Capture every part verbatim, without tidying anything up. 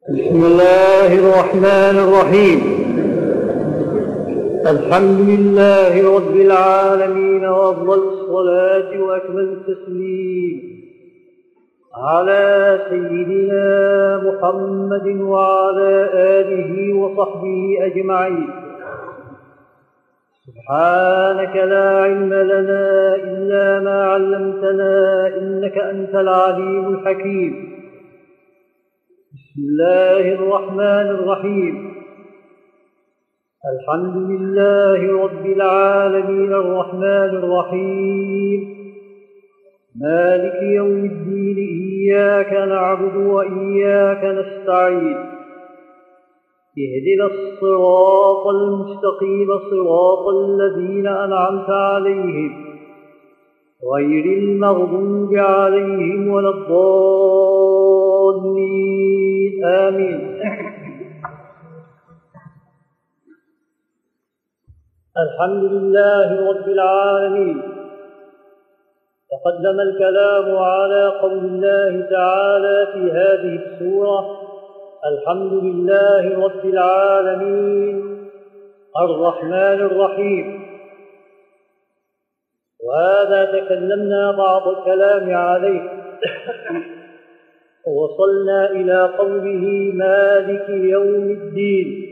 بسم الله الرحمن الرحيم. الحمد لله رب العالمين، وأفضل الصلاة وأكمل التسليم على سيدنا محمد وعلى آله وصحبه أجمعين. سبحانك لا علم لنا إلا ما علمتنا، إنك أنت العليم الحكيم. بسم الله الرحمن الرحيم. الحمد لله رب العالمين الرحمن الرحيم مالك يوم الدين، إياك نعبد وإياك نستعين. اهدنا الصراط المستقيم، صراط الذين أنعمت عليهم غير المغضوب عليهم ولا الضالين، آمين. الحمد لله رب العالمين. تقدم الكلام على قول الله تعالى في هذه السورة: الحمد لله رب العالمين الرحمن الرحيم. وهذا تكلمنا بعض الكلام عليه ووصلنا إلى قوله مالك يوم الدين،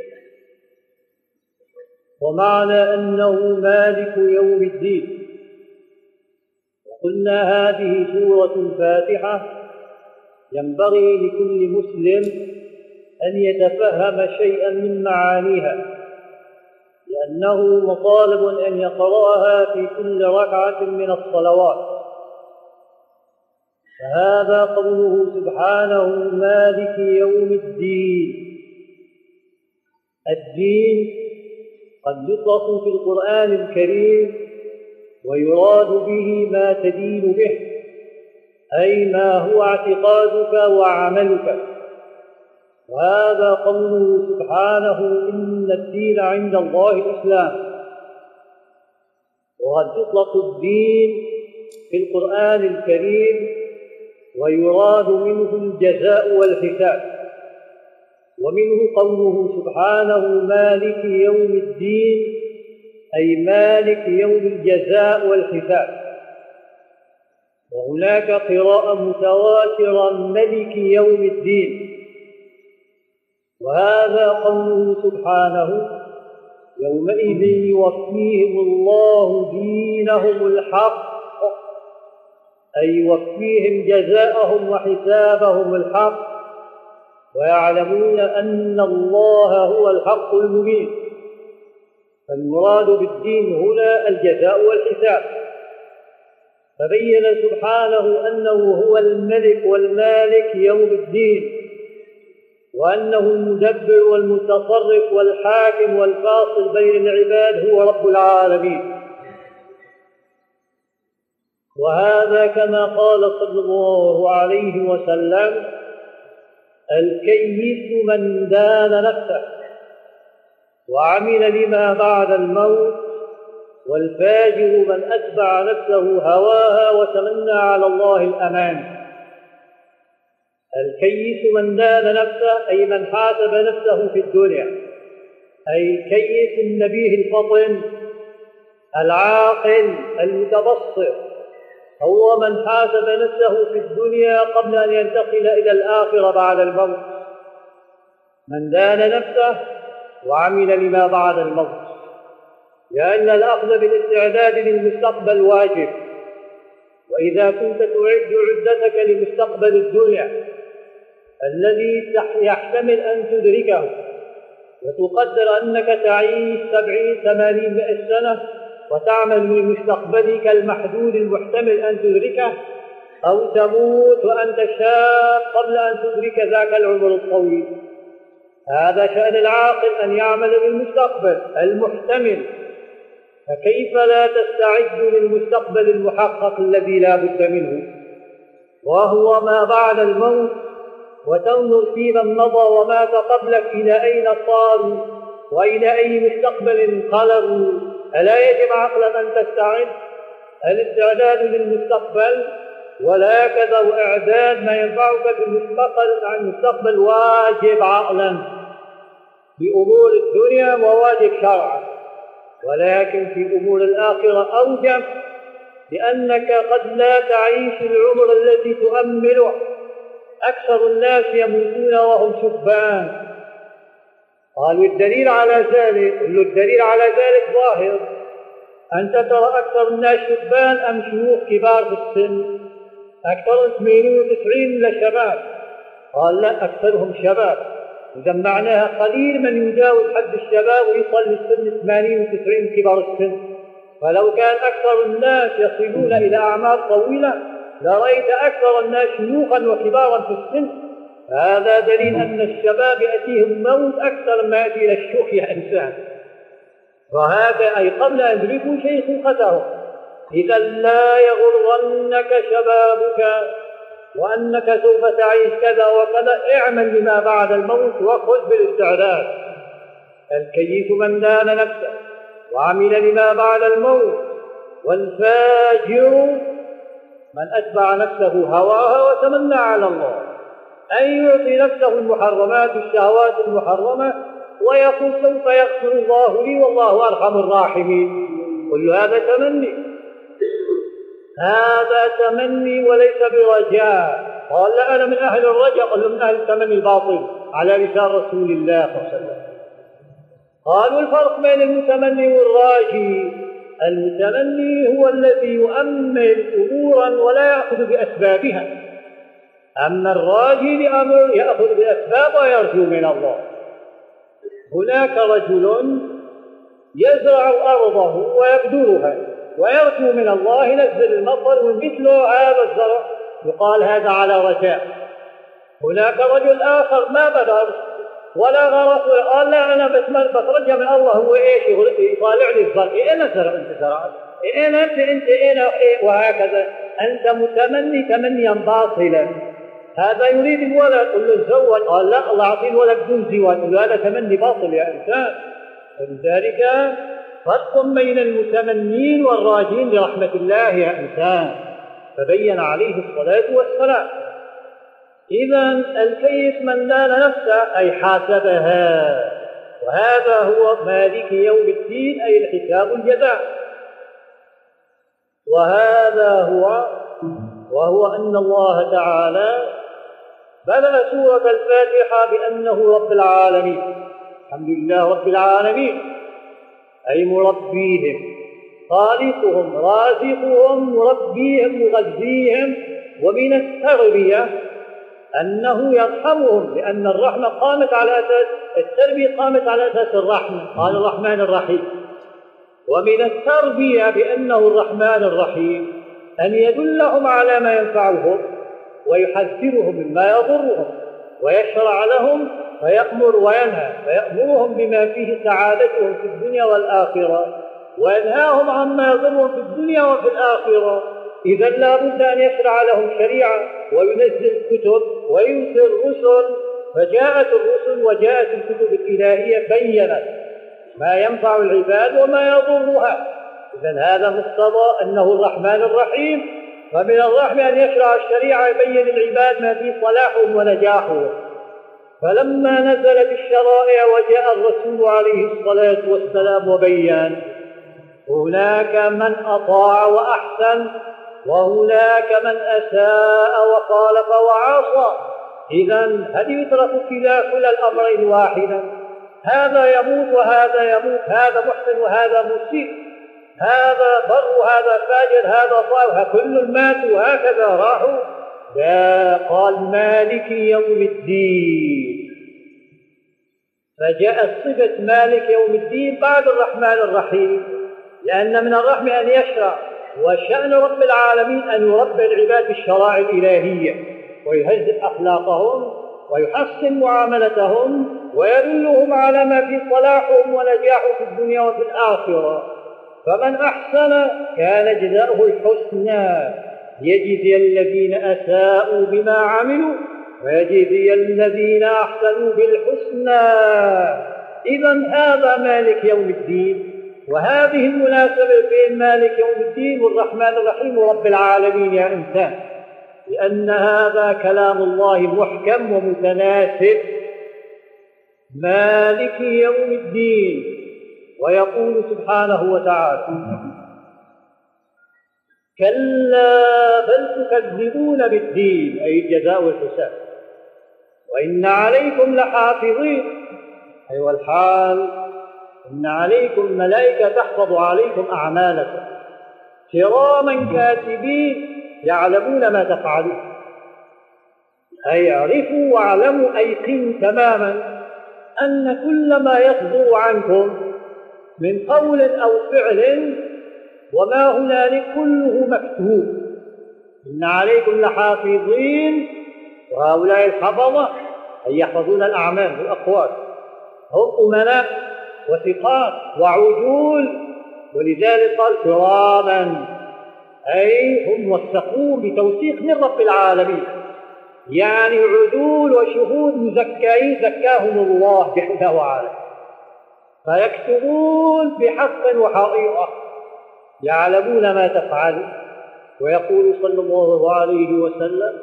ومعنى أنه مالك يوم الدين. وقلنا هذه سورة الفاتحة ينبغي لكل مسلم أن يتفهم شيئا من معانيها، لأنه مطالب أن يقرأها في كل ركعة من الصلوات. فهذا قوله سبحانه مالك يوم الدين. الدين قد يطلق في القرآن الكريم ويراد به ما تدين به، أي ما هو اعتقادك وعملك. وهذا قوله سبحانه إن الدين عند الله الإسلام. وقد يطلق الدين في القرآن الكريم ويراد منه الجزاء والحساب. ومنه قوله سبحانه مالك يوم الدين، أي مالك يوم الجزاء والحساب. وهناك قراءة متواترة ملك يوم الدين. وهذا قوله سبحانه يومئذ يوفيهم الله دينهم الحق، أي يوفيهم جزاءهم وحسابهم الحق، ويعلمون أن الله هو الحق المبين. فالمراد بالدين هنا الجزاء والحساب. فبين سبحانه أنه هو الملك والمالك يوم الدين، وأنه المدبر والمتصرف والحاكم والفاصل بين العباد، هو رب العالمين. وهذا كما قال صلى الله عليه وسلم: الكيس من دان نفسه وعمل لما بعد الموت، والفاجر من أتبع نفسه هواها وتمنى على الله الأمان. الكيس من دان نفسه، أي من حاسب نفسه في الدنيا، أي كيس النبيه الفطن العاقل المتبصر، هو من حاسب نفسه في الدنيا قبل أن ينتقل إلى الآخرة بعد الموت. من دان نفسه وعمل لما بعد الموت، لأن الأخذ بالاستعداد للمستقبل واجب. وإذا كنت تعد عدتك لمستقبل الدنيا الذي يحتمل أن تدركه، وتقدر أنك تعيش سبعين ثمانين مئة سنة وتعمل لمستقبلك المحدود المحتمل أن تدركه، أو تموت وأنت شاب قبل أن تدرك ذاك العمر الطويل. هذا شأن العاقل، أن يعمل للمستقبل المحتمل. فكيف لا تستعد للمستقبل المحقق الذي لا بد منه، وهو ما بعد الموت، وتنظر في من مضى ومات قبلك إلى أين صاروا وإلى أي مستقبل انقلبوا. ألا يجب عقلا أن تستعد؟ الاستعداد للمستقبل وهكذا وإعداد ما ينفعك في المستقبل عن المستقبل واجب عقلا بأمور الدنيا وواجب شرعا، ولكن في أمور الآخرة أوجب، لأنك قد لا تعيش العمر الذي تؤمله. أكثر الناس يموتون وهم شبان. قالوا الدليل على ذلك، الدليل على ذلك ظاهر، أنت ترى أكثر الناس شبان أم شيوخ كبار في السن؟ أكثر ثمانين وتسعين ولا شباب؟ قال لا، أكثرهم شباب. إذا معناها قليل من يجاوز حد الشباب ويصل للسن ثمانين وتسعين كبار السن. فلو كان أكثر الناس يصلون إلى أعمار طويلة لرأيت أكثر الناس شيوخا وكبارا في السن. هذا دليل أن الشباب يأتيهم موت أكثر ما يأتي إلى الشيوخ يا إنسان، وهذا أي قبل أن يدركوا شيخوختهم. إذا لا يغرنك شبابك وأنك سوف تعيش كذا وكذا، اعمل لما بعد الموت وخذ بالاستعداد. الكيس من دان نفسه وعمل لما بعد الموت، والفاجر من أتبع نفسه هواها وتمنى على الله، أن يعطي نفسه المحرمات الشهوات المحرمة ويقول سوف يغفر الله لي والله أرحم الراحمين. كل هذا تمني، هذا تمني وليس برجاء. قال لا أنا من أهل الرجاء، قال من أهل التمني الباطل على لسان رسول الله صلى الله عليه وسلم. قالوا الفرق بين المتمني والراجي، المتمني هو الذي يؤمل أمورا ولا يأخذ بأسبابها، أما الراجي لأمر يأخذ بأسباب ويرجو من الله. هناك رجل يزرع أرضه ويبذرها ويرجو من الله ينزل المطر ومثل هذا الزرع يقال هذا على رجاء. هناك رجل آخر ما بذر ولا غرس وقال لا أنا بس بترجى من الله هو إيش يطالع لي الزرع. إيه أنا زرع أنت زرعت؟ إيه أنا أنت أنت أنا إيه؟ وهكذا أنت متمني تمنيا باطلا. هذا يريد الولد قل له تزوج، قال لا الله يعطيه الولد بدون زواج، قل له هذا تمني باطل يا إنسان. ولذلك فرق بين المتمنين والراجين لرحمة الله يا إنسان، فبين عليه الصلاة والسلام. إذا الكيس من دان نفسه أي حاسبها، وهذا هو مالك يوم الدين أي الحساب الجزاء. وهذا هو وهو أن الله تعالى بدأ سورة الفاتحة بأنه رب العالمين، الحمد لله رب العالمين أي مربيهم، خالقهم رازقهم مربيهم مغذيهم. ومن التربية أنه يرحمهم، لأن الرحمة قامت على أساس التربية، قامت على أساس الرحمة، قال الرحمن الرحيم. ومن التربية بأنه الرحمن الرحيم أن يدلهم على ما ينفعهم ويحذرهم مما يضرهم ويشرع لهم فيأمر وينهى، فيأمرهم بما فيه سعادتهم في الدنيا والآخرة وينهاهم عما يضرهم في الدنيا وفي الآخرة. إذا لا بد أن يشرع لهم شريعة وينزل كتب ويرسل رسل، فجاءت الرسل وجاءت الكتب الإلهية بيّنت ما ينفع العباد وما يضرها. إذن هذا مقتضى أنه الرحمن الرحيم، ومن الرحمة أن يشرع الشريعة يبين العباد ما فيه صلاحهم ونجاحهم. فلما نزلت الشرائع وجاء الرسول عليه الصلاة والسلام وبيان، هناك من أطاع وأحسن وهناك من أساء وخالف وعصى. إذن هل يترك كلا الأمرين واحدا؟ هذا يموت وهذا يموت، هذا محسن وهذا مسيء، هذا بر وهذا فاجر، هذا طائع، كل ماتوا هكذا راحوا. لا، قال مالك يوم الدين، فجاءت صفة مالك يوم الدين بعد الرحمن الرحيم، لأن من الرحمة أن يشرع، وشأن رب العالمين أن يربي العباد بالشرائع الإلهية ويهذب أخلاقهم ويحسن معاملتهم ويدلهم على ما في صلاحهم ونجاحهم في الدنيا وفي الآخرة. فمن أحسن كان جزاؤه الحسنى، يجزي الذين أساءوا بما عملوا ويجزي الذين أحسنوا بالحسنى. إذن هذا مالك يوم الدين، وهذه المناسبة بين مالك يوم الدين والرحمن الرحيم ورب العالمين يا إنسان. لأن هذا كلام الله محكم ومتناسب مالك يوم الدين. ويقول سبحانه وتعالى: كلا بل تكذبون بالدين، أي الجزاء والحساب، وإن عليكم لحافظين، أي أيوة الحال إن عليكم ملائكة تحفظ عليكم أعمالكم كراما كاتبين يعلمون ما تفعلون، أي اعرفوا واعلموا أيقنوا تماما أن كل ما يصدر عنكم من قول أو فعل وما هنالك كله مكتوب. إن عليكم لحافظين، وهؤلاء الحفظة أي يحفظون الأعمال والأقوال، هم أمناء وثقات وعجول، ولذلك قال كراما، أي هم موثقون بتوثيق من رب العالمين، يعني عدول وشهود مزكين زكاهم الله بحده وعلا، فيكتبون بحق وحقيقة يعلمون ما تفعل. ويقول صلى الله عليه وسلم: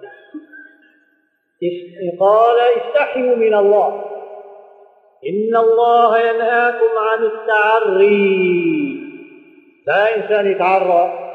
قال استحيوا من الله، إن الله ينهاكم عن التعري، لا إنسان يتعرى.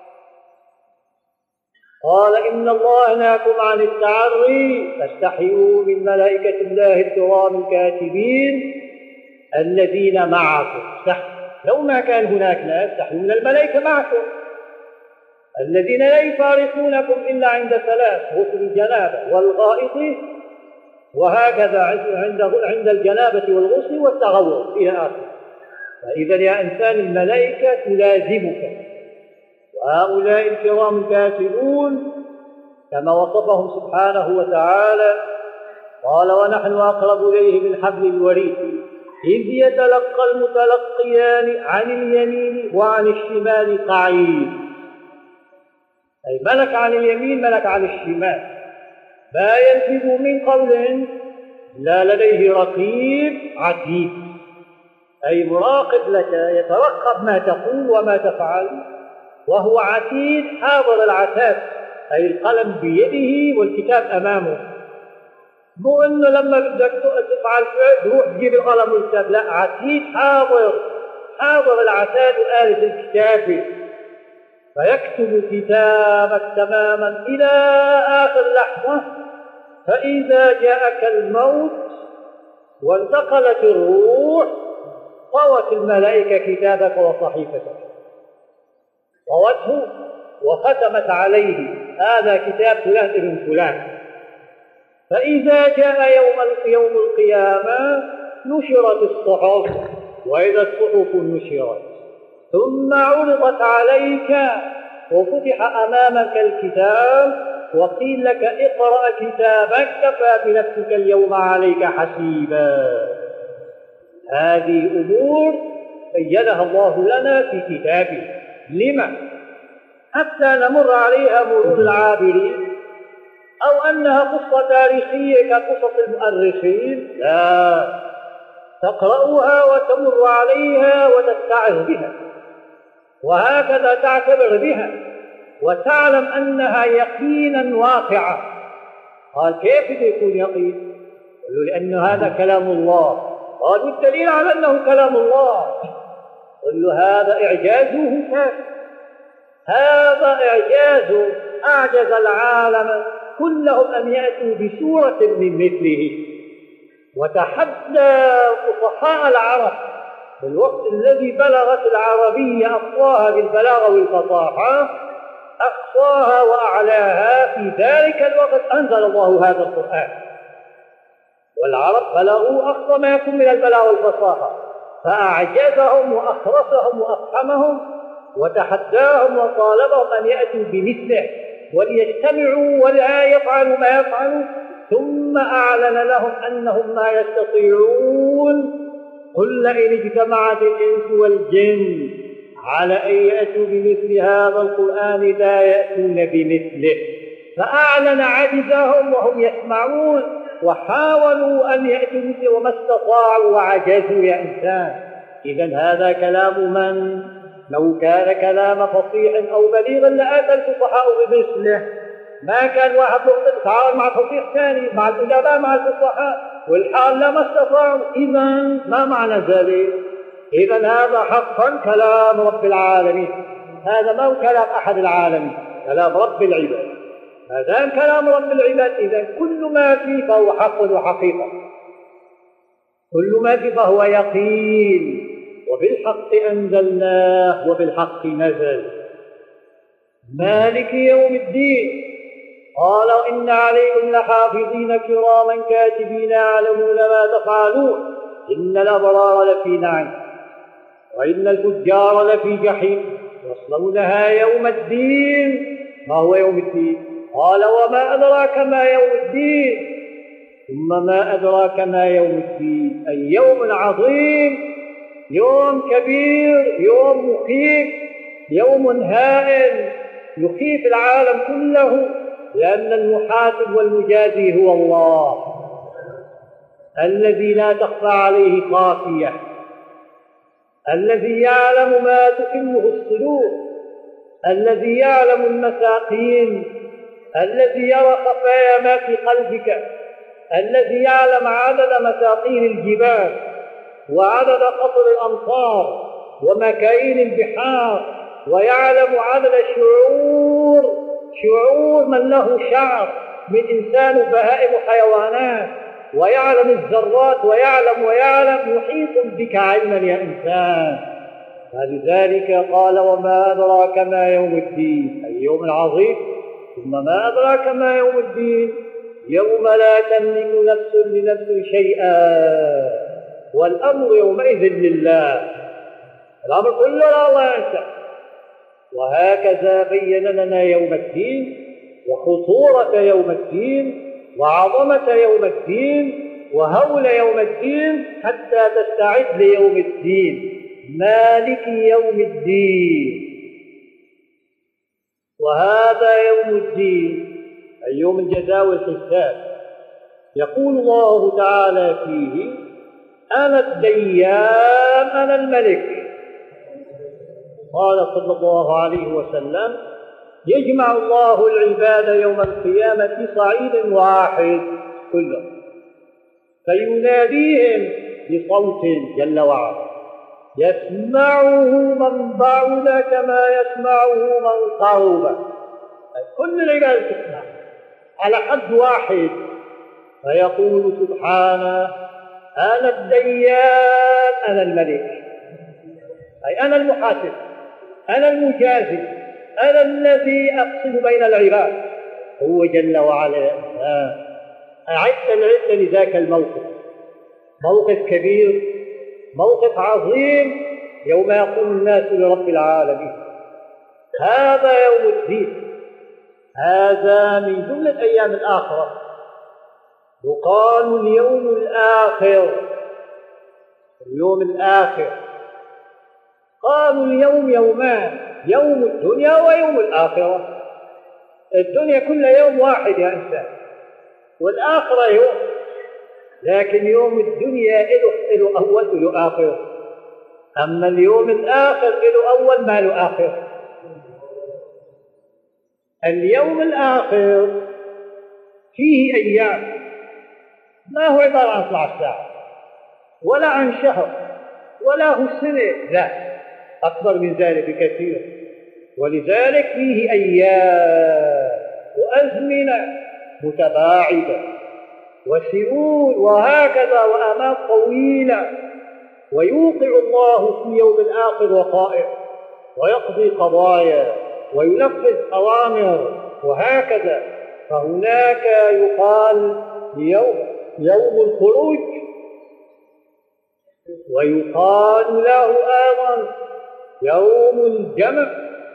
قال إن الله ينهاكم عن التعري فاستحيوا من ملائكة الله الكرام الكاتبين الذين معكم. لو ما كان هناك ناس استحيوا من الملائكة معكم الذين لا يفارقونكم إلا عند ثلاث: غسل الجنابة والغائط، وهكذا عند الجنابة والغسل والتغوط إلى آخره. فإذا يا إنسان الملائكة تلازمك، وهؤلاء الكرام الكاتبون كما وصفهم سبحانه وتعالى قال: ونحن أقرب إليه من حبل الوريد إذ يتلقى المتلقيان عن اليمين وعن الشمال قعيد، أي ملك عن اليمين ملك عن الشمال، ما يلفظ من قول لا لديه رقيب عتيد، أي مراقب لك يترقب ما تقول وما تفعل، وهو عتيد حاضر العتاد، أي القلم بيده والكتاب أمامه. مو إنه لما بدك تفعل فعل تروح تجيب القلم والكتاب، لا، عتيد حاضر حاضر العتاد وآلة الكتاب، فيكتب كتابك تماما إلى آخر لحظة. فإذا جاءك الموت وانتقلت الروح طوت الملائكة كتابك وصحيفتك، طوته وختمت عليه: هذا كتاب فلان ابن فلان. فإذا جاء يوم يوم القيامة نشرت الصحف، وإذا الصحف نشرت ثم عرضت عليك وفتح أمامك الكتاب وقيل لك: اقرأ كتابك كفى بنفسك اليوم عليك حسيبا. هذه أمور بينها الله لنا في كتابه، لما؟ حتى نمر عليها مرور العابرين، أو أنها قصة تاريخية كقصص المؤرخين، لا، تقرأها وتمر عليها وتتعظ بها، وهكذا تعتبر بها وتعلم أنها يقينا واقعة. قال: كيف يكون يقين؟ قالوا: لأن هذا كلام الله. قال: والدليل على أنه كلام الله؟ قل له: هذا إعجازه كافي، هذا إعجاز أعجز العالم كلهم أن يأتوا بسورة من مثله. وتحدى فصحاء العرب في الوقت الذي بلغت العربية أقصاها بالبلاغة والفصاحة، أقصاها وأعلاها، في ذلك الوقت أنزل الله هذا القرآن، والعرب بلغوا أقصى ما يكون من البلاغة والفصاحة، فأعجزهم وأخرسهم وأفحمهم وتحداهم وطالبهم أن يأتوا بمثله وليجتمعوا ولا يفعلوا ما يفعلوا، ثم أعلن لهم أنهم ما يستطيعون. قل إن اجتمعت الإنس والجن على أن يأتوا بمثل هذا القرآن لا يأتون بمثله، فأعلن عجزهم وهم يسمعون، وحاولوا أن يأتوا مثله وما استطاعوا وعجزوا. يا إنسان، إذن هذا كلام من؟ لو كان كلام فصيح أو بليغا لآتى الفصحاء بمثله، ما كان واحد مخطئ يتعاون مع توفيق ثاني مع الإجابة مع الفصحاء، والحال لا ما استطاعوا. إذا ما معنى ذلك؟ إذا هذا حقا كلام رب العالمين، هذا ما هو كلام أحد العالمين، كلام رب العباد. ما دام كلام رب العباد إذا كل ما فيه فهو حق وحقيقة، كل ما فيه فهو يقين. وبالحق أنزلناه وبالحق نزل. مالك يوم الدين قال إن عليكم لحافظين كراما كاتبين يعلمون ما تفعلون إن الأبرار لفي نعيم وإن الفجار لفي جحيم يصلونها يوم الدين. ما هو يوم الدين؟ قال وما أدراك ما يوم الدين ثم ما أدراك ما يوم الدين، أي يوم عظيم، يوم كبير، يوم مخيف، يوم هائل يخيف العالم كله، لأن المحاسب والمجازي هو الله الذي لا تخفى عليه خافية، الذي يعلم ما تكنه الصدور، الذي يعلم المساقين، الذي يرى خفايا ما في قلبك، الذي يعلم عدد مساقين الجبال وعدد قطر الأمطار ومكاين البحار، ويعلم عدد شعور شعور من له شعر من إنسان وبهائم وحيوانات، ويعلم الذرات ويعلم ويعلم يحيط بك علما يا إنسان. فلذلك قال وما أدراك ما يوم الدين، أي يوم العظيم. ثم ما أدراك ما يوم الدين يوم لا تملك نفس لنفس شيئا والأمر يومئذ لله، الأمر كله الله ينسى. وهكذا بين لنا يوم الدين وخطورة يوم الدين وعظمة يوم الدين وهول يوم الدين حتى تستعد ليوم الدين، مالك يوم الدين. وهذا يوم الدين أي يوم الجزاء والحساب. يقول الله تعالى فيه أنا الديان أنا الملك. قال صلى الله عليه وسلم يجمع الله العباد يوم القيامة في صعيد واحد كلهم فيناديهم بصوت جل وعلا يسمعه من بعد كما يسمعه من قرب، كل العباد تسمع على حد واحد، فيقول سبحانه أنا الديان أنا الملك، أي أنا المحاسب أنا المجازي أنا الذي أفصل بين العباد. هو جل وعلا أعدت العدة لذاك الموقف، موقف كبير، موقف عظيم، يوم يقوم الناس لرب العالمين. هذا يوم الدين، هذا من جملة أيام الآخرة، يقال اليوم الآخر. اليوم الآخر قالوا اليوم يومان، يوم الدنيا ويوم الآخرة. الدنيا كل يوم واحد يا إنسان، والآخرة يوم، لكن يوم الدنيا إله إله أول إله آخر، أما اليوم الآخر إله أول ما له آخر. اليوم الآخر فيه أيام، ما هو عبارة عن اثنتا عشرة ساعة ولا عن شهر ولا هو سنة، لا، أكبر من ذلك بكثير. ولذلك فيه أيام وأزمنة متباعدة وسنون وهكذا وآمال طويلة، ويوقع الله في يوم الآخر وقائع ويقضي قضايا وينفذ أوامر وهكذا. فهناك يقال يوم يوم الخروج، ويقال له أيضا يوم الجمع،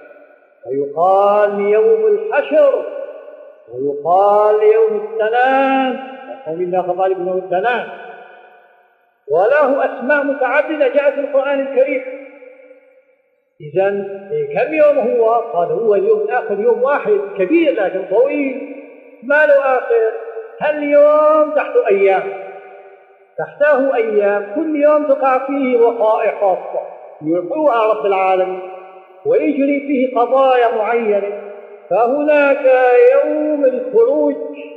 ويقال يوم الحشر، ويقال يوم التنام، وقوم الله قال يوم التنام، وله أسماء متعددة جاءت في القرآن الكريم. إذن كم يوم هو؟ قال هو اليوم الآخر يوم واحد كبير لكن طويل ما له آخر. هل يوم تحته أيام، تحته أيام، كل يوم تقع فيه وقائع خاصة يوقعها رب العالمين ويجري فيه قضايا معينة. فهناك يوم الخروج.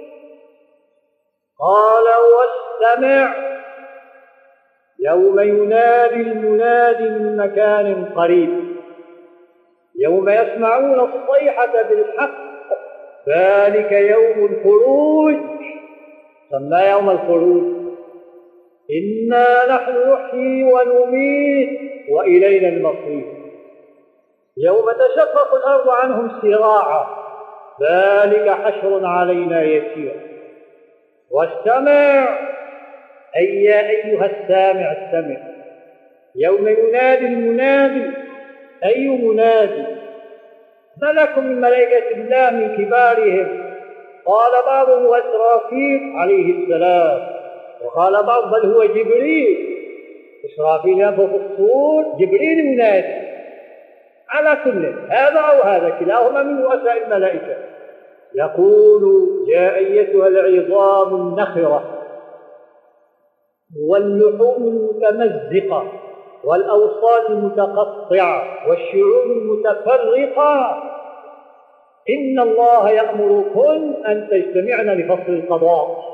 قال واستمع يوم ينادي المنادي من مكان قريب، يوم يسمعون الصيحة بالحق، ذلك يوم الخروج، سمى يوم الخروج. إنا نحن نحيي ونميت وإلينا المصير. يوم تشقق الأرض عنهم سراعا، ذلك حشر علينا يسير. واستمع أي يا أيها السامع استمع يوم ينادي المنادي. أي منادي؟ ملك من ملائكة الله من كبارهم، قال بعضهم هو إسرافيل عليه السلام، وقال بعض بل هو جبريل. إسرافيل ينفخ في الصور، جبريل ينادي. على كل هذا أو هذا كلاهما من رؤساء الملائكة. يقول يا أيتها العظام النخرة واللحوم المتمزقة والأوصال المتقطعة والشعوب المتفرقة، إن الله يأمركن أن تجتمعن لفصل القضاء.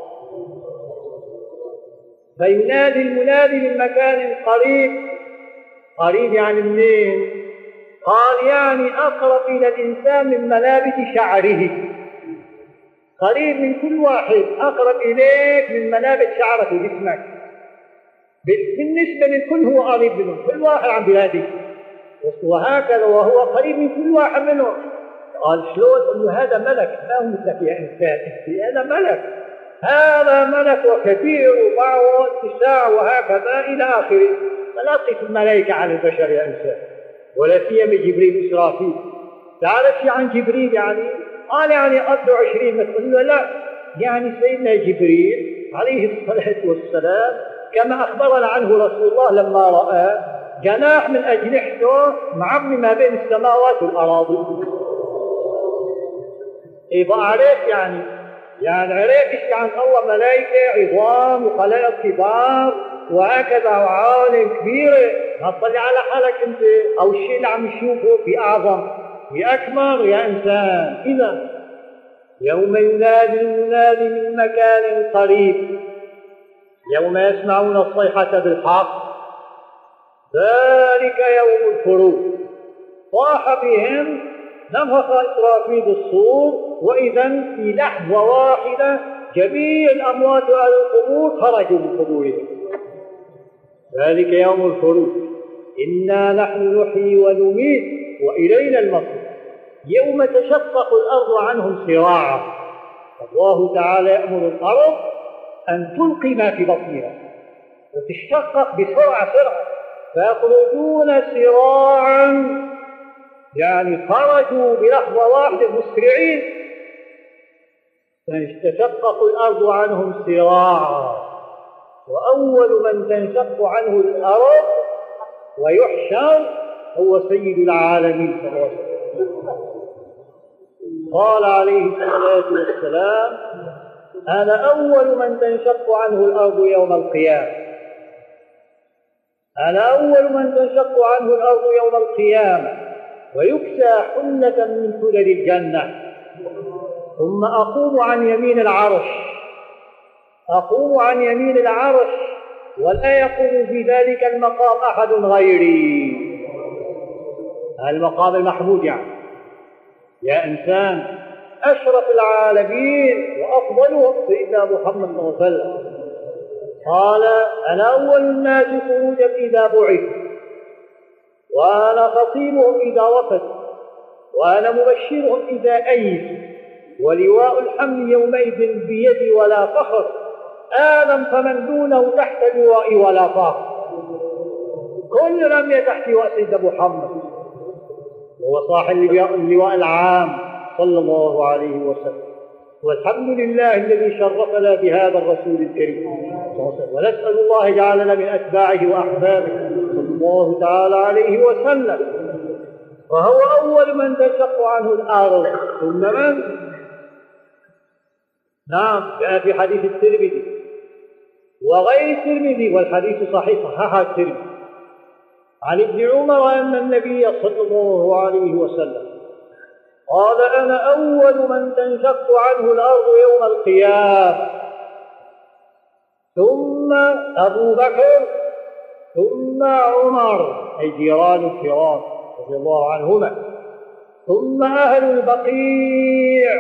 فينادي المنادي من مكان قريب. قريب يعني منين؟ قال يعني أقرب إلى الإنسان من منابت شعره. قريب من كل واحد، أقرب إليك من منابت شعرك وجسمك. بالنسبة للكل هو قريب منهم، كل واحد عن بلاده، وهكذا وهو قريب من كل واحد منهم. قال شلون؟ قل هذا ملك، ما هو مثلك يا إنسان، هذا ملك، هذا ملك وكبير ومعه اتساع وهكذا إلى آخره. فلا تصف الملائكة على البشر يا إنسان، ولا سيما جبريل إسرافيل. تعرف شيء عن جبريل يعني؟ قال يعني قدر عشرين مثل. لا، يعني سيدنا جبريل عليه الصلاة والسلام كما أخبرنا عنه رسول الله لما رأى جناح من أجنحته معبي ما بين السماوات والأراضي. يبقى عرف يعني يعني عرف إيش عن الله ملائكة عظام وخلائق كبار وهكذا وعالم كبيرة. ما تطلع على حالك أنت أو الشيء اللي عم يشوفه بأعظم بأكبر يا إنسان. إذا يوم ينادي المنادي من مكان قريب، يوم يسمعون الصيحة بالحق، ذلك يوم الخروج. صاح بهم، نفخ إسرافيل بالصور، وإذا في لحظة واحدة جميع الأموات على القبور خرجوا من قبورهم. ذلك يوم الخروج. إنا نحن نحيي ونميت وإلينا المصير. يوم تشقق الأرض عنهم سراعا، الله تعالى يأمر الأرض أن تلقي ما في بطنها وتشتقق بسرعة سرعة، فيخرجون سراعا، يعني خرجوا بلحظة واحدة مسرعين. تشقق الأرض عنهم سراعا، وأول من تنشق عنه الأرض ويحشر هو سيد العالمين صلى الله عليه وسلم. قال عليه الصلاة والسلام أنا أول من تنشق عنه الأرض يوم القيامة. أنا أول من تنشق عنه الأرض يوم القيامة ويكسى حلة من حلل الجنة، ثم أقوم عن يمين العرش أقوم عن يمين العرش ولا يقوم في ذلك المقام أحد غيري. المقام المحمود يعني يا إنسان أشرف العالمين وأفضلهم سيدنا محمد صلى الله عليه وسلم. قال أنا أول الناس خروجا إذا بعث، وأنا خطيبهم إذا وفد، وأنا مبشرهم إذا أيس، ولواء الحمد يومئذ بيدي ولا فخر، آدم فمن دونه تحت لوائي ولا فخر. كل رمية تحت لواء سيدنا محمد، وهو صاحب اللواء العام صلى الله عليه وسلم. والحمد لله الذي شرفنا بهذا الرسول الكريم، ونسأل الله يجعلنا من أتباعه وأحبابه صلى الله تعالى عليه وسلم. وهو أول من تنشق عنه الأرض، ثم من؟ نعم، جاء في حديث الترمذي وغير الترمذي، والحديث صحيح صححه الترمذي، عن ابن عمر أن النبي صلى الله عليه وسلم قال أنا أول من تنشق عنه الأرض يوم القيامة، ثم أبو بكر، ثم عمر، أي جيران الكرام رضي الله عنهما، ثم أهل البقيع.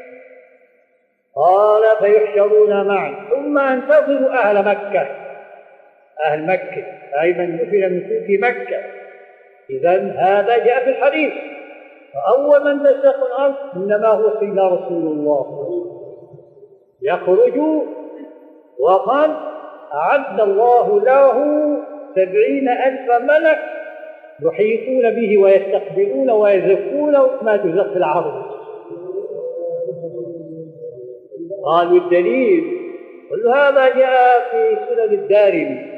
قال فيحشرون معا، ثم أنتظر أهل مكة، أهل مكة أي من دفن في مكة. إذن هذا جاء في الحديث، فأول من تشق الأرض إنما هو سيدنا رسول الله، يخرج وقد أعد الله له سبعين ألف ملك يحيطون به ويستقبلون ويزفون ما تزف العرض. قالوا الدليل، كل هذا جاء في سنن الدارمي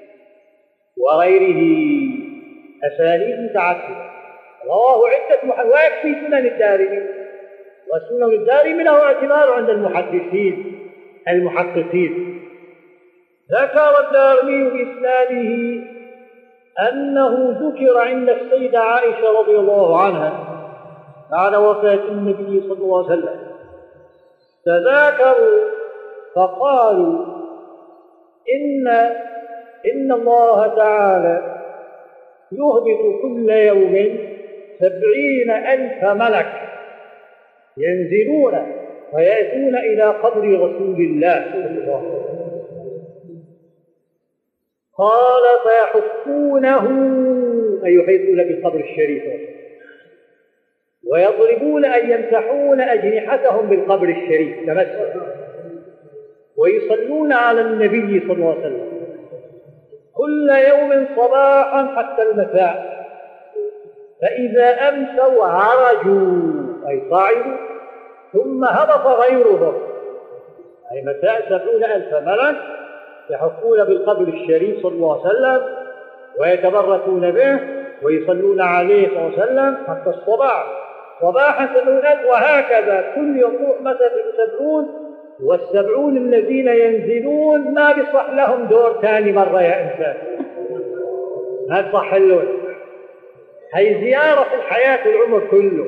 وغيره أساليب متعددة، رواه عدة محدثين، ويكفي سنن الدارمي، وسنن الدارمي له اعتبار عند المحدثين المحققين. ذكر الدارمي بإسناده أنه ذكر عند السيدة عائشة رضي الله عنها بعد وفاة النبي صلى الله عليه وسلم، تذاكروا فقالوا إن إن الله تعالى يهبط كل يوم سبعين ألف ملك ينزلون ويأتون إلى قبر رسول الله صلى الله عليه وسلم. قال فيحفونه، أي يحيطون بالقبر الشريف، ويضربون أن يمسحون أجنحتهم بالقبر الشريف تمسح، ويصلون على النبي صلى الله عليه وسلم كل يوم صباحا حتى المساء، فإذا أمسوا عرجوا أي صعدوا، ثم هبط غيرهم أي مساء سبعون ألف ملك يحفون بالقبر الشريف صلى الله عليه وسلم ويتبركون به ويصلون عليه صلى الله عليه وسلم حتى الصباح، صباحا سبعون ألف، وهكذا كل يوم مثلا سبعون، والسبعون الذين ينزلون ما بيصح لهم دور ثاني مرة يا إنسان، ما بيصح لهم، هي زيارة في الحياة العمر كله.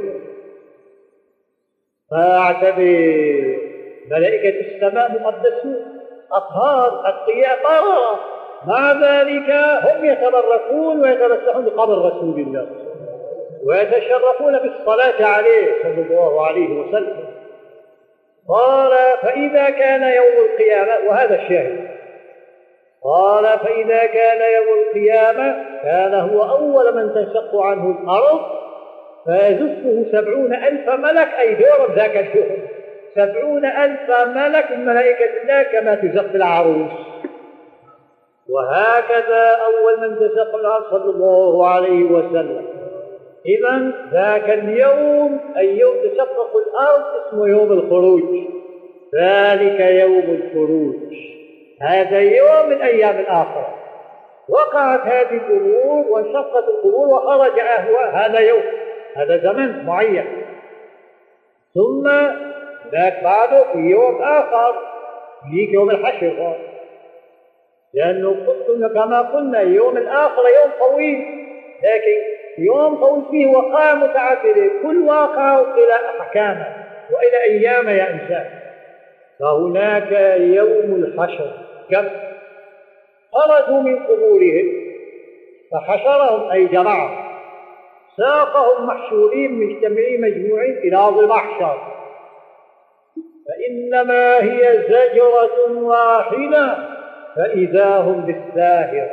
فاعتبر ملائكة السماء مقدسون أطهار أتقياء بررة، مع ذلك هم يتبركون ويتمسحون بقبر رسول الله ويتشرفون بالصلاة عليه صلى الله عليه وسلم. قال فإذا كان يوم القيامة، وهذا الشاهد، قال فإذا كان يوم القيامة كان هو أول من تنشق عنه الأرض فيزفه سبعون ألف ملك، أي دور ذاك الدور سبعون ألف ملك من ملائكة الله كما تزف العروس. وهكذا أول من تشق الأرض صلى الله عليه وسلم. إذن ذاك اليوم أي يوم تشقق الأرض اسمه يوم الخروج، ذلك يوم الخروج، هذا يوم من أيام الآخرة وقعت هذه الأمور وانشقت القبور وخرج أهلها، هذا يوم، هذا زمن معين. ثم ذاك بعده في يوم آخر يجيك يوم الحشر، لأنه كما قلنا يوم الآخرة يوم طويل، لكن يوم طويل فيه وقائع متعددة، كل واقع إلى أحكامه وإلى أيام يا إنسان. فهناك يوم الحشر، كم خرجوا من قبورهم فحشرهم أي جمعهم، ساقهم محشورين مجتمعين مجموعين إلى أرض المحشر، فإنما هي زجرة واحدة فإذا هم بالساهرة،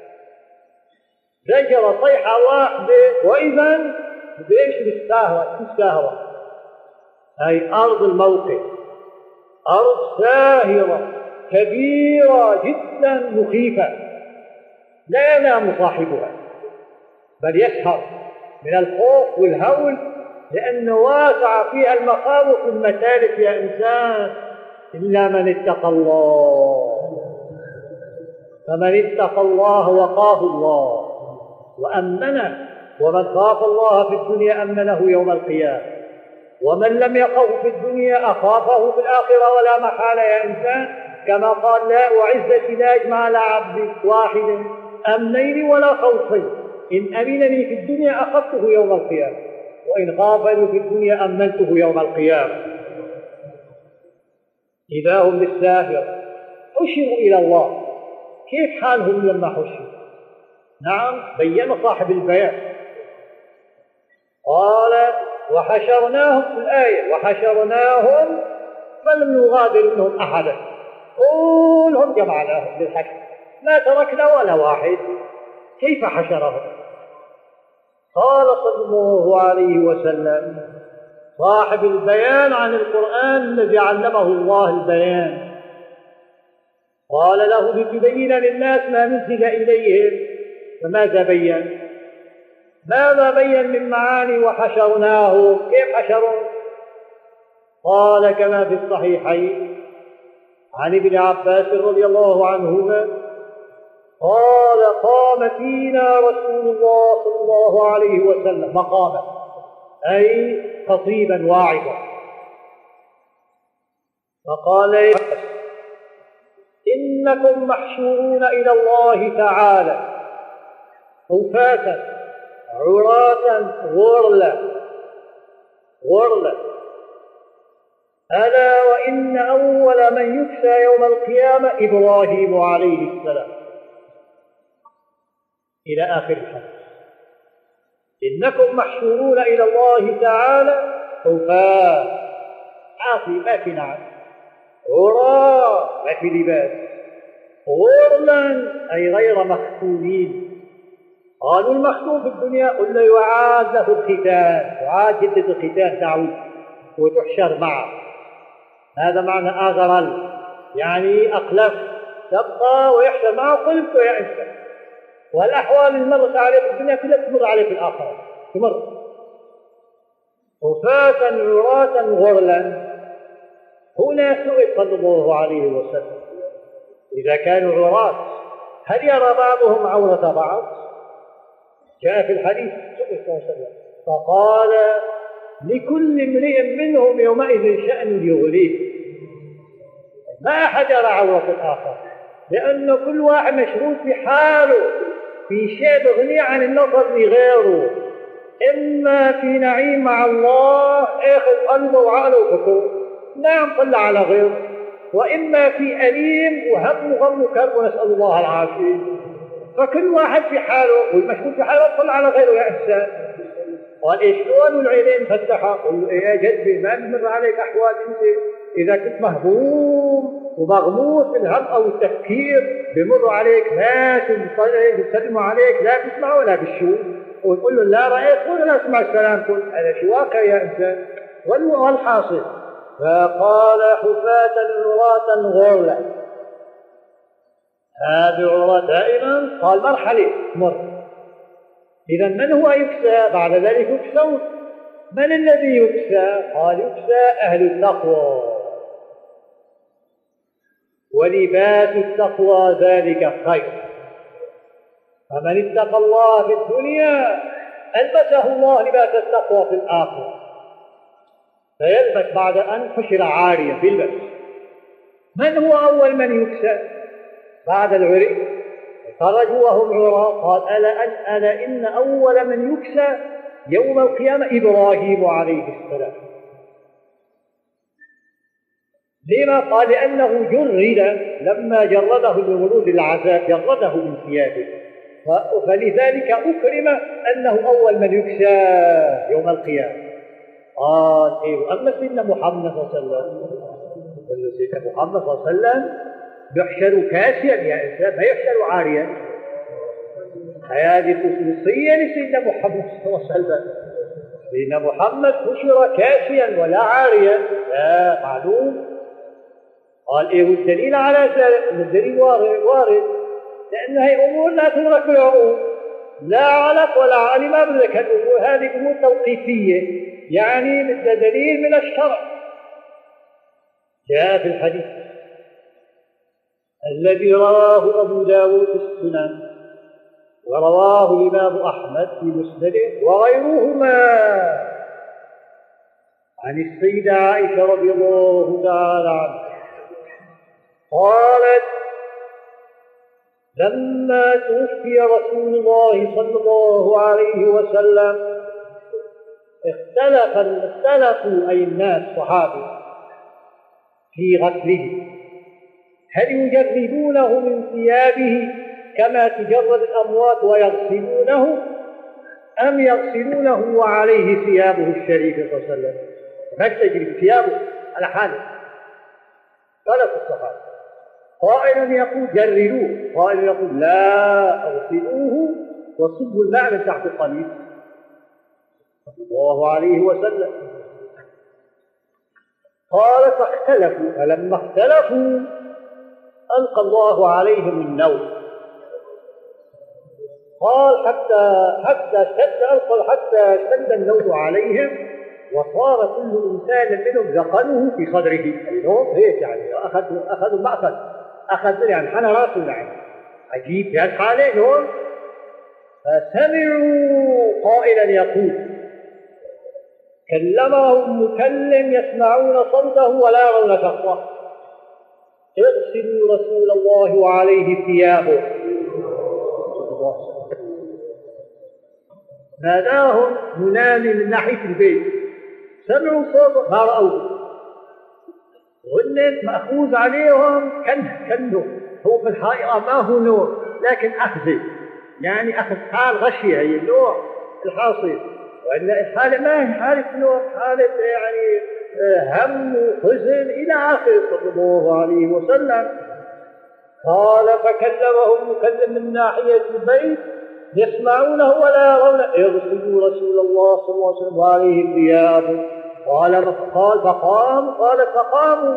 زجرة صيحة واحدة وإذا بإيش بالساهرة، بالساهرة أي أرض الموقف، أرض ساهرة كبيرة جدا مخيفة لا ينام صاحبها بل يسهر من الخوف والهول، لأنه واسع فيها المخاوف والمتالف يا إنسان، إلا من اتقى الله، فمن اتقى الله وقاه الله وأمنه، ومن خاف الله في الدنيا أمنه يوم القيامة، ومن لم يخف في الدنيا أخافه في الآخرة ولا محالة يا إنسان، كما قال لا وعزتي لا أجمع على عبد واحد أمنين ولا خوفين، إن أمنني في الدنيا أخفته يوم القيامة، وإن غافلوا في الدنيا أمنته يوم القيامة. إذا هم بالساهرة حشروا إلى الله. كيف حالهم لما حشروا؟ نعم، بين صاحب البيان قال وحشرناهم في الآية وحشرناهم فلم نغادر منهم أحدا، كلهم جمعناهم للحشر ما تركنا ولا واحد. كيف حشرهم؟ قال صلى الله عليه وسلم صاحب البيان عن القرآن الذي علمه الله البيان، قال له لتبين للناس ما نزل إليهم، فماذا بين؟ ماذا بين من معاني وحشرناه؟ كيف حشروا؟ قال كما في الصحيحين عن ابن عباس رضي الله عنهما قال قام فينا رسول الله صلى الله عليه وسلم مقاما، أي خطيبا واعظا، فقال إنكم محشورون إلى الله تعالى حفاة عراة غرلا غرلا، ألا وإن أول من يكسى يوم القيامة إبراهيم عليه السلام، إلى آخر الحديث. إنكم محشورون إلى الله تعالى حفاة، عافي ما في نعم، عراة ما في لباس، غرلا أي غير مختونين. قالوا المختون في الدنيا قلنا يعاد له الختان، يعاد جدة الختان تعود وتحشر معه، هذا معنى أغرل يعني أقلف، تبقى ويحشر معه قلت يا إنسان. والأحوال اللي مرت عليه في الدنيا كلها تمر عليه في الآخرة، تمر. حفاة عراة غرلا، هنا سئل صلى الله عليه وسلم إذا كانوا عراة هل يرى بعضهم عورة بعض؟ جاء في الحديث سئل صلى الله عليه وسلم فقال لكل امرئ منهم يومئذ شأن يغليه، ما أحد يرى عورة الآخر، لأن كل واحد مشغول في حاله في شيء يغني عن النظر لغيره، إما في نعيم مع الله آخذ قلبه وعقله وفكره نعم طلع على غيره، وإما في أليم وهم وغم وكرب ونسأل الله العافية. فكل واحد في حاله والمشغول في حاله طلع على غيره يا إنسان. قال إيش شلون العينين مفتحة؟ قل له يا جدي ما بمر عليك أحوال أنت إذا كنت مهموم ومغموس في الهم أو التفكير بمر عليك ناس يسلموا عليك لا بيسمعوا ولا بيشوف، وتقول له لا رأيت ولا لا اسمع السلام، كل هذا شو واقع يا إنسان. والحاصل فقال حفاة عراة غرلا، هذه عراة دائما قال مرحلة مر. إذا من هو يكسى؟ بعد ذلك يكسون. من الذي يكسى؟ قال يكسى أهل التقوى، ولباس التقوى ذلك خير، فمن اتقى الله في الدنيا ألبسه الله لباس التقوى في الآخرة، فيلبس بعد أن حشر عاريا بالبس. من هو أول من يكسى بعد العري؟ خرجوا وهم عراة، قال ألا, أن ألا إن أول من يكسى يوم القيامة إبراهيم عليه السلام. لما؟ قال لأنه جرد لما جرده بورود العذاب، جرده من ثيابه، فلذلك أكرم أنه أول من يكسى يوم القيامة. قال إيه أما سيدنا محمد صلى الله عليه وسلم، سيدنا محمد صلى الله عليه وسلم يحشر كاسيا يا إنسان، ما يحشر عاريا. هذه خصوصية لسيدنا محمد صلى الله عليه وسلم، سيدنا محمد حشر كاسيا ولا عاريا، لا معلوم. قال إيه الدليل على ذلك؟ الدليل وارد وارد لأن هي أمور لا تدرك بالعقول، لا علق ولا علم ما بدك الأمور، هذه أمور توقيفية يعني مثل دليل من الشرع. جاء في الحديث الذي رواه أبو داود في السنن ورواه الإمام أحمد في مسنده وغيرهما عن السيدة عائشة رضي الله تعالى عنها قالت لما توفي رسول الله صلى الله عليه وسلم اختلف اختلفوا أي الناس صحابي في غسله، هل يجردونه من ثيابه كما تجرد الأموات ويغسلونه، أم يغسلونه وعليه ثيابه الشريفة صلى الله عليه وسلم، ما تجري ثيابه على حاله. اختلف الصحابة، قائل يقول جردوه، قائل يقول لا اغسلوه وصبوا الماء من تحت القميص صلى الله عليه وسلم. قال فاختلفوا، فلما اختلفوا ألقى الله عليهم النوم. قال حتى حتى اشتد ألقى حتى اشتد النوم عليهم، وصار كل إنسان منهم ذقنه في صدره. النوم هيك يعني أخذوا أخذوا مأخذ أخذ يعني حنى راسه يعني عجيب في هالحالة نوم. فسمعوا قائلا يقول كلمهم مكلم يسمعون صوته ولا يرون شخصه، اغسلوا رسول الله وعليه ثيابه. ناداهم منادي من ناحية البيت، سمعوا صوته ما رأوه، ظنت مأخوذ عليهم كان كنه هو في الحقيقة ما هو نور لكن أخذ، يعني أخذ حال غشية، هي النوع الحاصل، وإن الحالة ما هي حالة نوع، حالة يعني هم وحزن إلى آخره صلى الله عليه وسلم. قال فكلمهم مكلم من ناحية البيت يسمعونه ولا يرون، اغسلوا رسول الله صلى الله عليه وسلم وعليه ثيابه. قال قال فقام قال فقاموا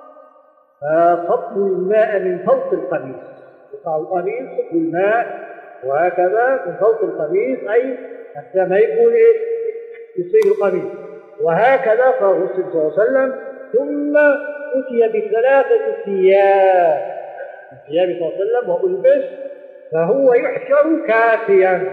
فصبوا الماء من فوق القميص، يقطعوا القميص صبوا الماء وهكذا من فوق القميص، أي حتى ما يكون إيه يصيب القميص، وهكذا فغسل صلى الله عليه وسلم. ثم أتي بثلاثة ثياب ثياب صلى الله عليه وسلم وألبس، فهو يحشر كافيا،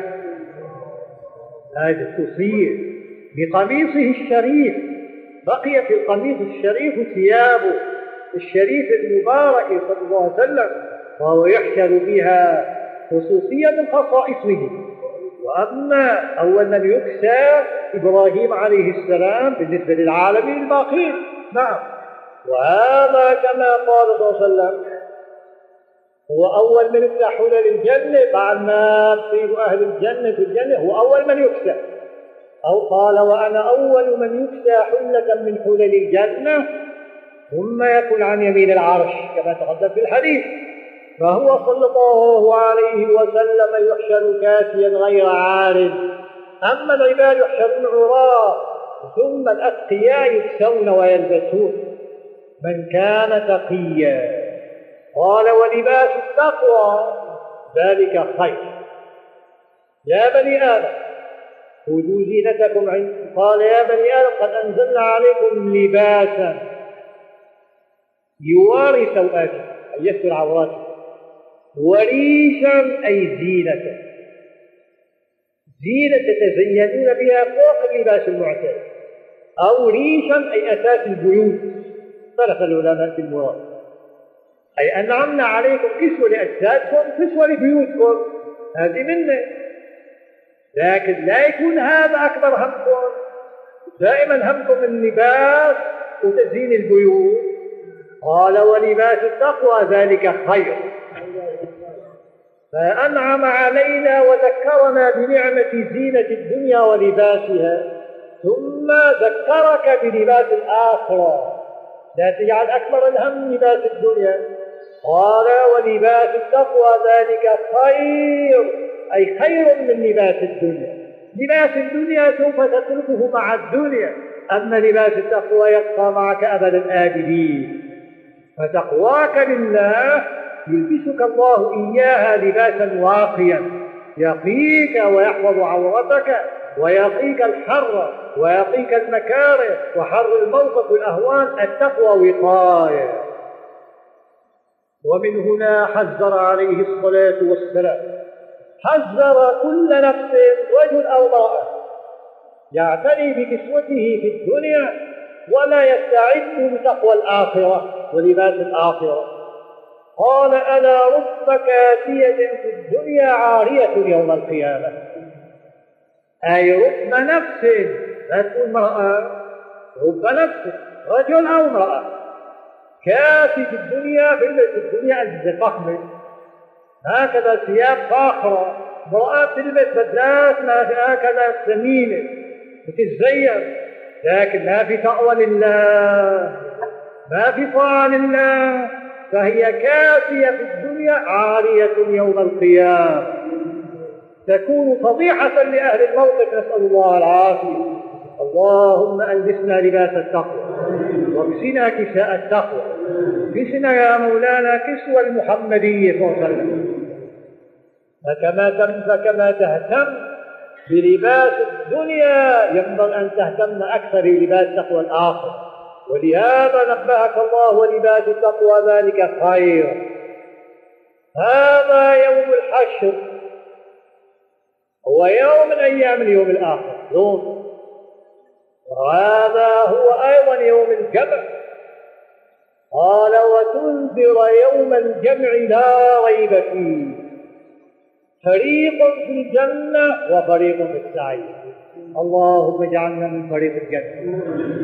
هذا تصير بقميصه الشريف، بقي في القميص الشريف ثيابه الشريف المبارك صلى الله عليه وسلم، وهو يحشر بها خصوصية من خصائصه. وأما أول من يكسى إبراهيم عليه السلام بالنسبة للعالمين الباقين، نعم، وهذا كما قال صلى الله عليه وسلم هو أول من يكسى حلل الجنة، بعد ما تصيب أهل الجنة في الجنة هو أول من يكسى، أو قال وأنا أول من يكسى حلة من حلل الجنة ثم يكون عن يمين العرش كما تقدم في الحديث. فهو صلى الله عليه وسلم يحشر كاسيا غير عارٍ، أما العباد يحشرون عراة، ثم الأتقياء يكسون ويلبسون. من كان تقيا قال ولباس التقوى ذلك خير. يا بني آدم خذوا زينتكم عند، قال يا بني آدم قد أنزلنا عليكم لباسا يواري سوآتكم أي يستر عوراتكم، وريشا أي زينة، زينة تتزينون بها فوق اللباس المعتاد، أو ريشا أي أساس البيوت، اختلف العلماء في المراد، أي أنعمنا عليكم كسوة لأجسادكم كسوة لبيوتكم، هذه منه، لكن لا يكون هذا أكبر همكم، دائما همكم اللباس وتزيين البيوت. قال ولباس التقوى ذلك خير. فأنعم علينا وذكرنا بنعمة زينة الدنيا ولباسها، ثم ذكرك بلباس الآخرة، لا تجعل أكبر الهم لباس الدنيا. قال ولباس التقوى ذلك خير، أي خير من لباس الدنيا. لباس الدنيا سوف تتركه مع الدنيا، أما لباس التقوى يبقى معك أبد الآبدين. فتقواك لله يلبسك الله إياها لباسا واقيا يقيك ويحفظ عورتك ويقيك الحر ويقيك المكاره وحر الموقف والأهوان. التقوى وقاية. ومن هنا حذر عليه الصلاة والسلام، حذر كل نفس رجل أو امرأة يعتني بكسوته في الدنيا ولا يستعد لتقوى الآخرة ولباس الآخرة. قال ألا رب كاسية في الدنيا عارية يوم القيامة، أي رب نفس لا تكون امرأة، رب نفسك رجل أو امرأة. كافي في الدنيا في الدنيا أن تتفخمي هكذا ثياب فاخرة، امرأة تلبس بدلات ما هكذا ثمينة وتتزين، لكن ما في تقوى لله، ما في طاعة لله، فهي كافية في الدنيا عارية يوم القيامة، تكون فضيحة لأهل الموقف، نسأل الله العافية. اللهم ألبسنا لباس التقوى واكسنا كساء التقوى، كسنا يا مولانا كسوى المحمدية صلى الله عليه وسلم. فكما فكما تهتم بلباس الدنيا ينبغي أن تهتم أكثر بلباس تقوى الآخرة، ولهذا نبهك الله ولباس التقوى ذلك خير. هذا يوم الحشر، هو يوم من أيام اليوم الآخر يوم، وهذا هو أيضا يوم الجمع. قال وتنذر يوم الجمع لا ريب فيه، فريق في الجنة وفريق في السعير، اللهم اجعلنا من فريق الجنة.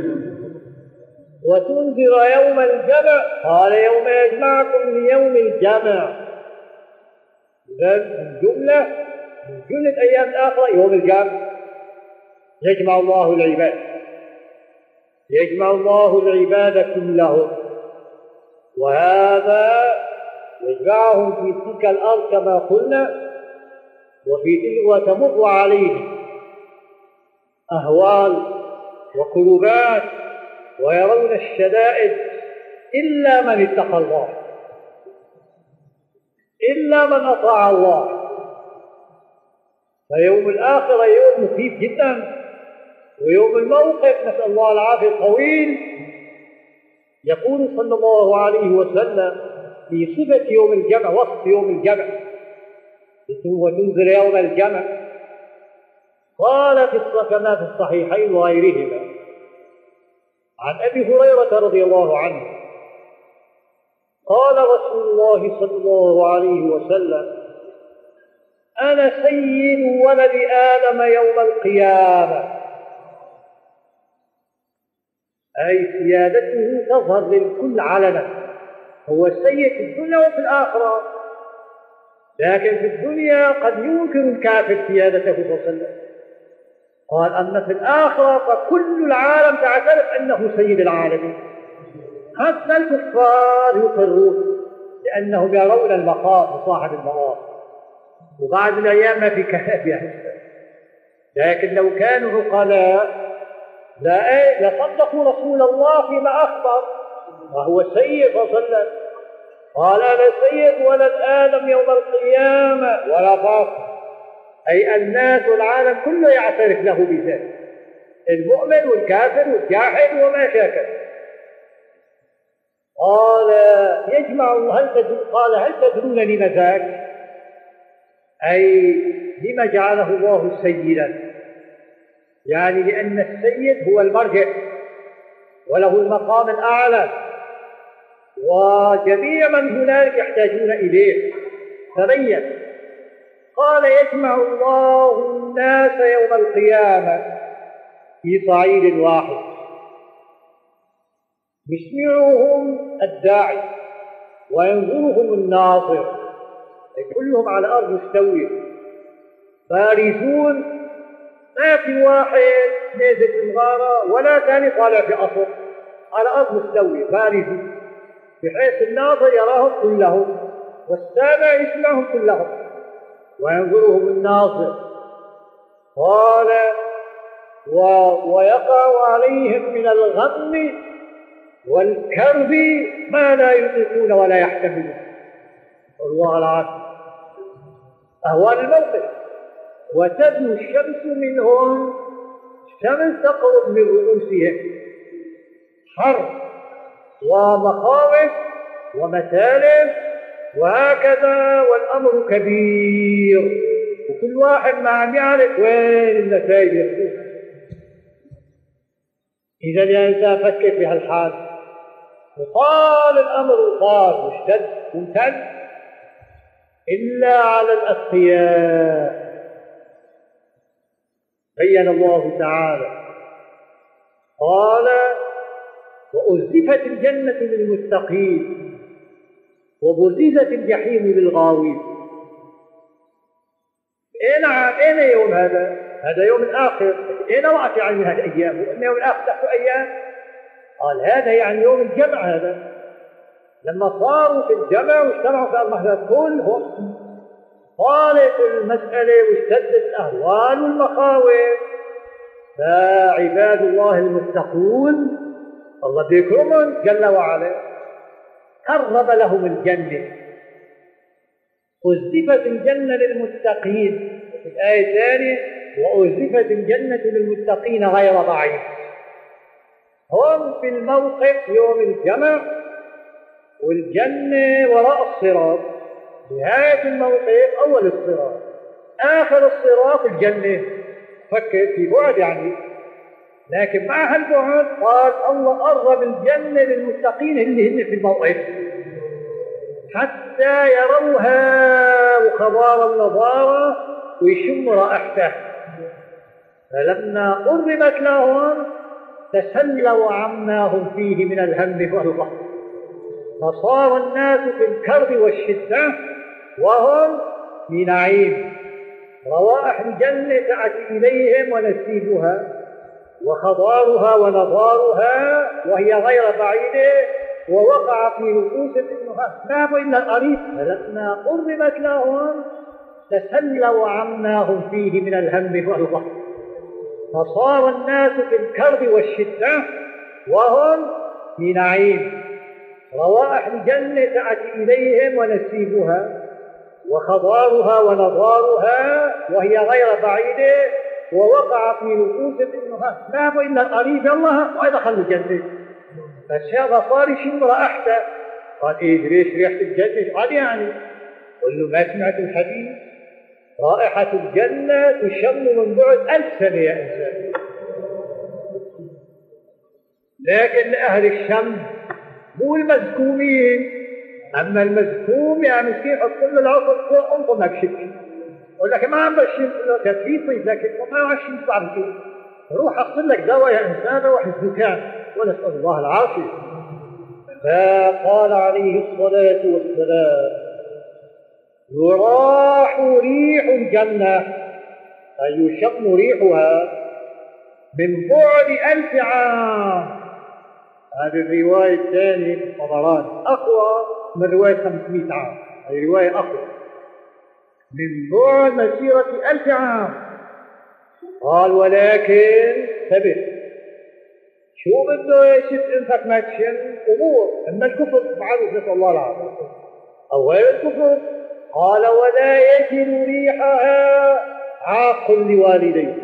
وتنذر يوم الجمع، قال يوم يجمعكم ليوم الجمع، إذا الجملة من جملة أيام الآخرة يوم الجمع، يجمع الله العباد، يجمع الله العباد كلهم، وهذا يجمعهم في تلك الأرض كما قلنا، وفي تلك وتمر عليهم أهوال وكروبات ويرون الشدائد إلا من اتقى الله، إلا من أطاع الله. فيوم الآخرة يوم مخيف جدا، ويوم الموقف نسأل الله العافية طويل. يقول صلى الله عليه وسلم في صفة يوم الجمع، وصف يوم الجمع وتنزل يوم الجمع، قال في كما في الصحيحين وغيرهما عن أبي هريرة رضي الله عنه قال رسول الله صلى الله عليه وسلم أنا سيد ولد آدم يوم القيامة، أي سيادته تظهر للكل علنا، هو السيد في الدنيا وفي الآخرة، لكن في الدنيا قد ينكر الكافر سيادته صلى الله عليه وسلم. قال أما في الآخرة فكل العالم تعترف أنه سيد العالمين، حتى الكفار يقرون لأنهم يرون المقام وصاحب المقام، وبعد الأيام ما في كلام يعني. لكن لو كانوا عقلاء لا لصدقوا رسول الله فيما أخبر، وهو السيد صلى الله عليه وسلم قال أنا سيد ولد آدم يوم القيامة ولا فاخر، أي الناس والعالم كله يعترف له بذلك، المؤمن والكافر والجاحد وما شاكل. قال يجمع هل تدرون قال هل تدرون لما ذاك، أي لما جعله الله سيدا، يعني لأن السيد هو المرجع وله المقام الأعلى، وجميع من هنالك يحتاجون إليه. تبين قال يجمع الله الناس يوم القيامة في صعيد واحد، يسمعهم الداعي وينظرهم الناظر، كلهم على الأرض مستوية بارزون، ما في واحد نازل في المغارة ولا ثاني طالع في قصر، على أرض مستوية بارزون، بحيث الناظر يراهم كلهم والسامع يسمعهم كلهم وينظرهم الناظر. قال و... ويقع عليهم من الغم والكرب ما لا يطيقون ولا يحتملون، والله العافية. أهوال الموقف، وتدنو الشمس منهم، الشمس تقرب من رؤوسهم، حر ومخاوف ومثالب وهكذا، والأمر كبير، وكل واحد ما عم يعرف وين النتائج يكون. إذا الإنسان فكر في هالحال، وطال الأمر وطال واشتد وامتد إلا على الأتقياء. بين الله تعالى قال وأزلفت الجنة للمتقين وبرزت الجحيم للغاوين. أين أين يوم هذا؟ هذا يوم الآخر. أين وقت يعني هذه الأيام؟ وأن يوم الآخر تحت أيام؟ قال هذا يعني يوم الجمع. هذا لما صاروا في الجمع واجتمعوا في المحضر كلهم طالت المسألة واشتدت الأهوال والمخاوف، فعباد الله المتقون الله بيكرمهم جل وعلا قرب لهم الجنة. أزلفت الجنة للمتقين. في الآية الثانية وأزلفت الجنة للمتقين غير بعيد. هم في الموقف يوم الجمع والجنة وراء الصراط. نهاية الموقف أول الصراط، آخر الصراط الجنة. فكر في بعد يعني، لكن مع هالبعد قال الله قرب الجنة للمتقين اللي هن في الموقف حتى يروها وخبار النظارة ويشموا رائحته. فلما قربت لهم تسلوا عما هم فيه من الهم والغم، فصار الناس في الكرب والشدة وهم في نعيم. روائح الجنة تأتي إليهم ونسيبها وخضارها ونضارها وهي غير بعيدة، ووقع في نفوسهم انها ما الا القريب. فلما قربت لهم تسلوا عما هم فيه من الهم والغم، فصار الناس في الكرب والشدة وهم في نعيم. روائح الجنة تأتي إليهم ونسيبها وخضارها ونضارها وهي غير بعيدة، ووقع في نفوسهم انها ما الا القريب الله وإذا خلوا الجنة. فالشيخ صار يشم رائحته. قال ايه ليش ريحة الجنة؟ قال يعني قل له ما سمعت الحديث رائحة الجنة تشم من بعد ألف سنة يا إنسان. لكن لأهل الشم مو المزكومين. أما المزكوم يا مسكين حط له العصر فوق أنطمك شكل يقول لك ما عم بشم تفريطي، لكن ما عم بشم صعب كده. روح أحصل لك دواء يا إنسان، روح الزكام، ونسأل الله العافية. فقال عليه الصلاة والسلام يراح ريح الجنة أي يشم ريحها من بعد ألف عام. هذه الرواية الثانية في الطبراني أقوى من رواية خمسمائة عام. هذه رواية أقوى من بعد مسيرة ألف عام. قال ولكن ثبت شو بده يشف انفك ما تشم امور. اما الكفر معروف نسأل الله العافية او غير الكفر. قال ولا يجد ريحها عاق لوالديه.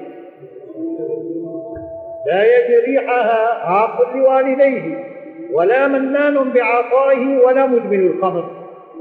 لا يجد ريحها عاق لوالديه ولا منان بعطائه ولا مدمن الخمر.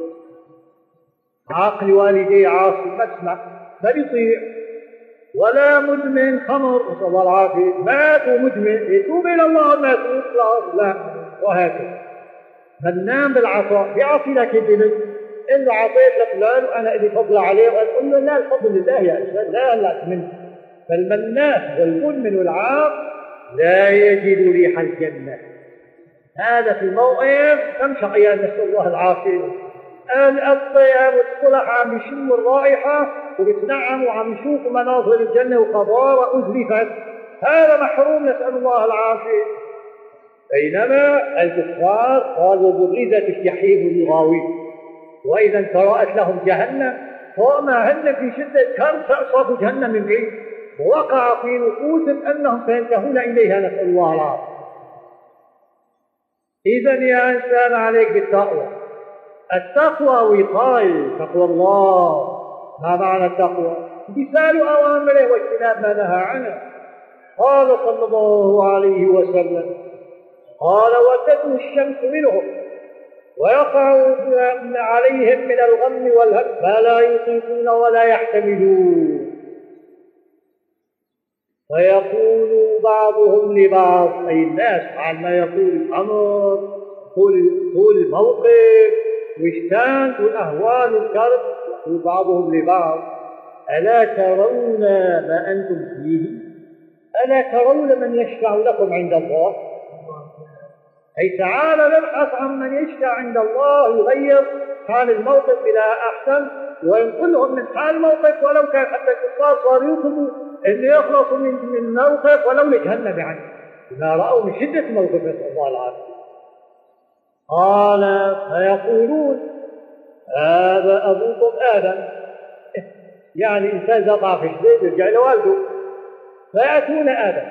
عاق لوالديه عاصي ما تسمع ما بيطيع، ولا مدمن خمر نسأل الله العافية. مات ومدمن يتوب إلى الله ما يتوب لا، وهكذا. منان بالعطاء بيعطي لك البنت إلا عطيت لفلان وأنا إلي فضل عليه، وأقول له لا الفضل لله يا إنسان لا لا منه. فالمنان والمدمن والعاق لا يجد ريح الجنة. هذا في الموقف كم شقيا نسأل الله العافية. الأطيب والصلح عم يشموا الرائحة وبيتنعموا وعم يشوفوا مناظر الجنة وخضار أزلفت. هذا محروم نسأل الله العافية. بينما الكفار قالوا وبرزت الجحيم للغاوين. وإذا تراءت لهم جهنم فوما هن في شدة كرب فأصابوا جهنم من بعيد، ووقع في نفوسهم أنهم سينتهون إليها نسأل الله العافية. إذا يا إنسان عليك بالتقوى. التقوى وقاية، تقوى الله. ما معنى التقوى؟ امتثال أوامره واجتناب ما نهى عنه. قال صلى الله عليه وسلم قال وتدنو الشمس منهم ويقع عليهم من الغم والهم ما لا يطيقون ولا يحتملون، فيقول بعضهم لبعض أي الناس عما يقول الأمر طول الموقف واشتان والأهوال والكرب، يقول بعضهم لبعض ألا ترون ما أنتم فيه؟ ألا ترون من يشفع لكم عند الله؟ أي تعالى نبحث عن من يشفع عند الله يغير حال الموقف إلى أحسن وينقلهم من حال الموقف، ولو كان حتى الكفار صاروا يطلبوا أن يخلصوا من من موقف ولو لجهنم عنه ما رأوا من شدة موقف، نسأل الله العافية. قال فيقولون هذا أبوكم آدم، يعني إنسان إذا ضعف شديد يرجع لوالده، فيأتون آدم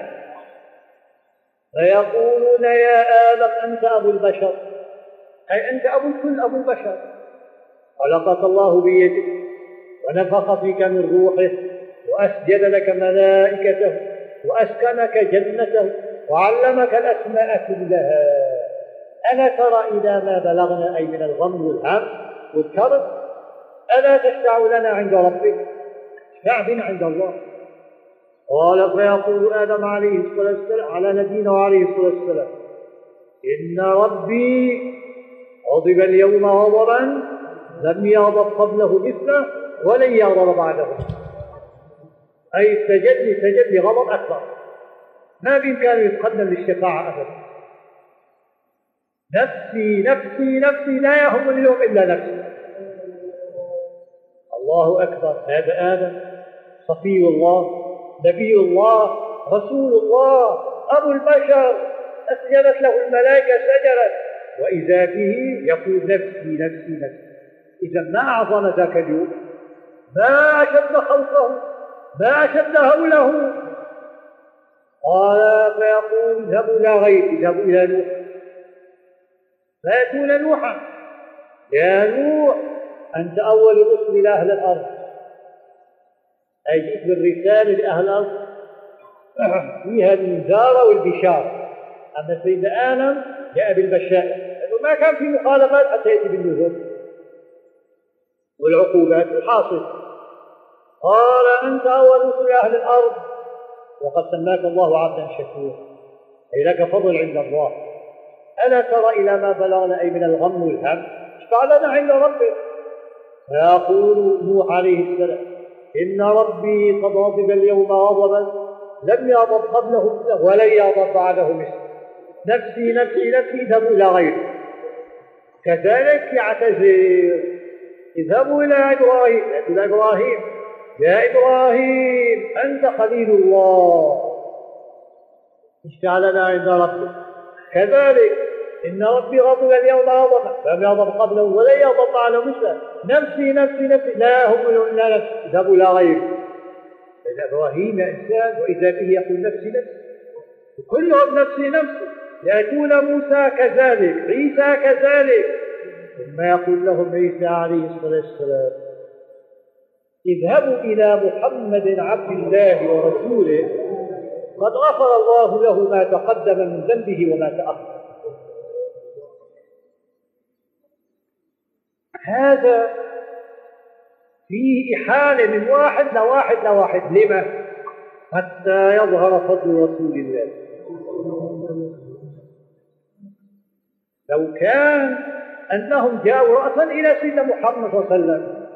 فيقولون يا آدم أنت أبو البشر، أي أنت أبو الكل، أبو البشر، خلقك الله بيده ونفخ فيك من روحه وأسجد لك ملائكته وأسكنك جنته وعلمك الأسماء كلها، ألا ترى إلى ما بلغنا أي من الغم والهم والكرب؟ ألا تشفع لنا عند ربك؟ اشفع بنا عند الله. قال فيقول آدم عليه الصلاة والسلام على نبينا وعليه الصلاة والسلام إن ربي غضب اليوم غضبا لم يغضب قبله مثله ولن يغضب بعده، أي استجد لي استجد لي غضب أكبر ما بإمكانه يتقدم للشفاعة أبدا. نفسي نفسي نفسي لا يهمني اليوم إلا نفسي. الله أكبر. هذا آدم صفي الله نبي الله رسول الله أبو البشر، أسجدت له الملائكة سجدت، وإذا به يقول نفسي نفسي نفسي. إذا ما أعظم ذاك اليوم، ما أشد خوفه، ما أشد هوله. قال فيقول اذهبوا إلى غيري، اذهبوا إلى نوح، فيأتون نوحا يا نوح أنت أول رسل أهل الأرض، أي جئت بالرسالة لأهل الأرض فيها الإنذار والبشارة. أما سيدنا آدم جاء بالبشائر لأنه ما كان في مخالفات حتى يأتي بالنذور والعقوبات الحاصل. قال أنت أول رسل أهل الأرض وقد سماك الله عبدا شكورا، أي لك فضل عند الله. ألا ترى إلى ما بلغنا أي من الغم والهم؟ اشفع لنا عند ربك. فيقول نوح عليه السلام إن ربي قد غضب اليوم غضبا لم يغضب قبله مثله ولن يغضب بعده مثله، نفسي نفسي نفسي اذهبوا إلى غيره. كذلك يعتذر اذهبوا إلى إبراهيم، إلى إبراهيم يا إبراهيم أنت خليل الله اشفع لنا عند ربك. كذلك إن ربي غضب اليوم غضبا لم يغضب قبله ولن يغضب بعده مثله، نفسي نفسي نفسي لا يهمني إلا نفسي اذهبوا إلى غيره. إذا إبراهيم إنسان وإذا به يقول نفسي نفسي، كلهم نفسي نفسي. يأتون موسى كذلك، عيسى كذلك، ثم يقول لهم عيسى عليه الصلاة والسلام اذهبوا إلى محمد عبد الله ورسوله قد غفر الله له ما تقدم من ذنبه وما تأخر. هذا فيه إحالة من واحد لواحد لواحد. لما؟ حتى يظهر فضل رسول الله. لو كان أنهم جاءوا رأسا إلى سيدنا محمد صلى الله عليه وسلم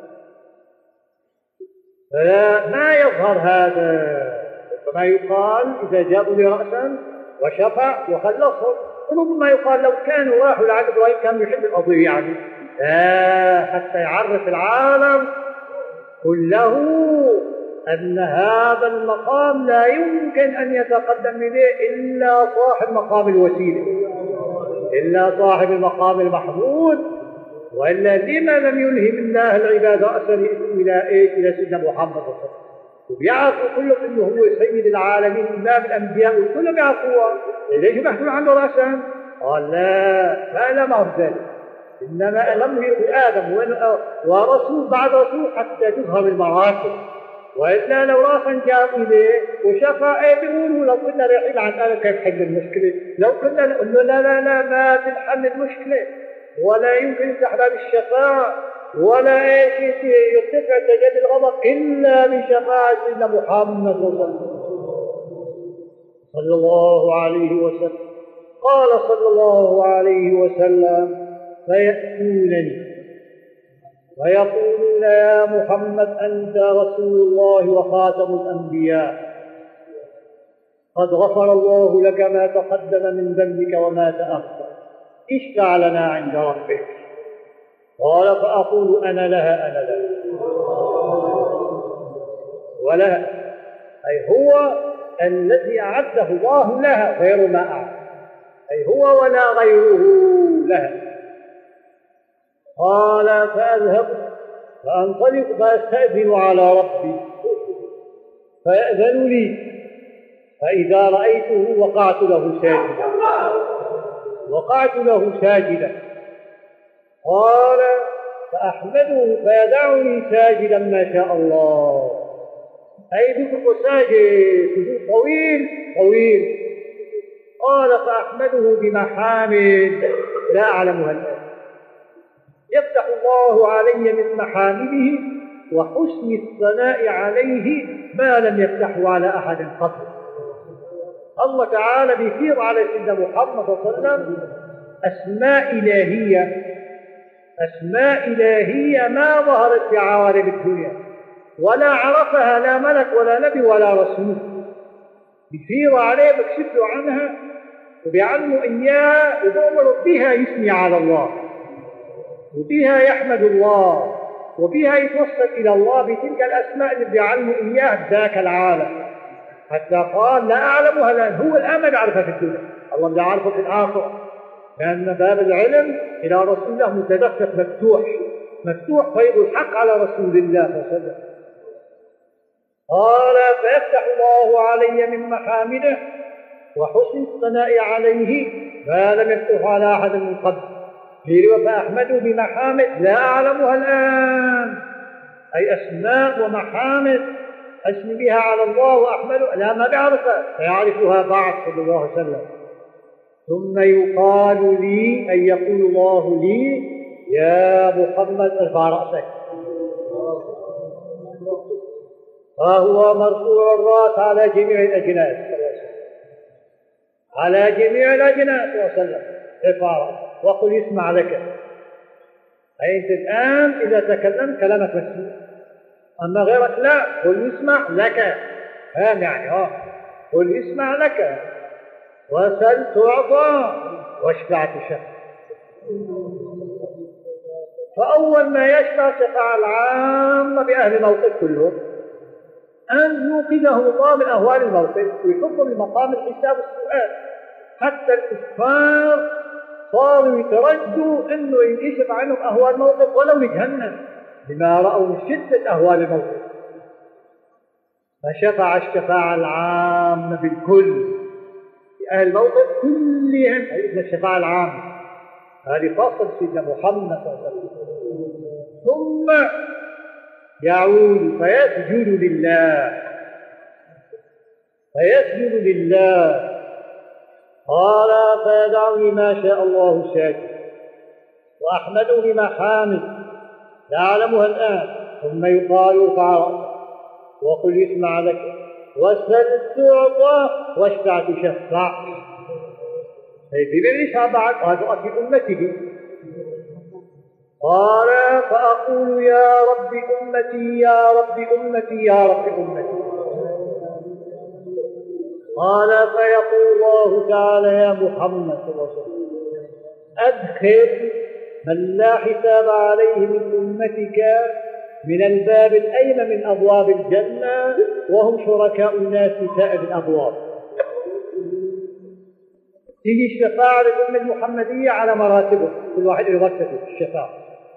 فما يظهر هذا، كما يقال إذا جاءوا لرأسا وشفع وخلصهم. ربما يقال لو كانوا راحوا لعند إبراهيم كانوا يحب القضية، يعني لا، حتى يعرف العالم كله أن هذا المقام لا يمكن أن يتقدم إليه إلا صاحب مقام الوسيلة، إلا صاحب المقام المحمود. وإلا لما لم يلهم الله العباد رأسا إلى إيش؟ إلى سيدنا محمد صلى الله عليه وسلم. وبيعرفوا كلهم إنه هو سيد العالمين إمام الأنبياء والكل بيعرفوها، ليش بيحكون عنه رأسا؟ قال لا، ما لم أعرف ذلك، إنما لم يكن آدم ورسول بعد رسول حتى تظهر المراتب. وإلا لو راسا جاء إليه وشفع إيه بيقولوا لو كنا رايحين عن آدم كيف حل المشكلة؟ لو كنا نقول له لا لا لا ما تنحل المشكلة ولا يمكن استحباب الشفاعة ولا ايش يرتفع تجلي الغضب إلا بشفاعة سيدنا محمد صلى الله عليه وسلم. قال صلى الله عليه وسلم فيأتونني ويقولون يا محمد أنت رسول الله وخاتم الأنبياء قد غفر الله لك ما تقدم من ذنبك وما تأخر، اشفع لنا عند ربك. قال فأقول أنا لها أنا لها ولها، أي هو الذي أعده الله لها غير ما أعد، أي هو ولا غيره لها. قال فأذهب فأنطلق فأستأذن على ربي فيأذن لي، فإذا رأيته وقعت له ساجدا وقعت له ساجدا. قال فأحمده فيدعني ساجدا ما شاء الله، أي بكم ساجد سجود طويل طويل. قال فأحمده بمحامد لا أعلمها الآن، يفتح الله علي من محامده وحسن الثناء عليه ما لم يفتحه على أحد قبل. الله تعالى بيفيض على سيدنا محمد صلى الله عليه وسلم أسماء إلهية، أسماء إلهية ما ظهرت في عوالم الدنيا ولا عرفها لا ملك ولا نبي ولا رسول. بيفيض عليه بكشف له عنها وبيعلمه إياه وبأمر بها يثني على الله وبها يحمد الله وبها يتوسل إلى الله بتلك الأسماء اللي بيعلمه إياه ذاك العالم، حتى قال لا أعلمها لأن هو الآن ما بيعرفها في الدنيا، الله بيعرفه في الآخرة، لأن باب العلم إلى رسول الله متدفق مفتوح مفتوح فيض الحق على رسول الله صلى الله عليه وسلم. قال فيفتح الله علي من محامده وحسن الثناء عليه ما لم يفتح على أحد من قبل. في رواية فأحمده بمحامد لا أعلمها الآن، أي أسماء ومحامد أثني بها على الله وأحمده لا ما بعرفها سيعرفها بعد صلى الله عليه وسلم. ثم يقال لي أي يقول الله لي يا محمد ارفع رأسك، فهو مرفوع الرأس على جميع الأجناس على جميع الأجناس صلى الله عليه وسلم. ارفع رأسك وقل يسمع لك، أي أنت الآن إذا تكلمت كلامك مسموع، أما غيرك لا، قل يسمع لك، فاهم يعني اه قل يسمع لك وسل تعطى واشفع تشفع. فأول ما يشفع شفاعة العامة بأهل الموقف كلهم أن يوقظهم الله من أهوال الموقف ويحطهم لمقام الحساب والسؤال، حتى الكفار صاروا يترجوا أنه ينكشف عنهم أهوال الموقف ولو لجهنم بما رأوا من شدة أهوال الموقف. فشفع الشفاعة العامة بالكل أهل الموقف كلهم، هذه الشفاعة العامة هذه خاصة سيدنا محمد صلى الله عليه وسلم. ثم يعود فيسجد لله فيسجد لله. قال فيدعني ما شاء الله ساجد وأحمده بمحامد لا أعلمها الآن. ثم يقال ارفع رأسك وقل يسمع لك واسأل تعطى واشفع تشفع. في بالإشعاع بعد وهذا في أمته. قال فأقول يا رب أمتي يا رب أمتي يا رب أمتي. قال فيقول الله تعالى يا محمد صلى الله عليه وسلم أدخل من لا حساب عليه من أمتك من الباب الأيمن من أبواب الجنة وهم شركاء الناس في سائر الأبواب. تيجي الشفاعة للأمة المحمدية على مراتبه، كل واحد له مرتبة الشفاعة،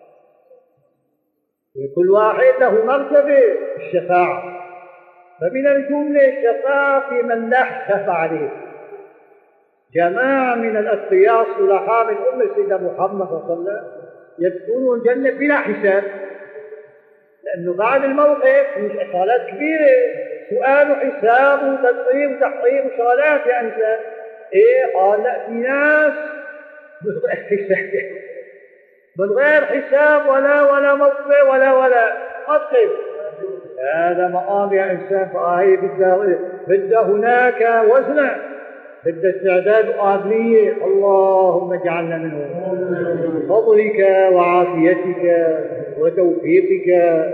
كل واحد له مرتبة الشفاعة. فمن الجملة الشفاعة في من لا حساب عليه. جماعة من الأتقياء الصلحاء من أمة سيدنا محمد صلى الله عليه وسلم يدخلون الجنة بلا حساب، لأنه بعد الموقف مش إشغالات كبيرة، سؤال وحساب وتدقيق وتحقيق وشغلات يا إنسان. إيه قال لا، في ناس من غير حساب من غير حساب ولا ولا موقف ولا ولا أطلب. هذا مقام يا إنسان، فهي بدها بدها هناك وزنة، بدها استعداد وقابلية. اللهم اجعلنا منهم بفضلك وعافيتك وتوفيقك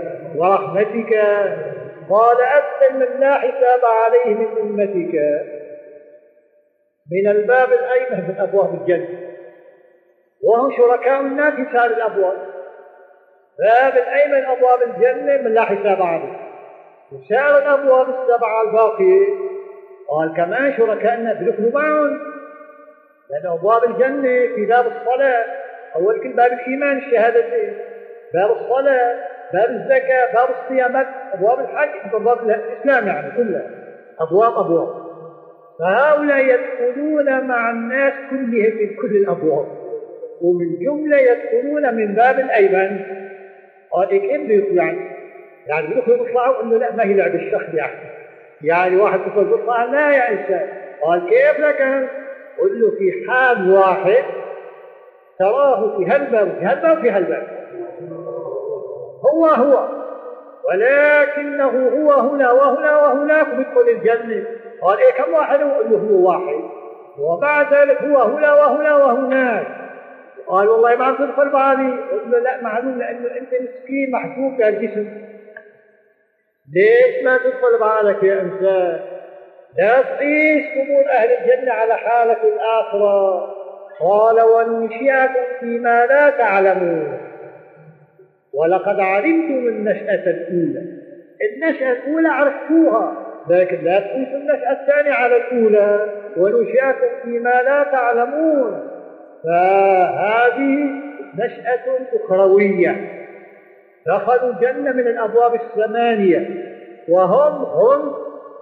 ورحمتك. قال أدخل من لا حساب عليه من أمتك من الباب الأيمن من أبواب الجنة، وهم شركاء الناس في سائر الأبواب. باب الأيمن أبواب الجنة من لا حساب عليه، وسائر الأبواب السبعة الباقية قال كمان شركاء الناس بيدخلوا معهم، لأن أبواب الجنة في باب الصلاة أول كل باب الإيمان الشهادتين، باب الصلاة، باب الزكاة، باب الصيام، أبواب الحج، أبواب الإسلام، يعني كلها أبواب أبواب. فهؤلاء يدخلون مع الناس كلهم من كل الأبواب، ومن جملة يدخلون من باب الأيمن. قال إيه كيف بيدخلوا يعني؟ يعني بيدخلوا بيطلعوا؟ قال له لا، ما هي لعب الشخص يعني يعني واحد بيدخل بيطلع؟ لا يا إنسان. قال كيف لك؟ قل له في حال واحد تراه في هالباب وفي هالباب وفي هالباب، هو هو، ولكنه هو هنا وهنا وهناك وبيدخل الجنة. قال إيه كم واحد؟ قل له هو واحد، وبعد ذلك هو هنا وهنا وهناك. قال والله ما عم تدخل بعضي. قل له لا معلوم، لأنه أنت مسكين محجوب بهالجسم. ليش ما تدخل بعضك يا إنسان؟ لا تقيس قبول أهل الجنة على حالك الآخرة. قال وننشئكم فيما لا تعلمون ولقد علمتم النشأة الأولى. النشأة الأولى عرفتوها، لكن لا تقيسوا النشأة الثانية على الأولى. وننشئكم فيما لا تعلمون، فهذه نشأة أخروية. دخلوا الجنة من الأبواب الثمانية، وهم هم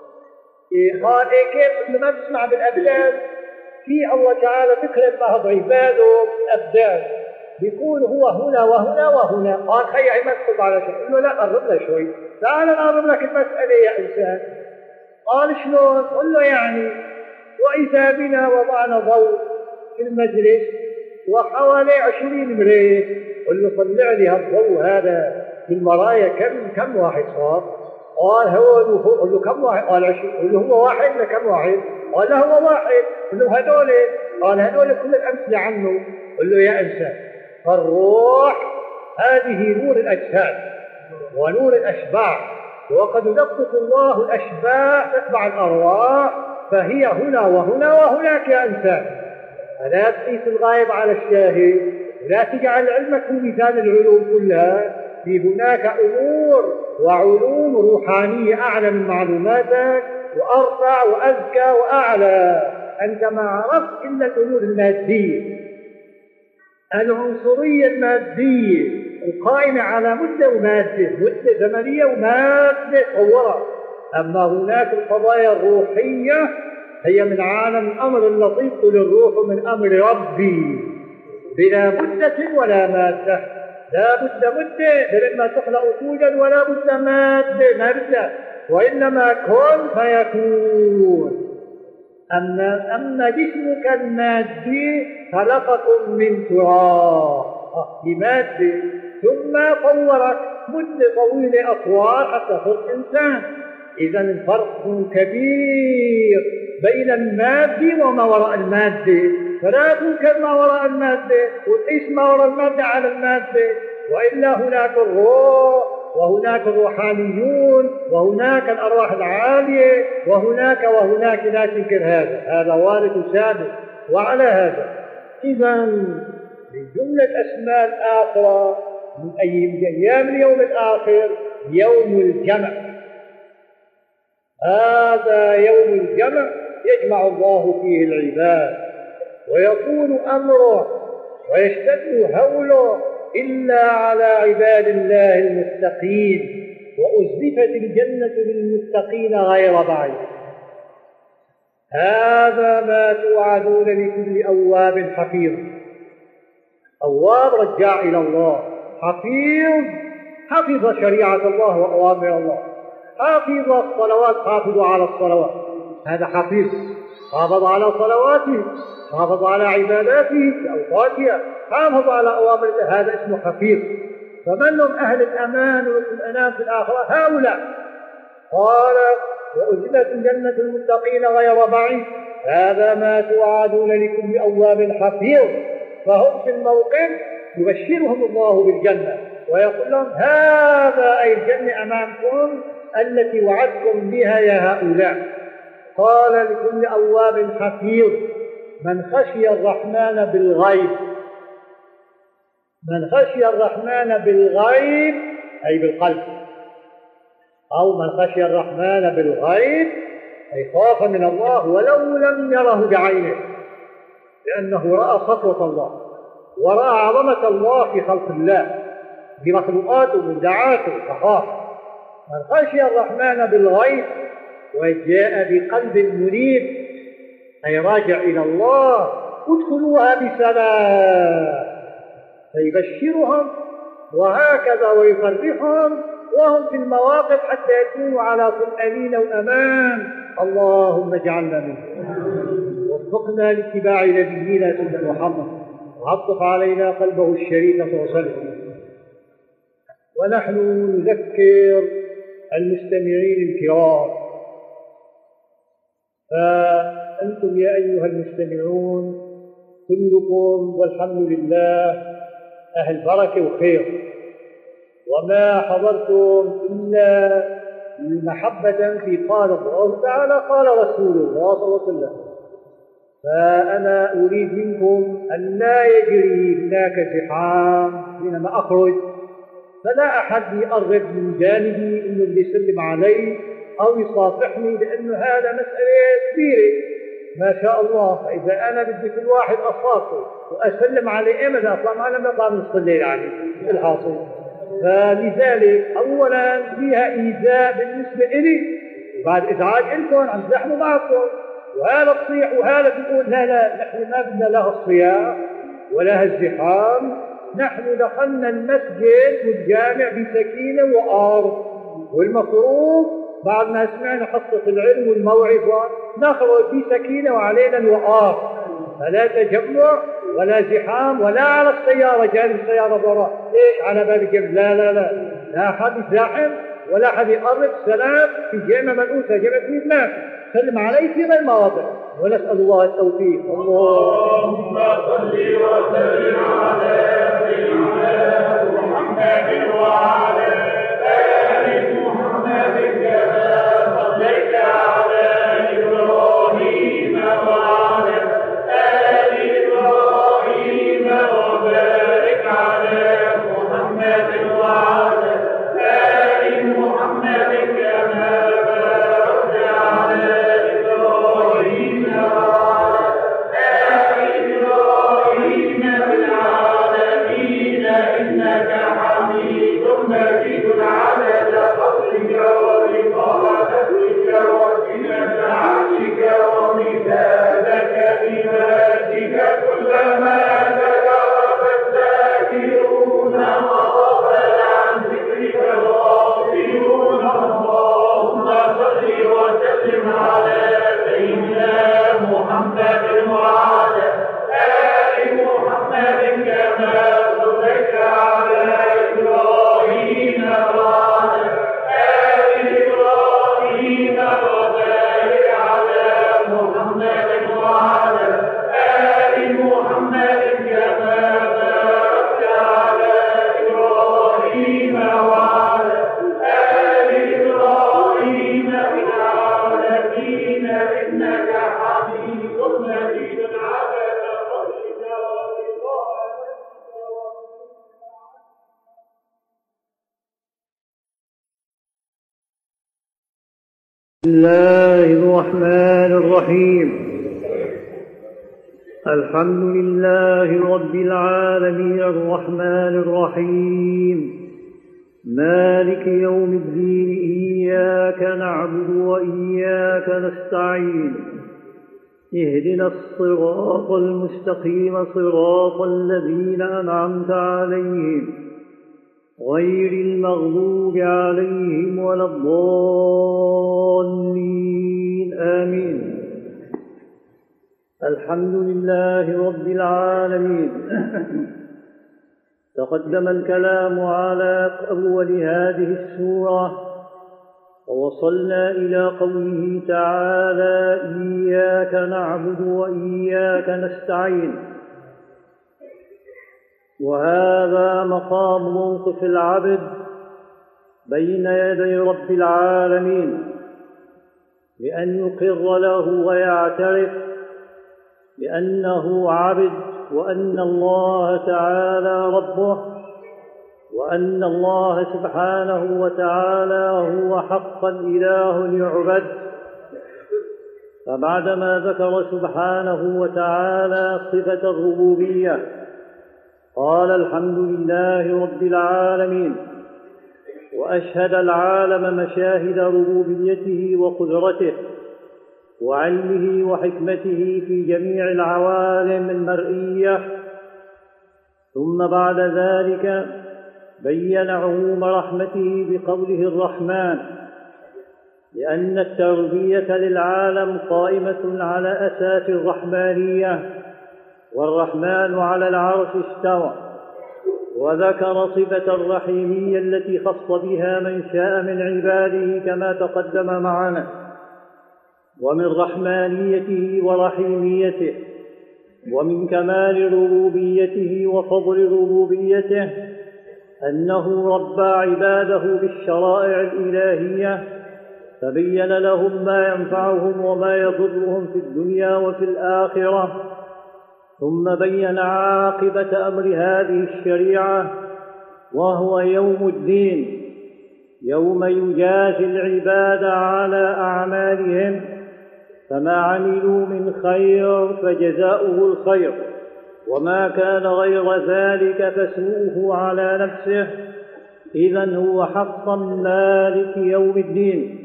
قال إيه كيف ما تسمع بالأبدان؟ في الله تعالى ذكر بعض عباده الأبدان، بيقول هو هنا وهنا وهنا. قال خي ما تدخل على شيء. قل له لا، قرب لنا شوي، تعال نقرب لك المسألة يا إنسان. قال شلون؟ قل له يعني وإذا بنا وضعنا ضوء في المجلس وحوالي عشرين مريت. قل له طلع لي هالضوء هذا بالمرايا كم كم واحد صار؟ قال هو. قل له كم واحد؟ قال عشرين. قل له هو واحد ولا كم واحد؟ قال لا هو واحد. قل له هذول؟ قال هذول كل الأمثلة عنه. قل له يا إنسان الروح هذه نور الأجساد ونور الأشباح، وقد يلطف الله الأشباح تتبع الأرواح، فهي هنا وهنا وهناك يا إنسان. فلا تقيس الغائب على الشاهد، ولا تجعل علمك في ميزان العلوم كلها. في هناك أمور وعلوم روحانية أعلى من معلوماتك، وأرفع وأذكى وأعلى. أنت ما عرفت إلا الأمور المادية العنصرية المادية القائمة على مدة ومادة، مدة زمنية ومادة صورة. أما هناك القضايا الروحية هي من عالم الأمر اللطيف للروح من أمر ربي، بلا مدة ولا مادة. لا بد مدة لما تخلق توجد، ولا بد مادة ما بدها، وإنما كن فيكون. أما, أما جسمك المادي خلقكم من تراب بمادة، ثم طورك مدة طويلة أطوال حتى صرت إنسان. إذا الفرق كبير بين المادي وما وراء المادة، فلا تنكر ما وراء المادة وتقيس ما وراء المادة على المادة، وإلا هناك الروح وهناك الروحانيون وهناك الأرواح العالية وهناك وهناك لا تنكر هذا، هذا وارد ثابت. وعلى هذا إذا من جملة أسماء الآخرة من أيام اليوم الآخر يوم الجمع. هذا يوم الجمع يجمع الله فيه العباد ويطول أمره ويشتد هوله إلا على عباد الله المتقين، وأزلفت الجنة للمتقين غير بعيد. هذا ما توعدون لكل أواب حفيظ. أواب رجاع إلى الله، حفيظ حفظ شريعة الله وأوامر الله، حافظ الصلوات، حافظوا على الصلوات، هذا حفيظ، حافظ على صلواته، حافظ على عباداته في أوقاتها، حافظ على أوامر الله، هذا اسمه حفيظ. فمن هم أهل الأمان والأمان في الآخرة؟ هؤلاء. قال وأزلت الجنة المتقين غير بعيد. هذا ما توعدون لكل أواب حفيظ. فهم في الموقف يبشرهم الله بالجنة ويقول لهم هذا أي الجنة أمامكم التي وعدتم بها يا هؤلاء. قال لكل أواب حفيظ من خشي الرحمن بالغيب، من خشي الرحمن بالغيب أي بالقلب، أو من خشي الرحمن بالغيب أي خاف من الله ولو لم يره بعينه، لأنه رأى سطوة الله ورأى عظمة الله في خلق الله بمخلوقاته ومبدعاته فخاف. من خشي الرحمن بالغيب وجاء بقلب منيب أي راجع إلى الله ادخلوها بسلام فيبشرهم وهكذا ويفرحهم وهم في المواقف حتى يكونوا على طمأنينة وأمان. اللهم اجعلنا منهم، وفقنا لاتباع نبينا سيدنا محمد، وعطف علينا قلبه الشريف صلى الله عليه وسلم. ونحن نذكر المستمعين الكرام، فأنتم يا أيها المستمعون كلكم والحمد لله أهل بركة وخير، وما حضرتم إلا محبة في قال الله تعالى قال رسول الله صلى الله عليه وسلم. فأنا أريد منكم أن لا يجري هناك زحام حينما أخرج، فلا أحد يقرب من جانبي إنه بيسلم علي أو يصافحني، لأنه هذا مسألة كبيرة ما شاء الله. فإذا أنا بدي كل واحد أصافه وأسلم عليه إمتى أطلع معنا نطلع من الصليل عليه الحاصل. فلذلك أولا فيها إيذاء بالنسبة إلي، وبعد إزعاج لكم عم زحموا معكم، وهذا تصيح وهذا تقول لا لا نحن ما بدنا لا الصياح ولا الزحام، نحن دخلنا المسجد والجامع بسكينة وأرض، والمفروض بعد ما سمعنا قصة العلم والموعظة نخرج بسكينة وعلينا الوقار، فلا تجمع ولا زحام ولا على السيارة جانب السيارة برا ليش على باب الجبل، لا لا لا لا أحد يزاحم ولا أحد يقرب. سلام في جامع منقوسة جامع في الناس سلم عليه في غير مواضع، ونسأل الله التوفيق. اللهم صل وسلم على سيدنا محمد وعلى آل محمد كما صليت على إبراهيم وعلى آل إبراهيم وبارك على محمد وعلى آل محمد كما باركت على إبراهيم وعلى آل إبراهيم في العالمين إنك حميد مجيد. عدد خلقك ورضا نفسك وزنة عرشك ومداد كلماتك كلما ذكرك الذاكرون وغفل عن ذكرك الغافلون. اللهم صل وسلم على سيدنا محمد وعلى آل محمد كما صليت على إبراهيم وعلى آل إبراهيم وبارك على محمد وعلى آل محمد كما باركت على إبراهيم وعلى آل إبراهيم في العالمين إنك حميد مجيد. عدد خلقك ورضا بسم الله الرحمن الرحيم. الحمد لله رب العالمين الرحمن الرحيم مالك يوم الدين إياك نعبد وإياك نستعين اهدنا الصراط المستقيم صراط الذين أنعمت عليهم غير المغضوب عليهم ولا الضالين آمين. الحمد لله رب العالمين. تقدم الكلام على أول هذه السورة ووصلنا إلى قوله تعالى إياك نعبد وإياك نستعين، وهذا مقام موقف العبد بين يدي رب العالمين، لأن يقر له ويعترف بأنه عبد، وأن الله تعالى ربه، وأن الله سبحانه وتعالى هو حقا إله يعبد. فبعدما ذكر سبحانه وتعالى صفة الربوبية قال: الحمد لله رب العالمين، وأشهد العالم مشاهد ربوبيته وقدرته وعلمه وحكمته في جميع العوالم المرئية. ثم بعد ذلك بين عموم رحمته بقوله الرحمن، لأن التربية للعالم قائمة على أساس الرحمانية، والرحمن على العرش استوى. وذكر صفة الرحيمية التي خص بها من شاء من عباده كما تقدم معنا. ومن رحمانيته ورحيميته ومن كمال ربوبيته وفضل ربوبيته أنه ربى عباده بالشرائع الإلهية، فبين لهم ما ينفعهم وما يضرهم في الدنيا وفي الآخرة. ثم بين عاقبة أمر هذه الشريعة، وهو يوم الدين، يوم يجازي العباد على أعمالهم، فما عملوا من خير فجزاؤه الخير، وما كان غير ذلك فسوءه على نفسه. إذن هو حقا مالك يوم الدين.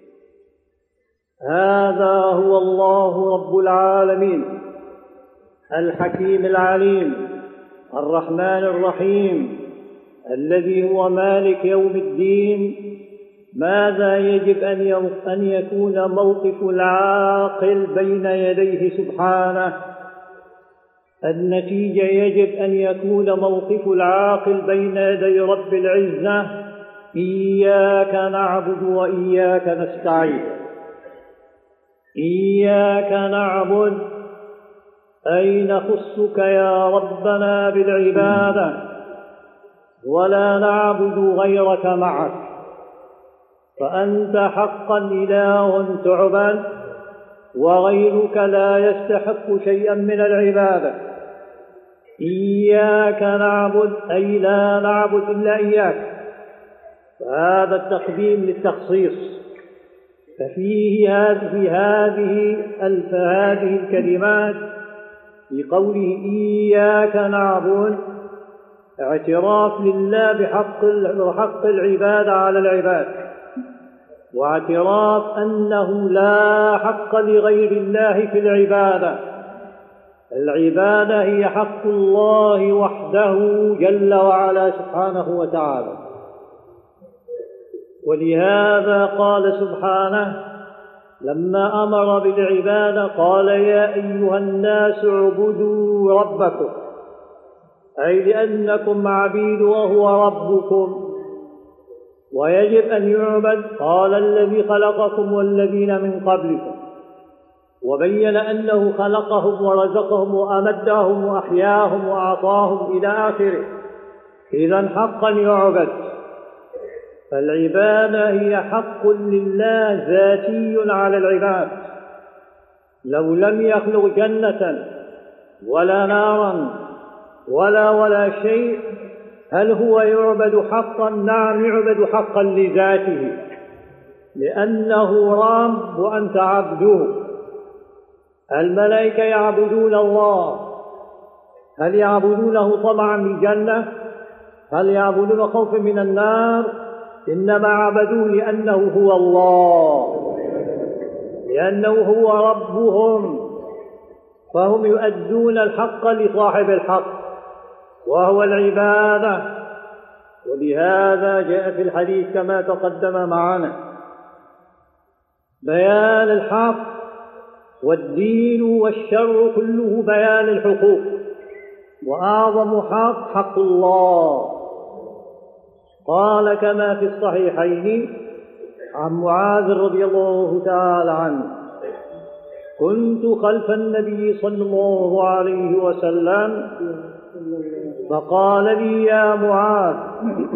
هذا هو الله رب العالمين، الحكيم العليم، الرحمن الرحيم، الذي هو مالك يوم الدين. ماذا يجب أن يكون موقف العاقل بين يديه سبحانه؟ النتيجة يجب أن يكون موقف العاقل بين يدي رب العزة: إياك نعبد وإياك نستعين. إياك نعبد أي نخصك يا ربنا بالعبادة، ولا نعبد غيرك معك، فأنت حقا إله تعبد، وغيرك لا يستحق شيئا من العبادة. إياك نعبد أي لا نعبد إلا إياك، فهذا التقديم للتخصيص. ففيه هذه هذه هذه الكلمات بقوله إياك نعبد اعتراف لله بحق بحق العباد على العباد، واعتراف أنه لا حق لغير الله في العبادة. العبادة هي حق الله وحده جل وعلا سبحانه وتعالى. ولهذا قال سبحانه لما أمر بالعبادة قال: يا أيها الناس اعبدوا ربكم، أي لأنكم عبيد وهو ربكم ويجب أن يعبد. قال: الذي خلقكم والذين من قبلكم، وبين أنه خلقهم ورزقهم وأمدهم وأحياهم وأعطاهم إلى آخره. إذن حقا يعبد. فالعبادة هي حق لله ذاتي على العباد. لو لم يخلق جنة ولا نارا ولا ولا شيء، هل هو يعبد حقا؟ نعم، يعبد حقا لذاته، لأنه رب وأنت عبده. الملائكة يعبدون الله، هل يعبدونه طمعا بالجنة؟ هل يعبدون خوفا من النار؟ إنما عبدوه لأنه هو الله، لأنه هو ربهم، فهم يؤدون الحق لصاحب الحق وهو العبادة. ولهذا جاء في الحديث كما تقدم معنا بيان الحق، والدين والشر كله بيان الحقوق، وأعظم حق حق الله. قال كما في الصحيحين عن معاذ رضي الله تعالى عنه: كنت خلف النبي صلى الله عليه وسلم فقال لي: يا معاذ.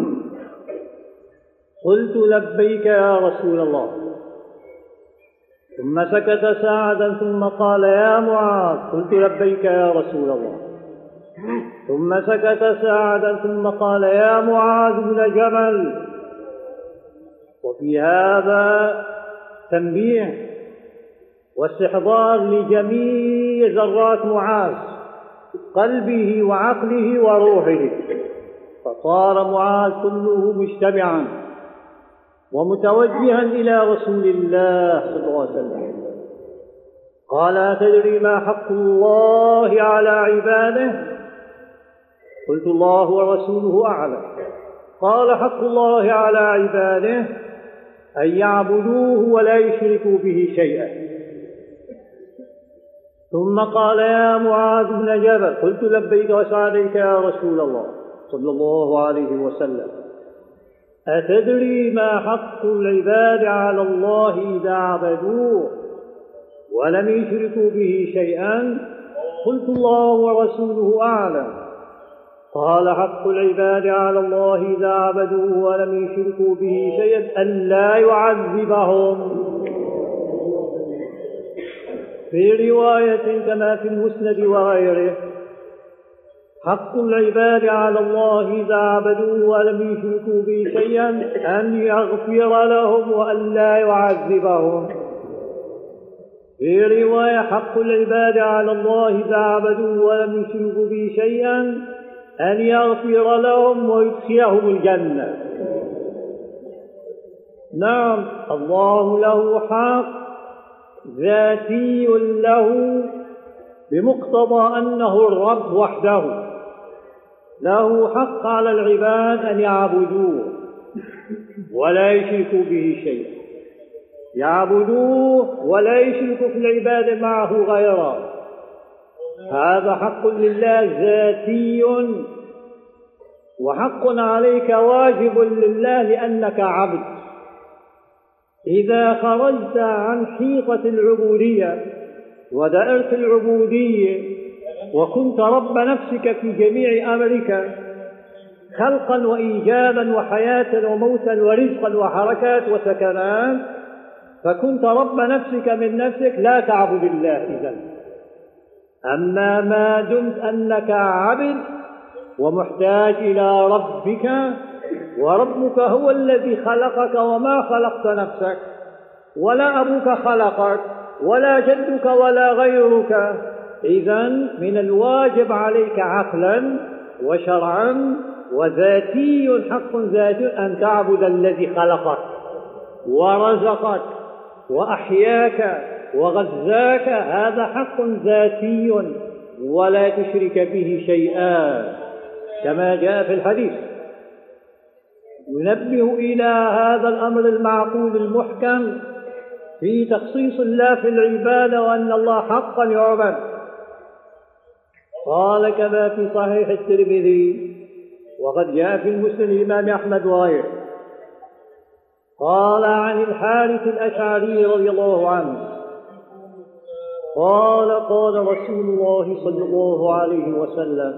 قلت: لبيك يا رسول الله. ثم سكت ساعة ثم قال يا معاذ قلت لبيك يا رسول الله. ثم سكت ساعة ثم قال يا معاذ بن جبل. وفي هذا تنبيه واستحضار لجميع ذرات معاذ، قلبه وعقله وروحه، فصار معاذ كله مجتمعا ومتوجها إلى رسول الله صلى الله عليه وسلم. قال أتدري ما حق الله على عباده؟ قلت الله ورسوله أعلم. قال حق الله على عباده أن يعبدوه ولا يشركوا به شيئا. ثم قال يا معاذ بن جبل قلت لبيك وسعديك يا رسول الله صلى الله عليه وسلم. أتدري ما حق العباد على الله إذا عبدوه ولم يشركوا به شيئا؟ قلت الله ورسوله أعلم. قال حق العباد على الله إذا عبدوه ولم يشركوا به شيئا أن لا يعذبهم. في رواية كما في المسند وغيره حق العباد على الله إذا عبدوه ولم يشركوا به شيئا أن يغفر لهم وأن لا يعذبهم. في رواية حق العباد على الله إذا عبدوه ولم يشركوا به شيئا أن يغفر لهم ويدخلهم الجنة. نعم، الله له حق ذاتي له بمقتضى أنه الرب وحده، له حق على العباد أن يعبدوه ولا يشركوا به شيئا، يعبدوه ولا يشركوا في العبادة معه غيره. هذا حق لله ذاتي، وحق عليك واجب لله لأنك عبد. إذا خرجت عن حيطة العبودية ودائرة العبودية وكنت رب نفسك في جميع أمرك خلقا وإيجادا وحياة وموتا ورزقا وحركات وسكنات، فكنت رب نفسك من نفسك لا تعبد الله إذن. أما ما دمت أنك عبد ومحتاج إلى ربك، وربك هو الذي خلقك وما خلقت نفسك، ولا أبوك خلقك ولا جدك ولا غيرك، إذن من الواجب عليك عقلا وشرعا وذاتي حق ذاتي أن تعبد الذي خلقك ورزقك وأحياك وغذاك. هذا حق ذاتي ولا تشرك به شيئا كما جاء في الحديث. ينبه إلى هذا الأمر المعقول المحكم في تخصيص الله في العبادة وأن الله حقا يعبد. قال كما في صحيح الترمذي وقد جاء في المسند الإمام أحمد وغيره، قال عن الحارث الأشعري رضي الله عنه قال قال رسول الله صلى الله عليه وسلم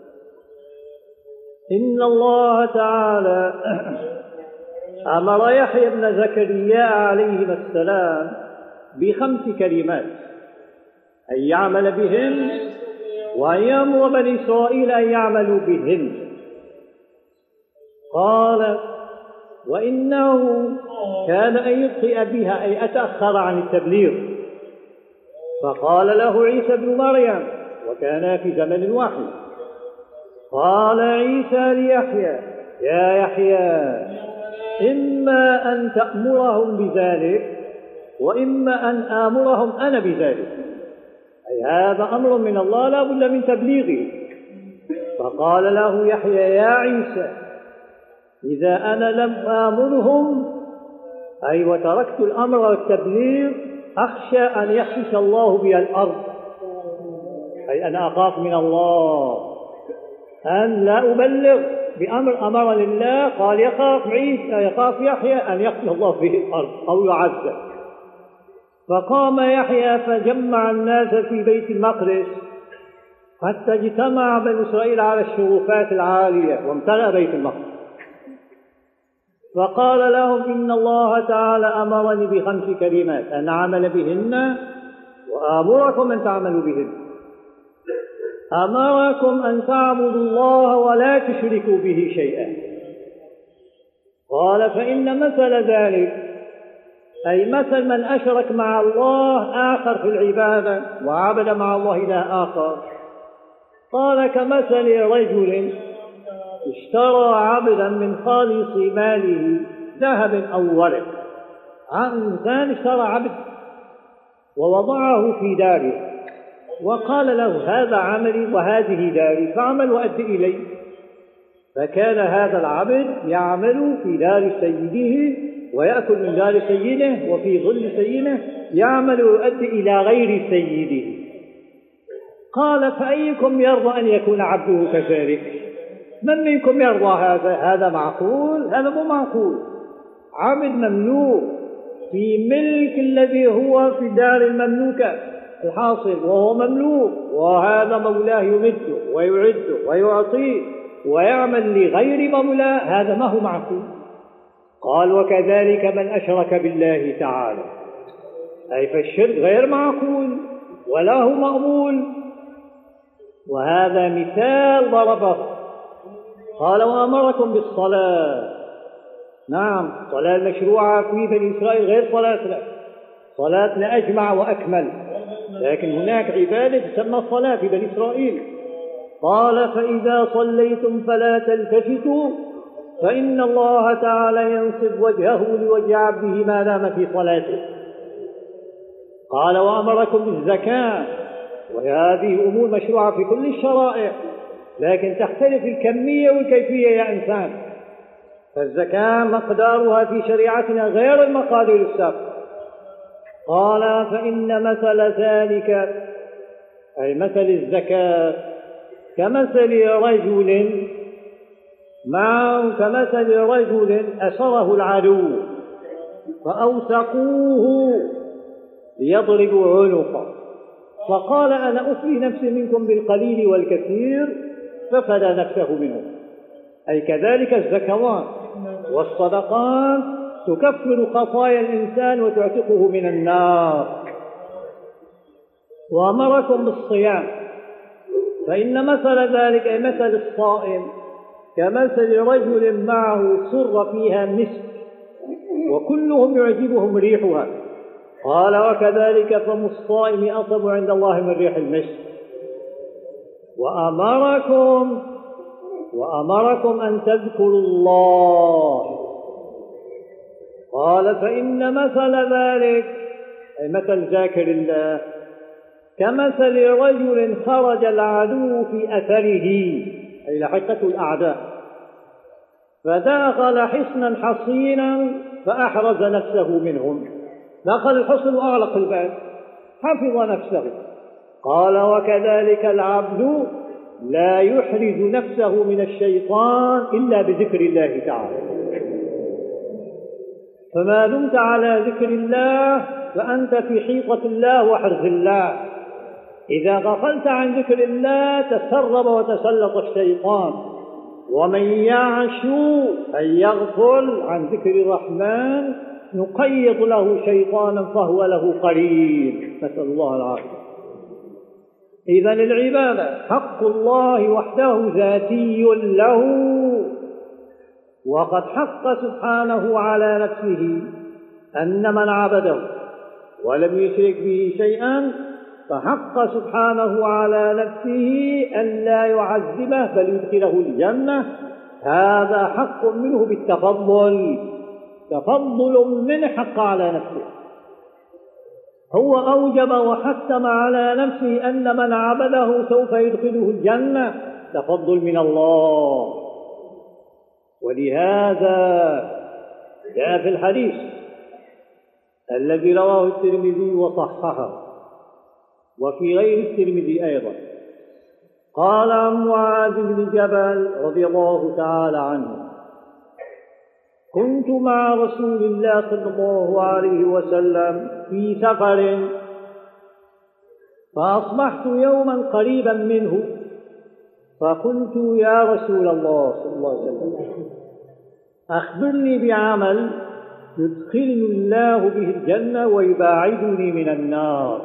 إن الله تعالى أمر يحيى بن زكريا عليهما السلام بخمس كلمات أن يعمل بهن وأن يأمر بني إسرائيل أن يعملوا بهن. قال وإنه كان أن يبطئ بها أي أتأخر عن التبليغ، فقال له عيسى بن مريم وكانا في زمن واحد، قال عيسى ليحيى يا يحيى إما أن تأمرهم بذلك وإما أن آمرهم أنا بذلك، أي هذا أمر من الله لا بد من تبليغه. فقال له يحيى يا عيسى إذا أنا لم آمرهم أي وتركت الأمر والتبليغ أخشى أن يخسف الله بي الأرض، أي أنا أخاف من الله أن لا أبلغ بأمر أمر لله. قال يخاف عيسى يخاف يحيى أن يخسف الله به الأرض أو يعذب. فقام يحيى فجمع الناس في بيت المقدس حتى اجتمع بنو إسرائيل على الشرفات العالية وامتلأ بيت المقدس. فقال لهم: إن الله تعالى أمرني بخمس كلمات أن أعمل بهن وآمركم أن تعملوا بهن. أمركم أن تعبدوا الله ولا تشركوا به شيئا. قال: فإن مثل ذلك، أي مثل من أشرك مع الله آخر في العبادة وعبد مع الله إله آخر، قال كمثل رجل اشترى عبدا من خالص ماله ذهب أو ورق. إنسان اشترى عبد ووضعه في داره وقال له: هذا عملي وهذه داري فاعمل وأد إلي. فكان هذا العبد يعمل في دار سيده ويأكل من دار سيده وفي ظل سيده، يعمل ويؤدي إلى غير سيده. قال: فأيكم يرضى أن يكون عبده كذلك؟ من منكم يرضى هذا؟ هذا معقول؟ هذا مو معقول. عبد مملوك في ملك الذي هو في دار المملوكة الحاصل، وهو مملوك، وهذا مولاه يمده ويعده ويعطيه ويعمل لغير مولاه، هذا ما هو معقول. قال: وكذلك من أشرك بالله تعالى، أي فالشرك غير معقول ولا هو مقبول. وهذا مثال ضربه. قال: وأمركم بالصلاة. نعم، الصلاة المشروعة في بني إسرائيل غير صلاتنا، صلاتنا أجمع وأكمل، لكن هناك عبادة تسمى الصلاة في بني إسرائيل. قال: فإذا صليتم فلا تلتفتوا فإن الله تعالى ينصب وجهه لوجه عبده ما دام في صلاته. قال: وأمركم بالزكاة، وهذه أمور مشروعة في كل الشرائع، لكن تختلف الكمية والكيفية يا إنسان. فالزكاة مقدارها في شريعتنا غير المقادير السابقة. قال: فإن مثل ذلك، أي مثل الزكاة، كمثل رجل معه كمثل رجل أسره العدو فأوثقوه ليضربوا عنقه، فقال: أنا أفدي نفسي منكم بالقليل والكثير، ففدى نفسه منه. أي كذلك الزكوات والصدقات تكفر خطايا الإنسان وتعتقه من النار. وأمركم بالصيام، فإن مثل ذلك أي مثل الصائم كمثل رجل معه صر فيها مسك وكلهم يعجبهم ريحها. قال: وكذلك فم الصائم أطيب عند الله من ريح المسك. وأمركم وأمركم أن تذكروا الله. قال: فإن مثل ذلك أي مثل ذاكر الله كمثل رجل خرج العدو في أثره، أي لحقته الأعداء، فدخل حصنا حصينا فأحرز نفسه منهم. دخل الحصن وأغلق الباب، حفظ نفسه. قال: وكذلك العبد لا يحرز نفسه من الشيطان إلا بذكر الله تعالى. فما دمت على ذكر الله فأنت في حيطة الله وحرز الله. إذا غفلت عن ذكر الله تسرب وتسلط الشيطان. ومن يعش أن يغفل عن ذكر الرحمن نقيض له شيطانا فهو له قريب، نسأل الله العافية. إذن العبادة حق الله وحده ذاتي له، وقد حق سبحانه على نفسه أن من عبده ولم يشرك به شيئا فحق سبحانه على نفسه أن لا يعذبه بل يدخله الجنة. هذا حق منه بالتفضل، تفضل من حق على نفسه. هو أوجب وحتم على نفسه أن من عبده سوف يدخله الجنة، تفضل من الله. ولهذا جاء في الحديث الذي رواه الترمذي وصححه وفي غير الترمذي أيضا، قال عن معاذ بن جبل رضي الله تعالى عنه: كنت مع رسول الله صلى الله عليه وسلم في سفر، فأصبحت يوما قريبا منه، فقلت: يا رسول الله صلى الله عليه وسلم، أخبرني بعمل يدخلني الله به الجنة ويباعدني من النار.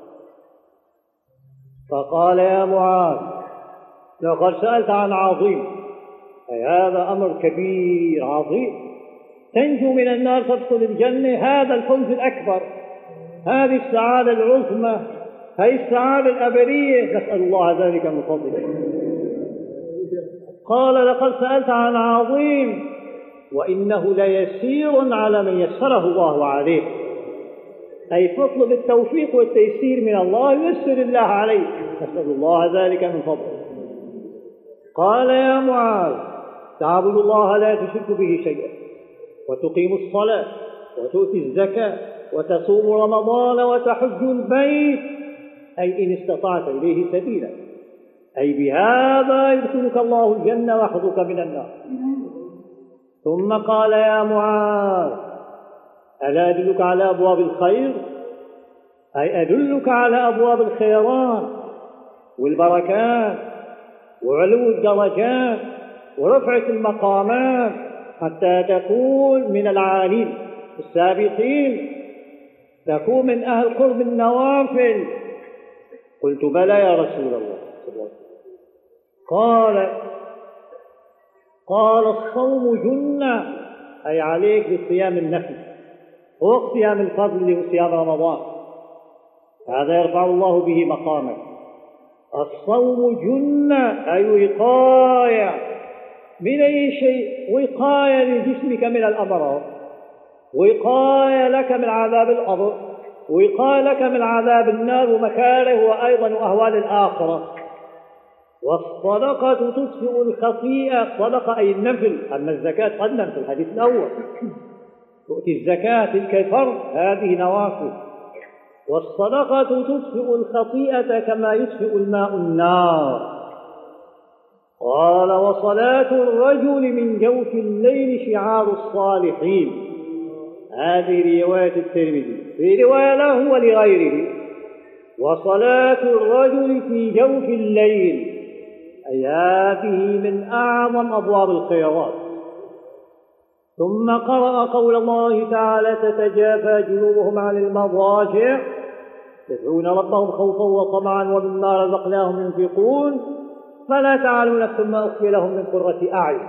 فقال يا معاذ لقد سألت عن عظيم، أي هذا أمر كبير عظيم، تنجو من النار تدخل الجنة، هذا الفوز الأكبر، هذه السعادة العظمى، هذه السعادة الأبدية، نسأل الله ذلك من فضله. قال لقد سألت عن عظيم وإنه ليسير على من يسره الله عليه، أي تطلب التوفيق والتيسير من الله، يسر الله عليك، نسأل الله ذلك من فضله. قال يا معاذ تعبد الله لا تشرك به شيئا، وتقيم الصلاة، وتؤتي الزكاة، وتصوم رمضان، وتحج البيت، أي إن استطعت إليه سبيلا، أي بهذا يدخلك الله الجنة ويحفظك من النار. ثم قال يا معاذ ألا أدلك على أبواب الخير، أي أدلك على أبواب الخيرات والبركات وعلو الدرجات ورفعة المقامات حتى تكون من العالين السابقين، تكون من أهل قرب النوافل. قلت بلى يا رسول الله. قال قال الصوم جنة، أي عليك بصيام النفل وصيام الفضل وصيام رمضان، هذا يرفع الله به مقامك. الصوم جنة أي وقاية من أي شيء، وقاية لجسمك من الأمراض، وقاية لك من عذاب القبر، وقاية لك من عذاب النار ومكاره وأيضا وأهوال الآخرة. والصدقة تطفئ الخطيئة، صدقة أي النفل، أما الزكاة قدم في الحديث الأول، تؤتي الزكاة تلك الفرض، هذه نوافل. والصدقة تطفئ الخطيئة كما يطفئ الماء النار. قال وصلاة الرجل من جوف الليل شعار الصالحين، هذه رواية الترمذي، في رواية له ولغيره. وصلاة الرجل في جوف الليل، أي هذه من أعظم أبواب الخيرات. ثم قرأ قول الله تعالى تتجافى جنوبهم عن المضاجع يدعون ربهم خوفا وطمعا ومما رزقناهم ينفقون فلا تعلم نفس ما أخفي لهم من قرة أعين.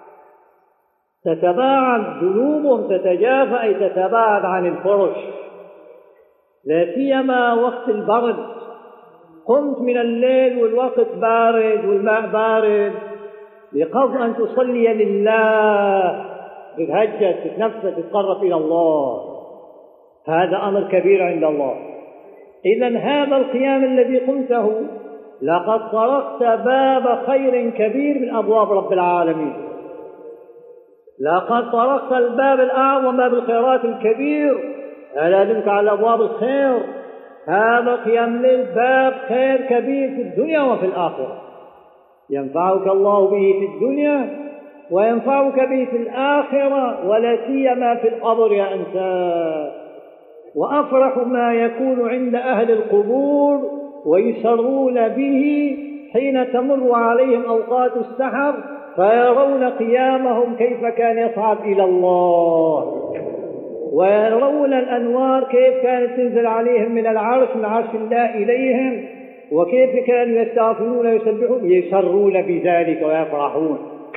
تتباعد جنوبهم، تتجافى أي تتباعد عن الفرش، لا سيما وقت البرد. قمت من الليل والوقت بارد والماء بارد، بقصد أن تصلي لله، تتهجد، تتنفس، تتقرب إلى الله، هذا أمر كبير عند الله. إذن هذا القيام الذي قمته لقد طرقت باب خير كبير من أبواب رب العالمين، لقد طرقت الباب الأعظم، باب الخيرات الكبير. ألا أدلك على أبواب الخير؟ هذا قيام الليل باب خير كبير في الدنيا وفي الآخرة، ينفعك الله به في الدنيا وينفعك به في الآخرة، ولا سيما في القبر يا إنسان. وأفرح ما يكون عند أهل القبور ويسرون به حين تمر عليهم أوقات السحر فيرون قيامهم كيف كان يصعد إلى الله، ويرون الأنوار كيف كانت تنزل عليهم من العرش، من عرش الله إليهم، وكيف كانوا يستغفرون ويسبحون، يسرون بذلك ويفرحون.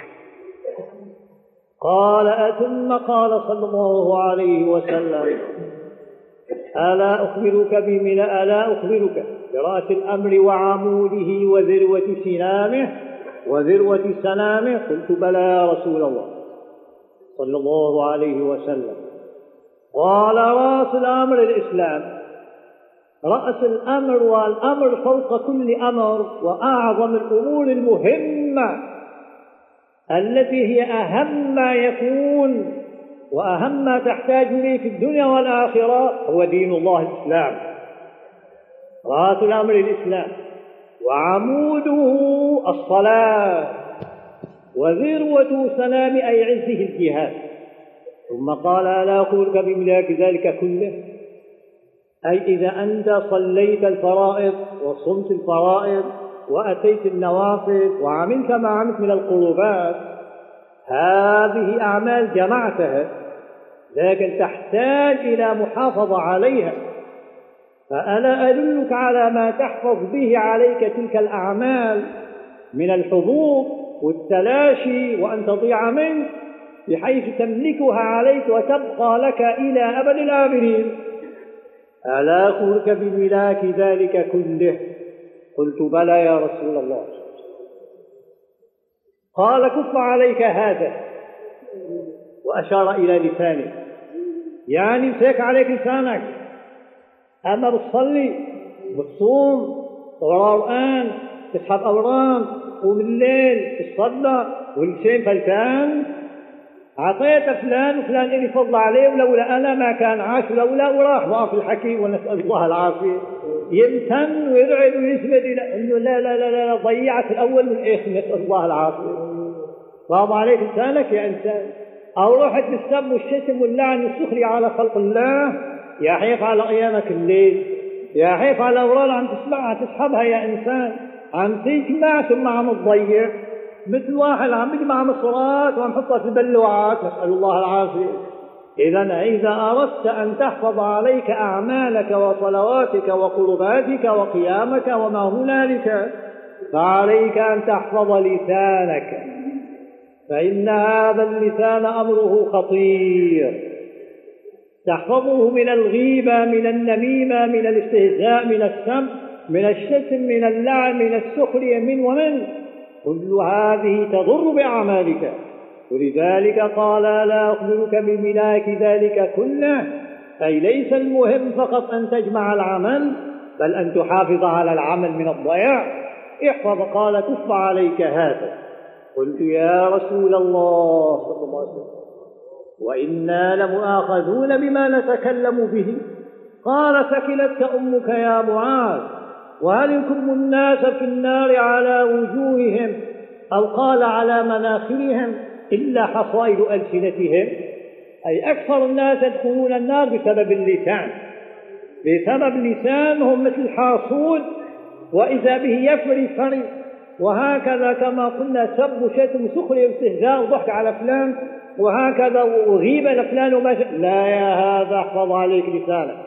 قال ثم قال صلى الله عليه وسلم ألا أخبرك بمن ألا أخبرك برأس الأمر وعموده وذروة سنامه وذروة سنامه؟ قلت بلى يا رسول الله صلى الله عليه وسلم. قال رأس الأمر الإسلام، رأس الأمر، والأمر فوق كل أمر، وأعظم الأمور المهمة التي هي أهم ما يكون وأهم ما تحتاج إليه في الدنيا والآخرة هو دين الله الإسلام. رأس الأمر الإسلام، وعموده الصلاة، وذروة سلام أي عزه الجهاد. ثم قال ألا أخبرك بملاك ذلك كله؟ أي إذا أنت صليت الفرائض وصمت الفرائض وأتيت النوافل وعملت ما عملت من القربات، هذه أعمال جمعتها، لكن تحتاج إلى محافظة عليها. فأنا أدلك على ما تحفظ به عليك تلك الأعمال من الحظوظ والتلاشي وأن تضيع منك، بحيث تملكها عليك وتبقى لك إلى أبد الآبدين. ألا أخبرك بملاك ذلك كله؟ قلت بلى يا رسول الله. قال كف عليك هذا، وأشار إلى لسانه، يعني امسك عليك لسانك. أما بتصلي بتصوم تقرأ قرآن تسحب أورام وبالليل تصلى والشيء فلتان، أعطيت فلان وفلان إلي فضل عليه، ولولا أنا ما كان عاش، ولولا وراح ضعف الحكي، ونسأل الله العافية. يمتن ويرعد ويثبت إلى إنه لا لا لا لا ضيعت الأول والآخر، نسأل الله العافية. فاض عليك لسانك يا إنسان، أو رحت بالسب والشتم واللعن والسخرية على خلق الله، يا حيف على قيامك الليل، يا حيف على الأوراد عم تسمعها تسحبها يا إنسان، عم تجمع ثم عم تضيع، مثل واحد عم يجمع مصرات وعم يحطها في البلوعات، نسأل الله العافية. إذا إذا أردت أن تحفظ عليك أعمالك وصلواتك وقرباتك وقيامك وما هنالك، فعليك أن تحفظ لسانك، فإن هذا اللسان أمره خطير. تحفظه من الغيبة، من النميمة، من الاستهزاء، من السب، من الشتم، من اللعن، من السخرية، من ومن، كل هذه تضر بأعمالك. ولذلك قال لا أخبرك بملاك ذلك كله، أي ليس المهم فقط أن تجمع العمل، بل أن تحافظ على العمل من الضياع. احفظ. قال كف عليك هذا. قلت يا رسول الله صلى الله عليه وسلم وإنا لمؤاخذون بما نتكلم به. قال ثكلتك أمك يا معاذ، وهل يكب الناس في النار على وجوههم، أو قال على مناخرهم، إلا حصائد ألسنتهم، أي أكثر الناس يدخلون النار بسبب اللسان. بسبب لسانهم مثل حاصول، وإذا به يفري فري، وهكذا كما قلنا سب وشتم وسخرية واستهزاء وضحك على فلان، وهكذا وغيبة لفلان وما لا، يا هذا احفظ عليك لسانك.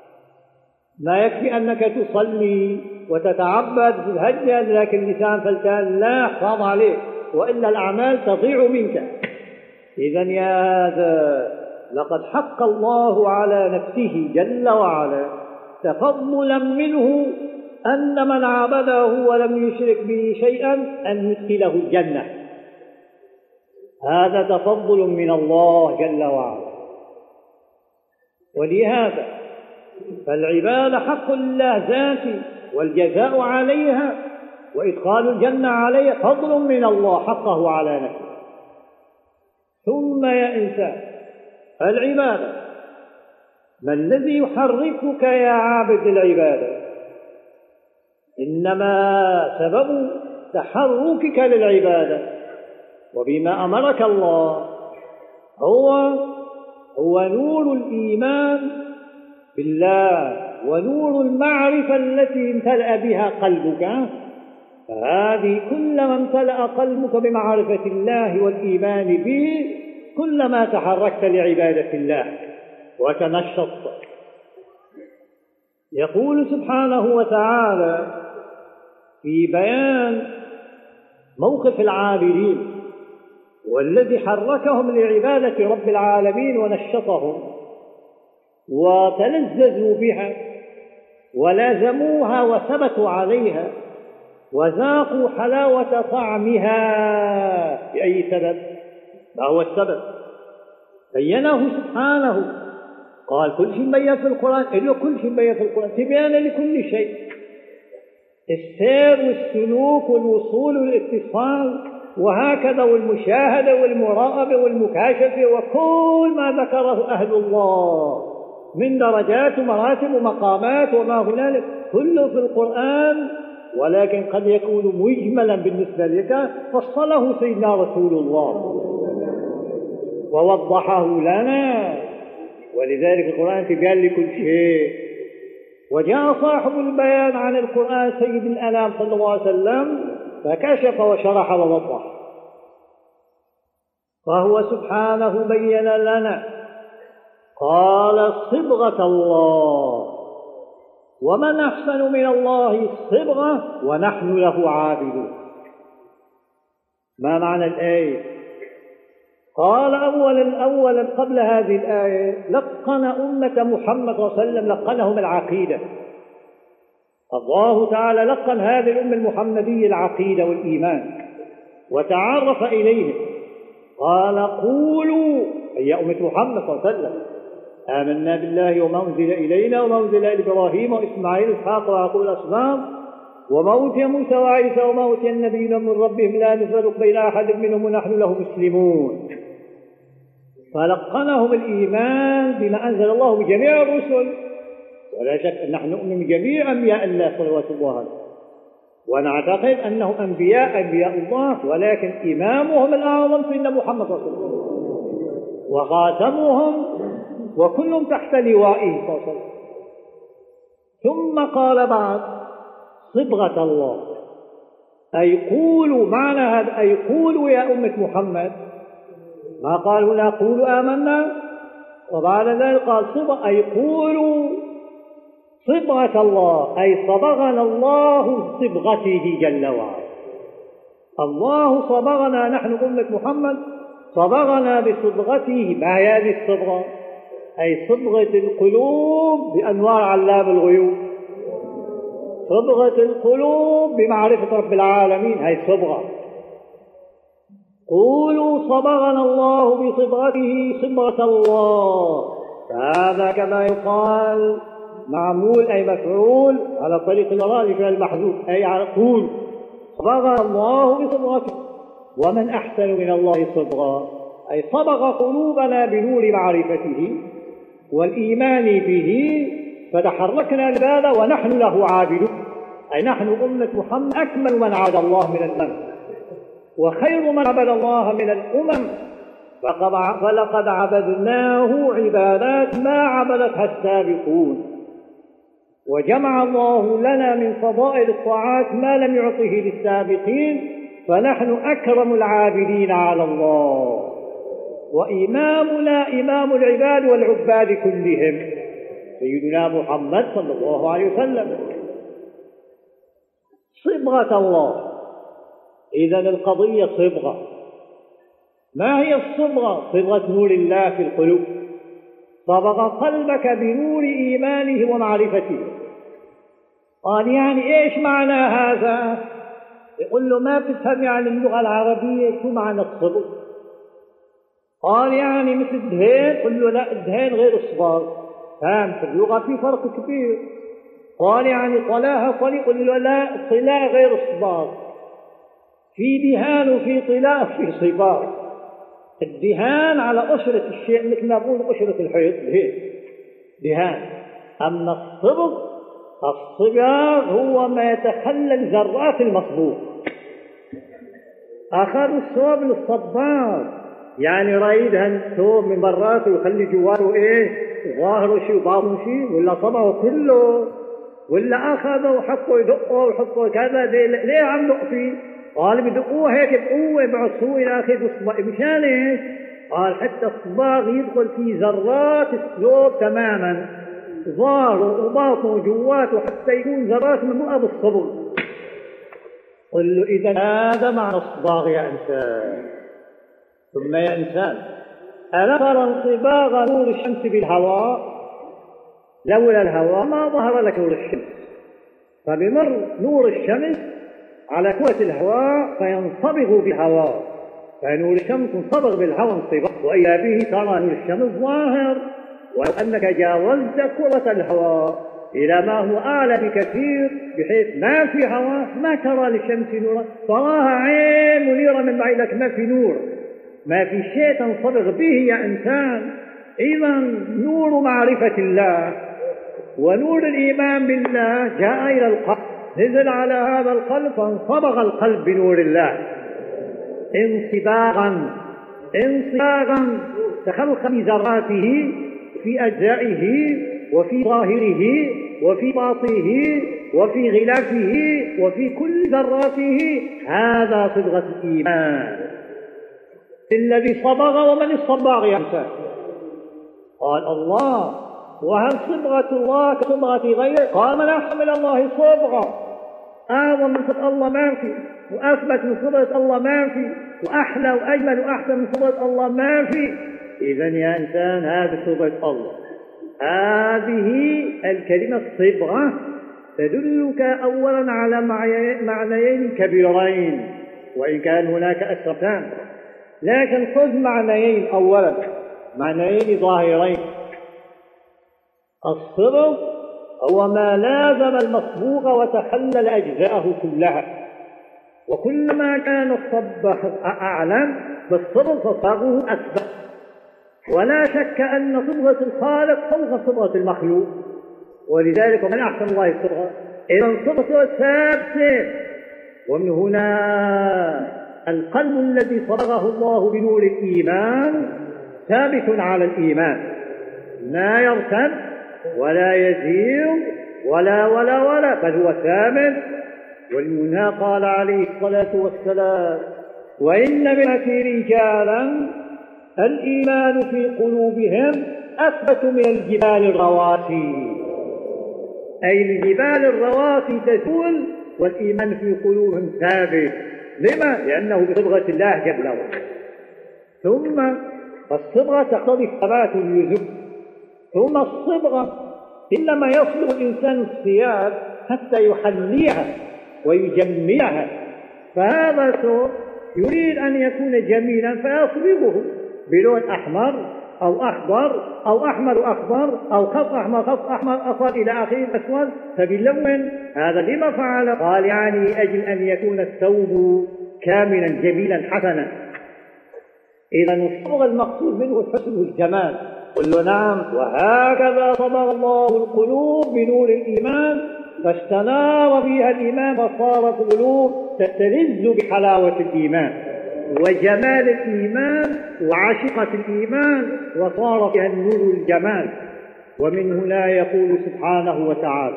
ما يكفي أنك تصلي وتتعبد وتتهجد، لكن لسان فلتان لا، احفظ عليك، وإلا الأعمال تضيع منك. إذا يا هذا لقد حق الله على نفسه جل وعلا تفضلا منه أن من عبده ولم يشرك به شيئا أن يدخله الجنة. هذا تفضل من الله جل وعلا. ولهذا فالعبادة حق لله ذاتي، والجزاء عليها وإدخال الجنة عليها فضل من الله حقه على نفسه. ثم يا إنسان العبادة، ما الذي يحركك يا عابد العبادة؟ إنما سبب تحركك للعبادة وبما أمرك الله هو هو نور الإيمان بالله ونور المعرفة التي امتلأ بها قلبك. فهذه كلما امتلأ قلبك بمعرفة الله والإيمان به، كلما تحركت لعبادة الله وتنشطت. يقول سبحانه وتعالى في بيان موقف العابدين والذي حركهم لعبادة رب العالمين ونشطهم وتلذذوا بها ولازموها وثبتوا عليها وذاقوا حلاوة طعمها. بأي سبب؟ ما هو السبب؟ بينه سبحانه، قال كل شيء مبين في القرآن، إله كل شيء مبين في القرآن تبيانا لكل شيء، السير والسلوك والوصول والاتصال وهكذا، والمشاهدة والمراقبة والمكاشفة وكل ما ذكره أهل الله من درجات ومراتب ومقامات وما هنالك كله في القرآن، ولكن قد يكون مجملا بالنسبة لك، فصله سيدنا رسول الله ووضحه لنا. ولذلك القرآن تبيان لكل شيء. وجاء صاحب البيان عن القرآن سيد الأنام صلى الله عليه وسلم فكشف وشرح ووضح. فهو سبحانه بين لنا قال صبغة الله، ومن أحسن من الله صبغة ونحن له عابدون. ما معنى الآية؟ قال أولا أولا قبل هذه الآية لقن أمة محمد صلى الله عليه وسلم، لقنهم العقيدة. الله تعالى لقن هذه الأمة المحمدية العقيدة والإيمان وتعرف إليهم، قال قولوا أي يا أمة محمد صلى الله عليه وسلم آمنا بالله وما أنزل إلينا وما أنزل إلى إبراهيم وإسماعيل وإسحاق ويعقوب الأصنام وما أوتي موسى وعيسى وما أوتي النبيون من ربهم لا نفرق بين أحد منهم ونحن له مسلمون. فلقنهم الإيمان بما أنزل الله بجميع الرسل، ولا شك أن نحن نؤمن بجميع أنبياء الله صلوات الله عليه، ونعتقد أنهم أنبياء أنبياء الله، ولكن إمامهم الأعظم سيدنا محمد صلى الله عليه وسلم وخاتمهم وكلهم تحت لوائه صلى الله عليه وسلم. ثم قال بعد صبغة الله، أي قولوا، معنى هذا أي قولوا يا أمة محمد، ما قال هنا قولوا آمنا وبعد ذلك قال صبغة، أي قولوا صبغة الله، أي صبغنا الله صبغته جل وعلا. الله صبغنا نحن أمة محمد، صبغنا بصبغته. ما هي هذه الصبغة؟ أي صبغة القلوب بأنوار علام الغيوب، صبغة القلوب بمعرفة رب العالمين، هي صبغة. قولوا صبغنا الله بصبغته صبغة الله، فهذا كما يقال معمول أي مفعول على طريق المراد في المحذوف، أي على قول صبغنا الله بصبغته، ومن أحسن من الله صبغا، أي صبغ قلوبنا بنور معرفته والإيمان به فتحركنا لهذا ونحن له عابدون، أي نحن أمة محمد أكمل من عبد الله من الأمم وخير من عبد الله من الأمم، فلقد عبدناه عبادات ما عبدتها السابقون، وجمع الله لنا من فضائل الطاعات ما لم يعطه للسابقين، فنحن أكرم العابدين على الله، وإمامنا إمام العباد والعباد كلهم سيدنا محمد صلى الله عليه وسلم. صبغة الله، إذن القضية صبغة. ما هي الصبغة؟ صبغة نور الله في القلوب، صبغ قلبك بنور إيمانه ومعرفته. قال يعني إيش معنى هذا؟ يقول له ما بتفهم يعني اللغة العربية، شو معنى الصبغ؟ قال يعني مثل الدهين. قل له لا، الدهين غير الصباغ، فهم في اللغة في فرق كبير. قال يعني طلاها طلي. قل له لا، الطلاء غير الصباغ، في دهان وفي طلاء في صباغ. الدهان على قشرة الشيء مثل ما نقول قشرة الحيط هيك دهان، أما الصبغ الصباغ هو ما يتخلل ذرات المصبوغ. أخذوا الثوب للصباغ، يعني رايدها ثوب من براته ويخلي جواته ايه ظاهره شيء وباطنه شيء، ولا صبغه كله، ولا أخذه وحطوا يدقوا ويحطوا كذا. ليه عم دق فيه؟ قال بدقوه هيك بقوة بعصوه إلى آخره بالصباغ. مشان ايش؟ قال حتى الصباغ يدخل في ذرات الثوب تماما، ظاهره وباطنه وجواته، حتى يكون ذرات مملوءة بالصبغ. قل له إذا هذا معنى الصباغ يا إنسان. ثم يا إنسان، ألا ترى انصباغ نور الشمس بالهواء؟ لولا الهواء ما ظهر لك نور الشمس، فبمر نور الشمس على كرة الهواء فينصبغ بالهواء، فنور الشمس انصبغ بالهواء انصباغ، وإذا به ترى نور الشمس ظاهر. ولو أنك جاوزت كرة الهواء إلى ما هو أعلى بكثير بحيث ما في هواء ما ترى للشمس نورا، تراها عين منيرة من بعيد لك ما في نور، ما في شيء تنصبغ به يا إنسان. إذن نور معرفة الله ونور الإيمان بالله جاء إلى القلب، نزل على هذا القلب فانصبغ القلب بنور الله انصباغا انصباغا تخلق بذراته في أجزائه وفي ظاهره وفي باطنه وفي غلافه وفي كل ذراته. هذا صبغة الإيمان. الذي صبغ ومن الصباغ يا إنسان؟ قال الله. وهل صبغة الله كصبغة غيره؟ قال من أحسن من الله صبغة. أعظم من صبغة الله ما في، وأثبت من صبغة الله ما في، وأحلى وأجمل وأحسن من صبغة الله ما في. إذا يا إنسان هذه صبغة الله. هذه الكلمة صبغة تدلك أولا على معنيين كبيرين، وإن كان هناك أسرتان، لكن خذ معنيين أولا، معنيين ظاهرين. الصبغ هو ما لازم المصبوغ وتحلل أجزاءه كلها، وكلما كان الصبغ أعلم بالصبغ فصبغه أثبت. ولا شك أن صبغة الخالق فوق صبغة المخلوق، ولذلك من أحسن الله صبغة. إذا صبغة ثابتة. ومن هنا القلب الذي صبغه الله بنور الإيمان ثابت على الإيمان، لا يرتد ولا يزيغ ولا ولا ولا بل هو ثابت. ومن هنا قال عليه الصلاة والسلام: وإن بالأمة رجالا الإيمان في قلوبهم أثبت من الجبال الرواسي. أي الجبال الرواسي تزول والإيمان في قلوبهم ثابت. لما؟ لأنه بصبغة الله جل وعلا. ثم الصبغة تقتضي الثبات واللزوم. ثم الصبغة إنما يصبغ الإنسان الثياب حتى يحليها ويجملها، فهذا ثوب يريد أن يكون جميلا فيصبغه بلون أحمر أو أخضر أو أحمر أخضر أو خط أحمر خط أحمر أصفر إلى آخره أسود، فباللون. هذا لما فعل؟ قال يعني أجل أن يكون الثوب كاملا جميلا حسنا. إذا الصبغ المقصود منه الحسن والجمال. قل له نعم. وهكذا صبغ الله القلوب بنور الإيمان فاستنار فيها الإيمان فصارت القلوب تستلذ بحلاوة الإيمان وجمال الإيمان وعشقة الإيمان، وصار فيها النور والجمال. ومن هنا يقول سبحانه وتعالى: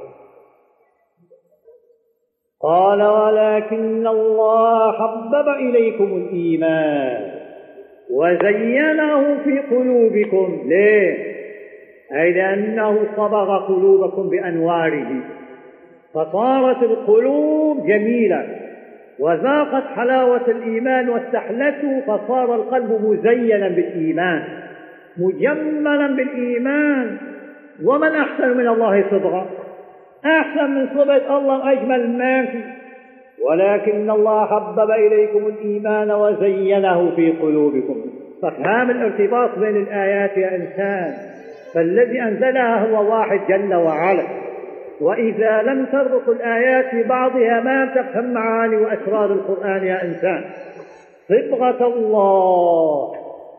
قال ولكن الله حبب إليكم الإيمان وزينه في قلوبكم. ليه؟ أي لأنه صبغ قلوبكم بأنواره فصارت القلوب جميلة وذاقت حلاوة الإيمان واستحلته، فصار القلب مزينا بالإيمان مجملا بالإيمان. ومن أحسن من الله صبغة؟ أحسن من صبغة الله أجمل ما في. ولكن الله حبب إليكم الإيمان وزينه في قلوبكم. فافهم الارتباط بين الآيات يا إنسان، فالذي أنزلها هو واحد جل وعلا. وإذا لم تربط الآيات ببعضها ما تفهم معاني وأسرار القرآن يا إنسان. صبغة الله.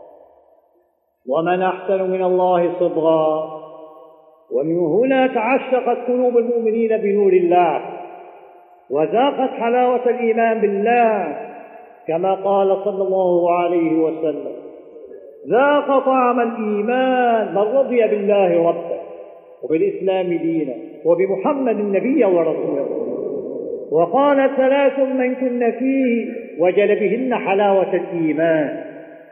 ومن أحسن من الله صبغة. ومن هنا تعشقت قلوب المؤمنين بنور الله وذاقت حلاوة الإيمان بالله، كما قال صلى الله عليه وسلم: ذاق طعم الإيمان من رضي بالله ربا وبالإسلام دينا وبمحمد نبيا ورسولا. وقال: ثلاث من كن فيه وجل بهن حلاوة الإيمان.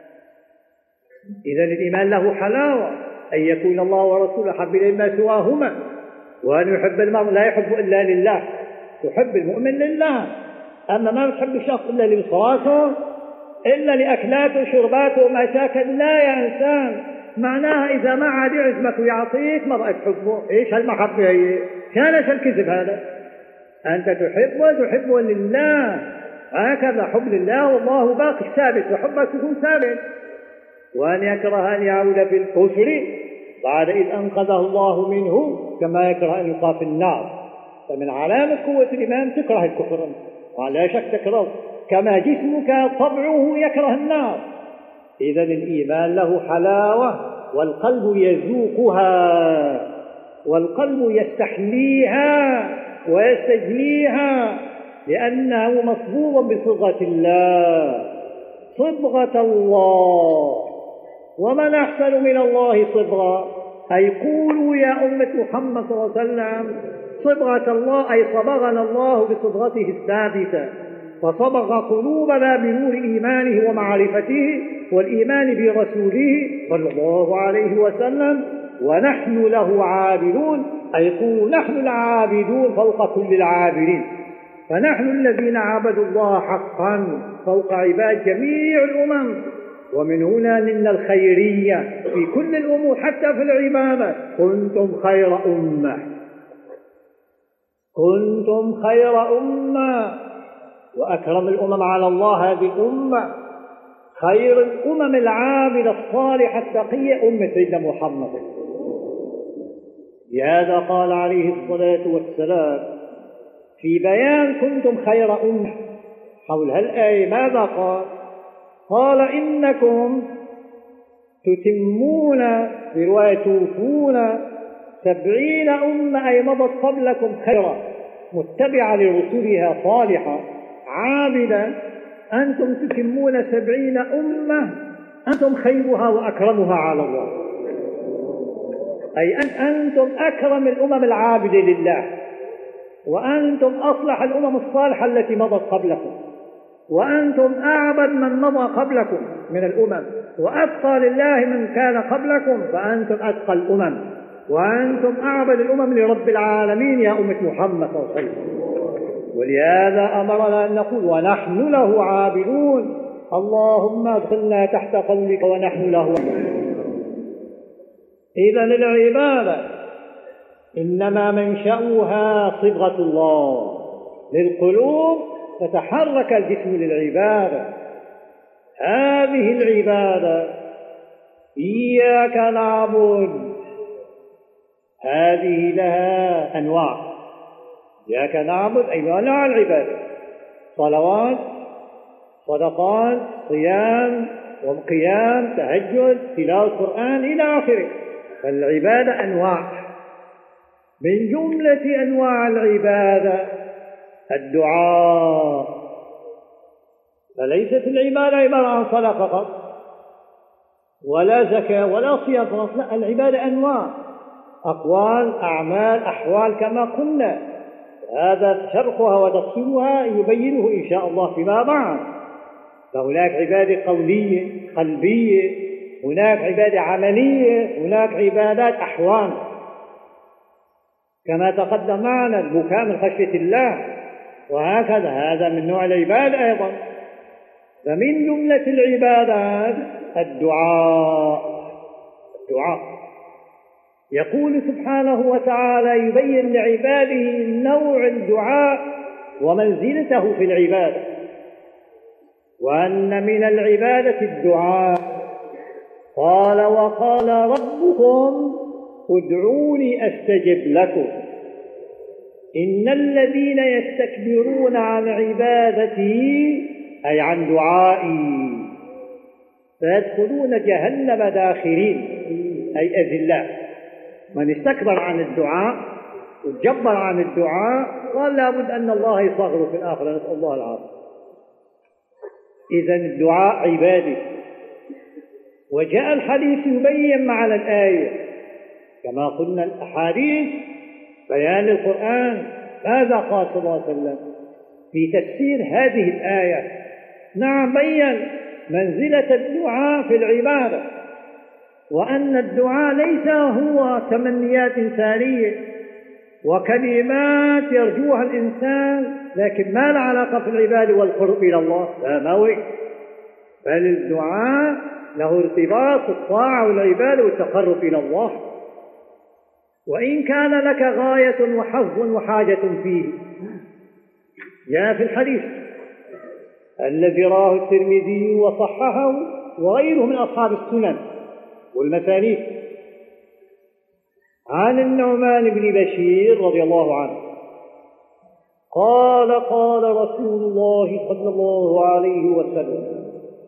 إذن الإيمان له حلاوة، أن يكون الله ورسوله حب إليه ما سواهما، وأن يحب المرء لا يحب إلا لله. تحب المؤمن لله، أما ما تحب الشخص إلا لصلاته إلا لأكلاته وشرباته وما شاكل. لا يا إنسان، معناها إذا ما عاد يعزمك ويعطيك ما بقى تحبه. إيش هالمحبة هي؟ كانش الكذب هذا. أنت تحبه تحبه لله، هكذا حب لله والله باقي ثابت وحبك يكون ثابت. وأن يكره أن يعود في الكفر بعد إذ أنقذه الله منه كما يكره أن يلقى في النار. فمن علامة قوة الإيمان تكره الكفر، ولا شك تكره، كما جسمك طبعه يكره النار. إذا الإيمان له حلاوة والقلب يذوقها والقلب يستحليها ويستجليها، لأنه مصبوغ بصبغة الله. صبغة الله. ومن أحسن من الله صبغة. أي قولوا يا أمة محمد صلى الله عليه وسلم: صبغة الله أي صبغنا الله بصبغته الثابتة فصبغ قلوبنا بنور إيمانه ومعرفته والإيمان برسوله صلى الله عليه وسلم، ونحن له عابدون، أي يقول نحن العابدون فوق كل العابدين، فنحن الذين عبدوا الله حقا فوق عباد جميع الأمم. ومن هنا نلنا الخيرية في كل الأمور حتى في العبادة. كنتم خير أمة، كنتم خير أمة، وأكرم الأمم على الله هذه الأمة، خير الأمم العابدة الصالحة التقية أمة سيدنا محمد. لهذا قال عليه الصلاة والسلام في بيان كنتم خير أمة حول هالآية ماذا قال؟ قال إنكم تتمون في رواية توفون سبعين أمة أي مضت قبلكم خيرا، متبعة لرسولها صالحة عابدة، أنتم تتمون سبعين أمة أنتم خيرها وأكرمها على الله، أي أن أنتم أكرم الأمم العابدة لله، وأنتم أصلح الأمم الصالحة التي مضت قبلكم، وأنتم أعبد من مضى قبلكم من الأمم، وأتقى لله من كان قبلكم، فأنتم أتقى الأمم، وأنتم أعبد الأمم لرب العالمين يا أمة محمد صلى الله عليه وسلم. ولهذا أمرنا أن نقول ونحن له عابدون، اللهم ادخلنا تحت قولك ونحن له عابدون. إذا العبادة إنما منشأها صبغة الله للقلوب فتحرك الجسم للعبادة. هذه العبادة إياك نعبد هذه لها أنواع، إياك نعبد أي أنواع العبادة، صلوات، صدقات، صيام وقيام، تهجد، تلاوة القرآن إلى آخره. فالعبادة أنواع، من جملة أنواع العبادة الدعاء، فليست العبادة عبارة عن صلاة فقط ولا زكاة ولا صيام فقط، لا، العبادة أنواع، أقوال، أعمال، أحوال كما قلنا، هذا شرحها وتفصيلها يبينه إن شاء الله فيما بعد. فهناك عبادة قولية قلبية، هناك عبادة عملية، هناك عبادات أحوال كما تقدم معنا البكاء من خشية الله، وهكذا هذا من نوع العبادة أيضا. فمن جملة العبادات الدعاء، الدعاء يقول سبحانه وتعالى يبين لعباده نوع الدعاء ومنزلته في العبادة، وأن من العبادة الدعاء. قال وقال ربكم ادعوني أستجب لكم إن الذين يستكبرون عن عبادتي أي عن دعائي فيدخلون جهنم داخرين أي أذلاء. من استكبر عن الدعاء وتجبر عن الدعاء قال لابد أن الله يصغره في الآخرة، نسأل الله العافية. إذن الدعاء عبادة، وجاء الحديث يبين معنى الآية كما قلنا الأحاديث بيان القرآن. ماذا قال صلى الله عليه وسلم في تفسير هذه الآية؟ نعم، بين منزلة الدعاء في العبادة، وأن الدعاء ليس هو تمنيات إنسانية وكلمات يرجوها الإنسان، لكن ما له علاقة في العبادة والقرب إلى الله، لا موي، بل الدعاء له ارتباط بالطاعة والعبادة والتقرب إلى الله. وإن كان لك غاية وحظ وحاجة فيه، جاء في الحديث الذي رواه الترمذي وصححه وغيره من أصحاب السنن والمسانيد عن النعمان بن بشير رضي الله عنه قال قال رسول الله صلى الله عليه وسلم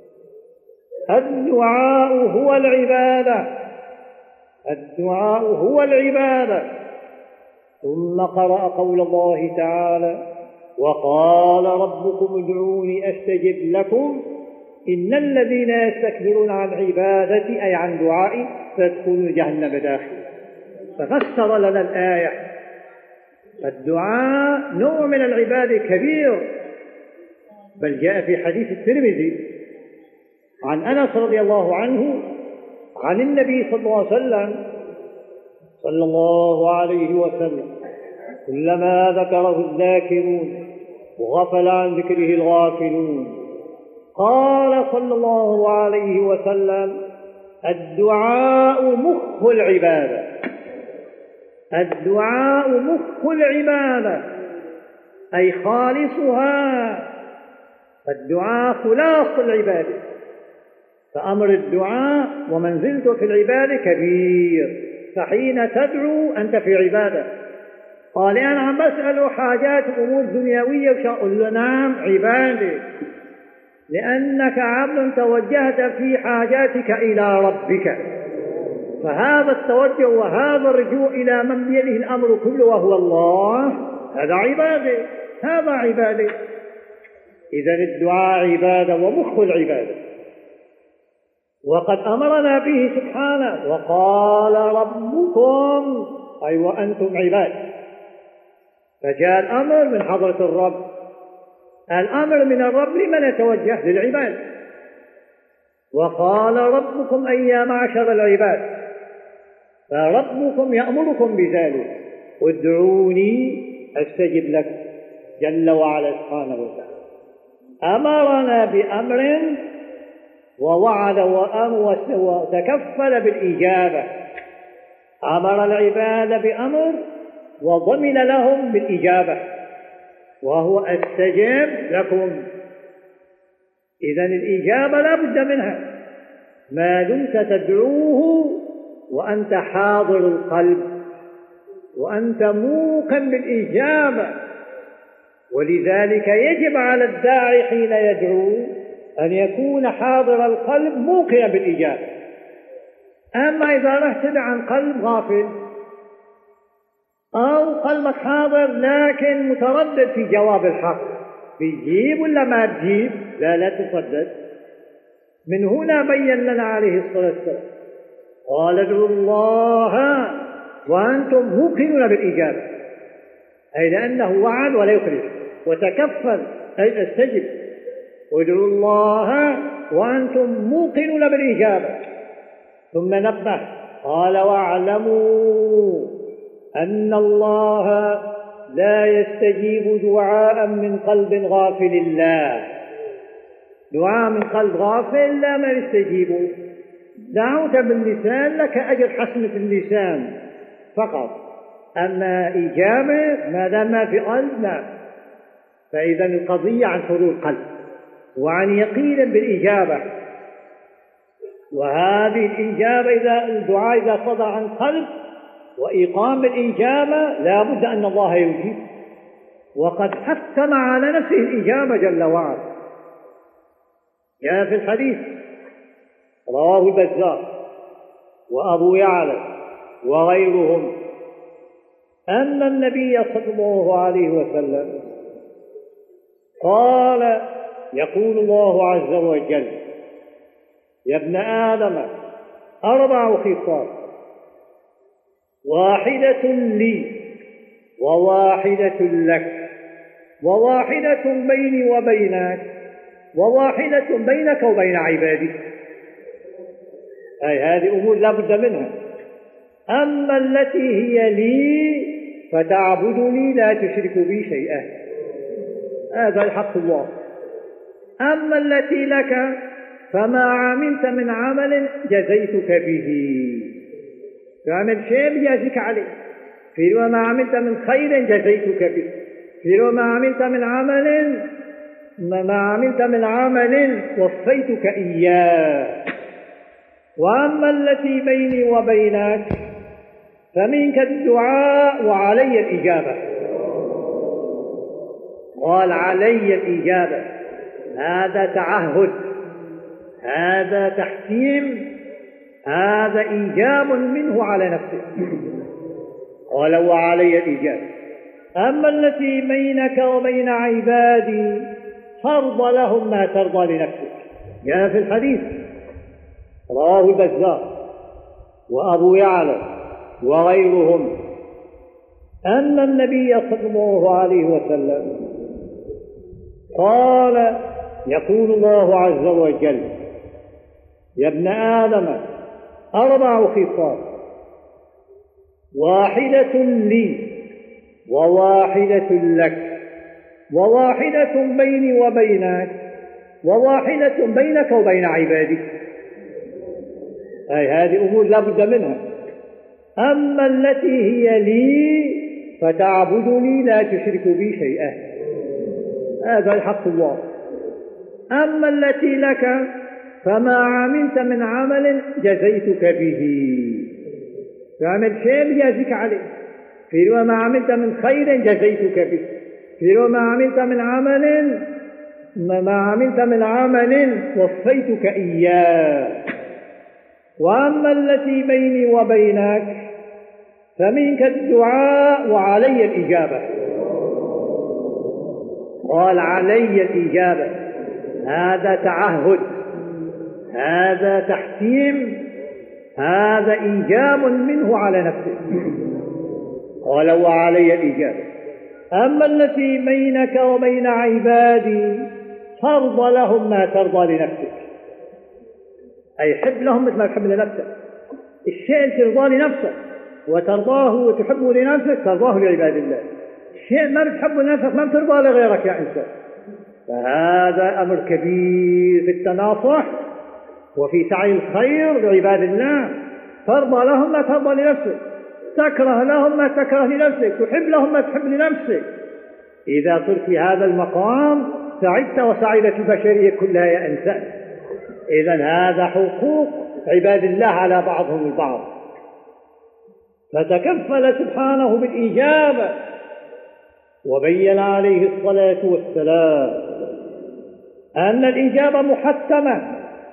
الدعاء هو العبادة، الدعاء هو العبادة. ثم قرأ قول الله تعالى وقال ربكم ادعوني أستجب لكم إن الذين يستكبرون عن عبادتي أي عن دعائي فيدخلون جهنم داخل. ففسر لنا الآية الدعاء نوع من العبادة كبير، بل جاء في حديث الترمذي عن أنس رضي الله عنه عن النبي صلى الله عليه وسلم صلى الله عليه وسلم: كلما ذكره الذاكرون وغفل عن ذكره الغافلون. قال صلى الله عليه وسلم: الدعاء مخ العبادة. الدعاء مخ العبادة أي خالصها، فالدعاء خلاص العبادة، فأمر الدعاء ومنزلته في العبادة كبير، فحين تدعو أنت في عبادة. قال أنا عم بسأله حاجات أمور دنيوية وش أقول له نعم عبادة، لأنك عبد توجهت في حاجاتك إلى ربك، فهذا التوجه وهذا الرجوع إلى من بيده الأمر كله وهو الله، هذا عبادة، هذا عبادة. إذن الدعاء عبادة ومخ العبادة، وقد أمرنا به سبحانه: وقال ربكم أي وأنتم عباد. فجاء الأمر من حضرة الرب، الأمر من الرب لمن يتوجه للعباد. وقال ربكم أي يا معشر العباد، فربكم يأمركم بذلك: ادعوني أستجب لكم، جل وعلا سبحانه وتعالى. أمرنا بأمر ووعد وتكفل بالإجابة. أمر العباد بأمر وضمن لهم بالإجابة، وهو استجب لكم. إذن الإجابة لا بد منها ما دمت تدعوه وأنت حاضر القلب وأنت موقن بالإجابة. ولذلك يجب على الداعي حين يدعو أن يكون حاضر القلب موقنا بالإجابة. أما إذا رحت عن قلب غافل أو قلبك حاضر لكن متردد في جواب الحق، بيجيب ولا ما تجيب؟ لا لا تصدق. من هنا بين لنا عليه الصلاة والسلام قال: ادعوا الله وأنتم موقنون بالإجابة، أي لأنه وعد ولا يخلف، وتكفل أي استجب. وادعوا الله وأنتم موقنون بالإجابة. ثم نبه قال: واعلموا أن الله لا يستجيب دعاء من قلب غافل الله. دعاء من قلب غافل لا ما يستجيبه. دعوت باللسان لك أجر حسنة اللسان فقط، أما إجابة ما دام ما في قلب لا. فإذا القضية عن حضور قلب وعن يقين بالإجابة. وهذه الإجابة إذا الدعاء إذا صدر عن قلب وإقام الإجابة لا بد أن الله يجيب، وقد حكم على نفسه الإجابة جل وعلا. جاء في الحديث رواه البزار وأبو يعلى وغيرهم أن النبي صلى الله عليه وسلم قال: يقول الله عز وجل: يا ابن آدم أربع خصال، واحدة لي وواحدة لك وواحدة بيني وبينك وواحدة بينك وبين عبادي. أي هذه أمور لا بد منها. أما التي هي لي فتعبدني لا تشرك بي شيئا، هذا الحق الله. أما التي لك فما عملت من عمل جزيتك به، تعمل شيء بجازيك عليه. في وما عملت من خير جزيتك به، في وما عملت من عمل ما عملت من عمل وفيتك إياه. وأما التي بيني وبينك فمنك الدعاء وعلي الإجابة. قال علي الإجابة، هذا تعهد، هذا تحكيم، هذا إيجاب منه على نفسه. قال وعلي الإجابة. أما التي بينك وبين عبادي فارض لهم ما ترضى لنفسك. جاء في الحديث رواه البزار وأبو يعلى وغيرهم أن النبي صلى الله عليه وسلم قال يقول الله عز وجل: يا ابن آدم أربع خصال، واحدة لي وواحدة لك وواحدة بيني وبينك وواحدة بينك وبين عبادي. أي هذه أمور لا بد منها. أما التي هي لي فتعبدني لا تشرك بي شيئا، هذا الحق الله. أما التي لك فما عملت من عمل جزيتك به، فعمل شيء يجازيك عليه، في وما عملت من خير جزيتك به، في وما عملت من عمل ما عملت من عمل وفيتك إياه. وأما التي بيني وبينك فمنك الدعاء وعلي الإجابة. قال علي الإجابة، هذا تعهد، هذا تحكيم، هذا إيجاب منه على نفسه. قال وعلي الإجابة. أما التي بينك وبين عبادي فارض لهم ما ترضى لنفسك، أي حب لهم مثل ما تحب لنفسك. الشيء اللي ترضاه لنفسك وترضاه وتحبه لنفسك ترضاه لعباد الله. الشيء ما بتحبه لنفسك ما بترضاه لغيرك يا إنسان. فهذا أمر كبير في التناصح وفي سعي الخير لعباد الله. ترضى لهم ما ترضى لنفسك، تكره لهم ما تكره لنفسك، تحب لهم ما تحب لنفسك. إذا صرت في هذا المقام سعدت وسعدت البشرية كلها يا إنسان. إذن هذا حقوق عباد الله على بعضهم البعض. فتكفل سبحانه بالإجابة وبين عليه الصلاة والسلام أن الإجابة محتمة،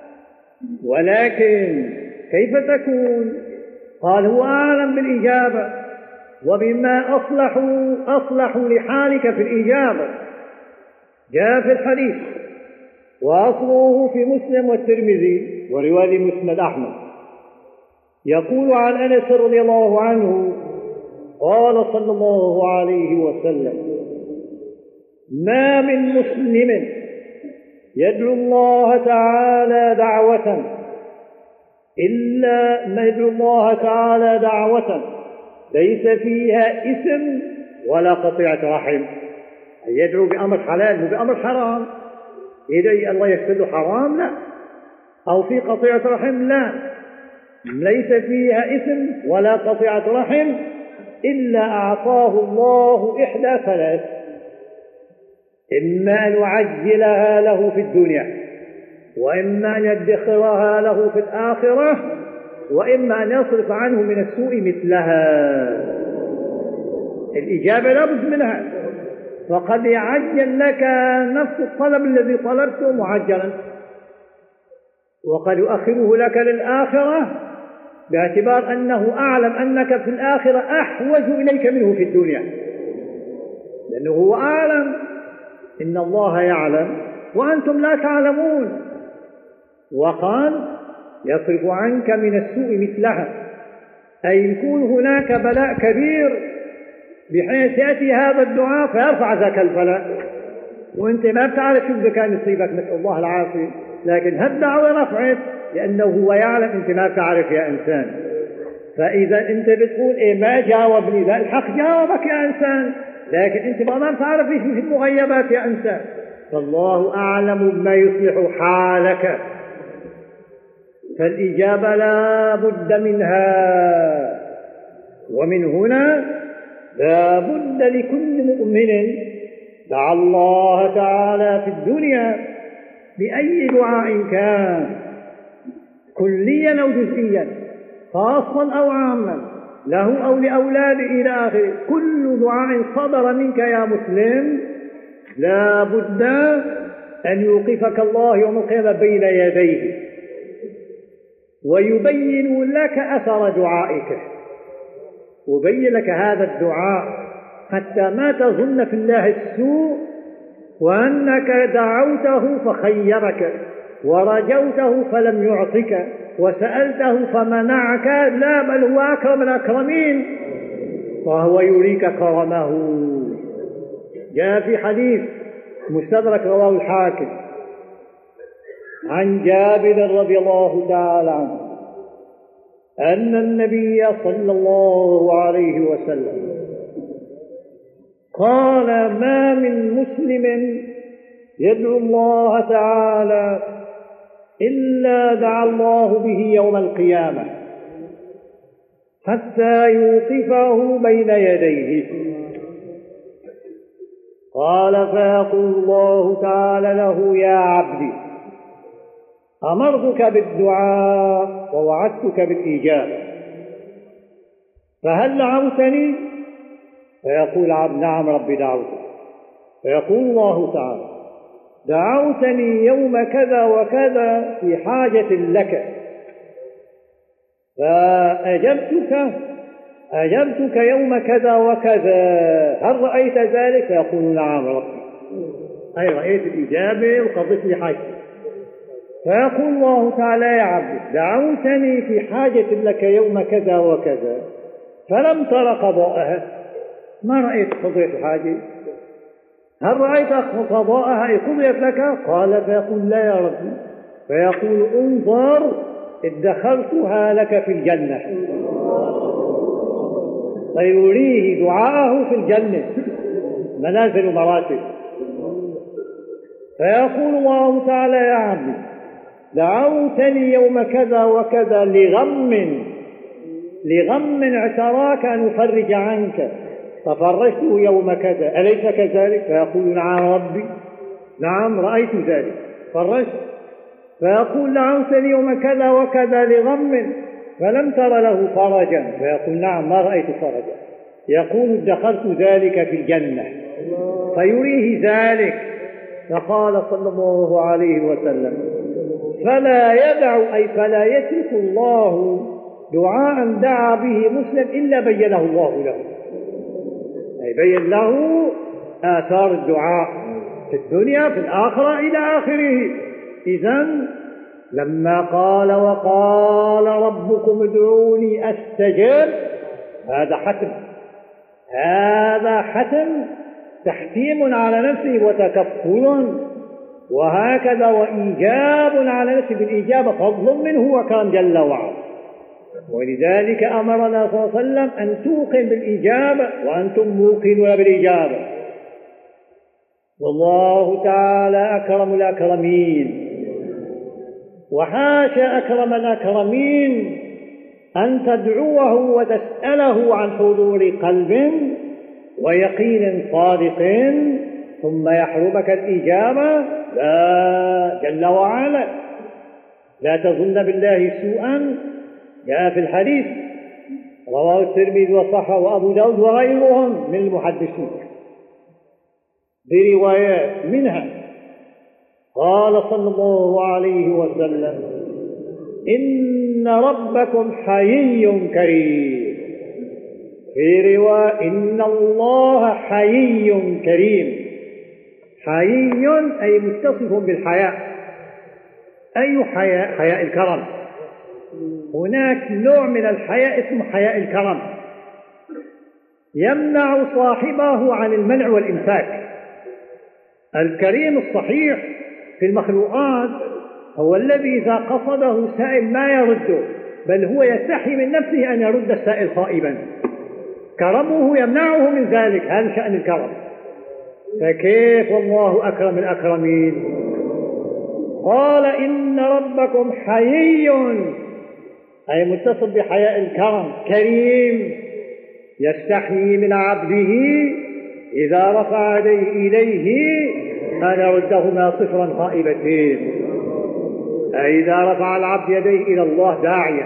ولكن كيف تكون؟ قال هو أعلم بالإجابة وبما أصلحوا أصلحوا لحالك في الإجابة. جاء في الحديث وأصله في مسلم والترمذي ورواية مسند أحمد، يقول عن أنس رضي الله عنه قال صلى الله عليه وسلم: ما من مسلم يدعو الله تعالى دعوة إلا ما يدعو الله تعالى دعوة ليس فيها إثم ولا قطيعة رحم. يدعو بأمر حلال مو بأمر حرام. يدعي الله يغفر له حرام؟ لا. أو في قطيعة رحم؟ لا. ليس فيها إثم ولا قطيعة رحم إلا أعطاه الله إحدى ثلاث: إما أن يعجلها له في الدنيا، وإما أن يدخرها له في الآخرة، وإما أن يصرف عنه من السوء مثلها. الإجابة لابد منها. وقد يعجل لك نفس الطلب الذي طلبته معجلا، وقد يؤخره لك للآخرة باعتبار أنه أعلم أنك في الآخرة أحوج إليك منه في الدنيا، لأنه هو أعلم. إن الله يعلم وأنتم لا تعلمون. وقال يصرف عنك من السوء مثلها، أي يكون هناك بلاء كبير بحيث يأتي هذا الدعاء فيرفع ذاك البلاء، وأنت ما بتعرف شو إذا كان يصيبك، نسأل الله العافية. لكن هالدعوة رفعت لأنه هو يعلم، أنت ما بتعرف يا إنسان. فإذا أنت بتقول إيه ما جاوبني، لا، الحق جاوبك يا إنسان، لكن أنت ما بتعرف إيش في المغيبات يا إنسان. فالله أعلم بما يصلح حالك. فالإجابة لا بد منها. ومن هنا لا بد لكل مؤمن دعا الله تعالى في الدنيا بأي دعاء كان، كليا أو جزئيا، خاصا أو عاما، له أو لأولاده إلى آخره، كل دعاء صدر منك يا مسلم لا بد أن يوقفك الله يوم القيامة بين يديه ويبين لك أثر دعائك، وبين لك هذا الدعاء حتى ما تظن في الله السوء، وأنك دعوته فخيرك، ورجوته فلم يعطك، وسألته فمنعك. لا، بل هو أكرم الأكرمين، وهو يريك كرمه. جاء في حديث مستدرك رواه الحاكم عن جابر رضي الله تعالى عنه أن النبي صلى الله عليه وسلم قال: ما من مسلم يدعو الله تعالى إلا دعا الله به يوم القيامة حتى يوقفه بين يديه. قال: فيقول الله تعالى له: يا عبدي، أمرتك بالدعاء ووعدتك بالإجابة، فهل دعوتني؟ فيقول عبد: نعم ربي دعوتك. فيقول الله تعالى: دعوتني يوم كذا وكذا في حاجة لك فأجبتك أجبتك يوم كذا وكذا، هل رأيت ذلك؟ فيقول: نعم ربي، أي رأيت الإجابة وقضيت لي حاجتي. فيقول الله تعالى: يا عبدي، دعوتني في حاجة لك يوم كذا وكذا فلم تر قضاءها، ما رأيت قضية الحاجة، هل رأيت قضاءها أي قضيت لك؟ قال: فيقول: لا يا ربي. فيقول: انظر، ادخرتها لك في الجنة. فيريه دعاءه في الجنة، منازل ومراتب. فيقول الله تعالى: يا عبدي، دعوتني يوم كذا وكذا لغم لغم اعتراك أن أفرج عنك ففرجته يوم كذا، أليس كذلك؟ فيقول: نعم ربي، نعم رأيت ذلك، فرجت. فيقول: دعوتني يوم كذا وكذا لغم فلم تر له فرجا. فيقول: نعم ما رأيت فرجا. يقول: ادخرت ذلك في الجنة. فيريه ذلك. فقال صلى الله عليه وسلم: فلا يدع أي فلا يترك الله دعاء دعا به مسلم إلا بينه الله له، أي بين له آثار الدعاء في الدنيا في الآخرة إلى آخره. إذن لما قال: وقال ربكم ادعوني أستجب، هذا حتم، هذا حتم تحتيم على نفسه وتكفل، وهكذا وإيجاب على نفسه بالإجابة، فضل منه وكان جل وعلا. ولذلك أمرنا صلى الله عليه وسلم أن توقن بالإجابة وأنتم موقنون بالإجابة. والله تعالى أكرم الأكرمين، وحاشا أكرم الأكرمين أن تدعوه وتسأله عن حضور قلب ويقين صادق ثم يحرمك الإجابة. لا، جل وعلا. لا تظن بالله سوءا، جاء في الحديث رواه الترمذي وصححه وأبو داود وغيرهم من المحدثين بروايات، منها قال صلى الله عليه وسلم: إن ربكم حيي كريم، في رواية إن الله حيي كريم. حيي أي متصف بالحياء. أي حياء؟ حياء الكرم. هناك نوع من الحياء اسمه حياء الكرم، يمنع صاحبه عن المنع والإمساك. الكريم الصحيح في المخلوقات هو الذي إذا قصده سائل ما يرده، بل هو يستحي من نفسه أن يرد السائل خائبا، كرمه يمنعه من ذلك، هذا شأن الكرم. فكيف والله أكرم الأكرمين؟ قال: إن ربكم حيي أي متصف بحياء الكرم، كريم، يستحيي من عبده إذا رفع يديه إليه أن يردهما صفرا خائبتين، أي إذا رفع العبد يديه إلى الله داعيا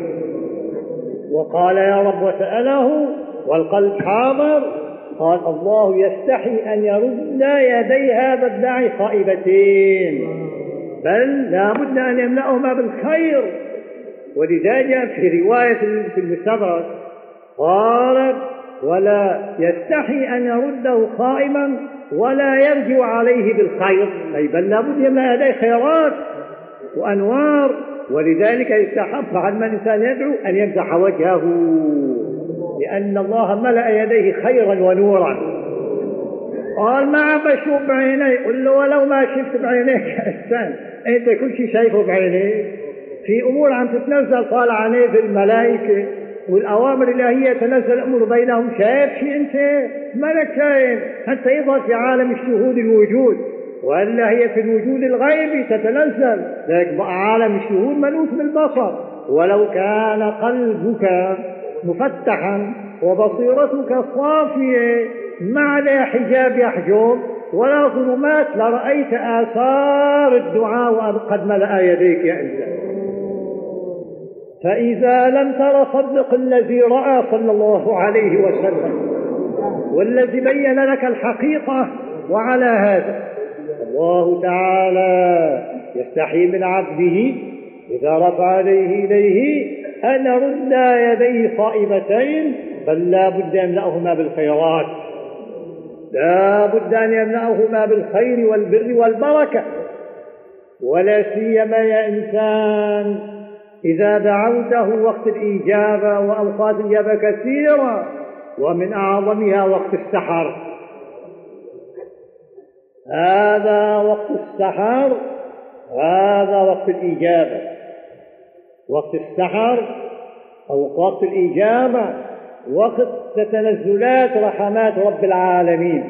وقال يا رب وسأله والقلب حاضر، قال الله يستحي أن يرد يدي هذا الداعي خائبتين، بل لا بد أن يملأهما بالخير. ولذلك في رواية في المستدرك قال: ولا يستحي أن يرده خائما ولا يرجع عليه بالخير، أي بل لا بد يملأ يديه خيرات وأنوار. ولذلك يستحب عندما الإنسان يدعو أن يمسح وجهه، لأن الله ملأ يديه خيرا ونورا. قال ما عم بشوف بعيني. قل له ولو ما شفت بعينيك يا إنسان، أنت كل شيء شايفه بعينيك. في أمور عم تتنزل طالع عليه في الملائكة والأوامر الإلهية تنزل الأمور بينهم، شايف شيء أنت؟ مالك شايف حتى يظهر في عالم الشهود الوجود، وإلا هي في الوجود الغيبي تتنزل، لكن عالم الشهود ملوث بالبصر. ولو كان قلبك مفتحا وبصيرتك صافية ما عليه حجاب يحجب ولا ظلمات لرأيت آثار الدعاء قد ملأ يديك يا إنسان. فإذا لم تر صدق الذي رأى صلى الله عليه وسلم والذي بين لك الحقيقة. وعلى هذا الله تعالى يستحي من عبده إذا رفع يديه إليه أن رد يديه صائبتين، بل لا بد أن يملأهما بالخيرات، لا بد أن يملأهما بالخير والبر والبركة. ولا سيما يا إنسان إذا دعوته وقت الإجابة، وأوقات الإجابة كثيرة ومن أعظمها وقت السحر. هذا وقت السحر، هذا وقت الإجابة. وقت السحر أو وقت الإجابة وقت تتنزلات رحمات رب العالمين.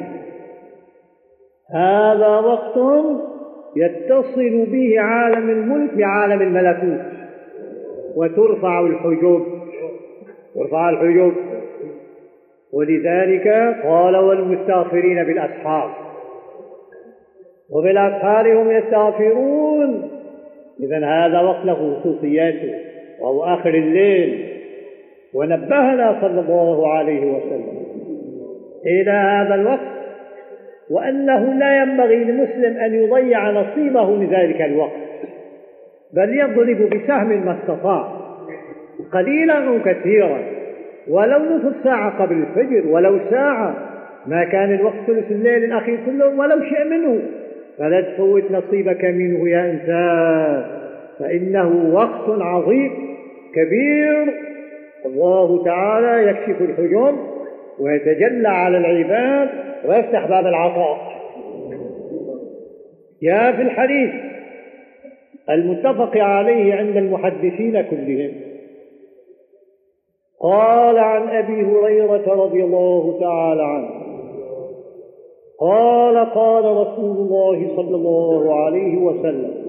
هذا وقت يتصل به عالم الملك بعالم الملكوت، وترفع الحجوب، ترفع الحجوب. ولذلك قال والمستغفرين بالأسحار، وبالأسحار هم يستغفرون. إذن هذا وقت له خصوصياته وهو آخر الليل. ونبهنا صلى الله عليه وسلم إلى هذا الوقت، وأنه لا ينبغي للمسلم أن يضيع نصيبه من ذلك الوقت، بل يضرب بسهم ما استطاع قليلا أو كثيرا، ولو نصف ساعة قبل الفجر، ولو ساعة، ما كان الوقت ثلث الليل الأخير كله ولو شيء منه، فلا تفوت نصيبك منه يا إنسان، فإنه وقت عظيم كبير. الله تعالى يكشف الحجب ويتجلى على العباد ويفتح باب العطاء. جاء في الحديث المتفق عليه عند المحدثين كلهم، قال عن أبي هريرة رضي الله تعالى عنه قال قال رسول الله صلى الله عليه وسلم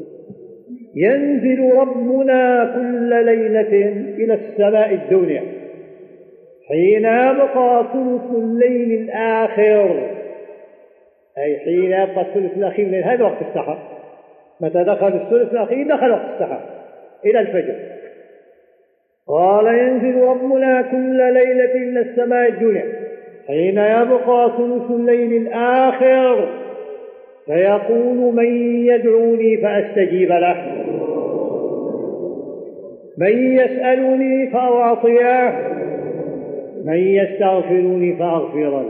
ينزل ربنا كل ليلة إلى السماء الدنيا حين يبقى ثلث الليل الآخر، أي حين يبقى الثلث الأخير من هذا وقت السحر. متى دخل الثلث الأخير دخل وقت السحر إلى الفجر. قال ينزل ربنا كل ليلة إلى السماء الدنيا حين يبقى ثلث الليل الآخر فيقول من يدعوني فأستجيب له، من يسألني فأعطيه، من يستغفرني فأغفر له.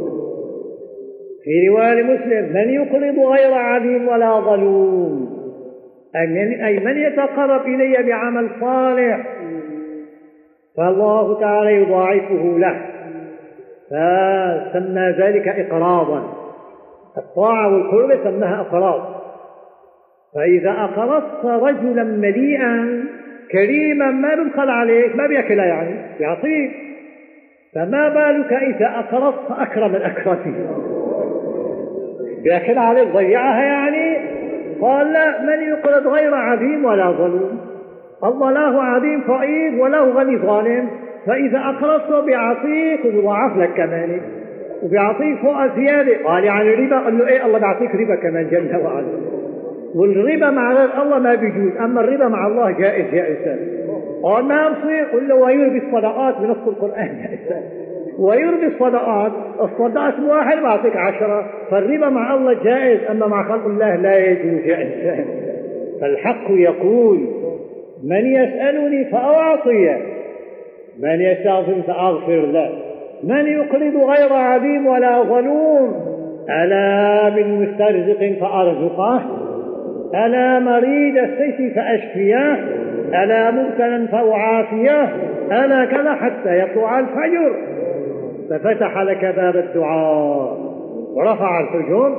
في رواية مسلم من يقرض غير عديم ولا ظلوم، أي من يتقرب إلي بعمل صالح فالله تعالى يضاعفه له، فسمى ذلك إقراضا. الطاعة والقرب سماها أقراض. فإذا أقرضت رجلا مليئا كريما ما بيبخل عليك، ما بيأكلها يعني يعطيك، فما بالك إذا أقرضت أكرم الأكرمين بيأكل عليك ضيعها يعني. قال لا، من يقرض غير عديم ولا ظلوم. الله لا هو عديم فقير ولا هو غني ظالم، فإذا أقرضته بيعطيك وبيضاعف لك كمان وبيعطيك فوق زيادة. قال يعني الربا؟ قال له إيه، الله بيعطيك ربا كمان جل وعلا. والربا مع غير الله ما بيجوز، أما الربا مع الله جائز يا إنسان. قال ما بصير؟ قل له ويربي الصدقات بنص القرآن يا إنسان، ويربي الصدقات، الصدقات واحد بعطيك عشرة، فالربا مع الله جائز، أما مع خلق الله لا يجوز يا إنسان. فالحق يقول من يسألني فأعطيه، من يستغفر فأغفر له، من يقرض غير عديم ولا ظلوم. ألا من مسترزق فأرزقه، ألا مريض السيف فأشفيه، ألا مبتلا فأعافيه، ألا كذا حتى يطلع الفجر. ففتح لك باب الدعاء ورفع الحجب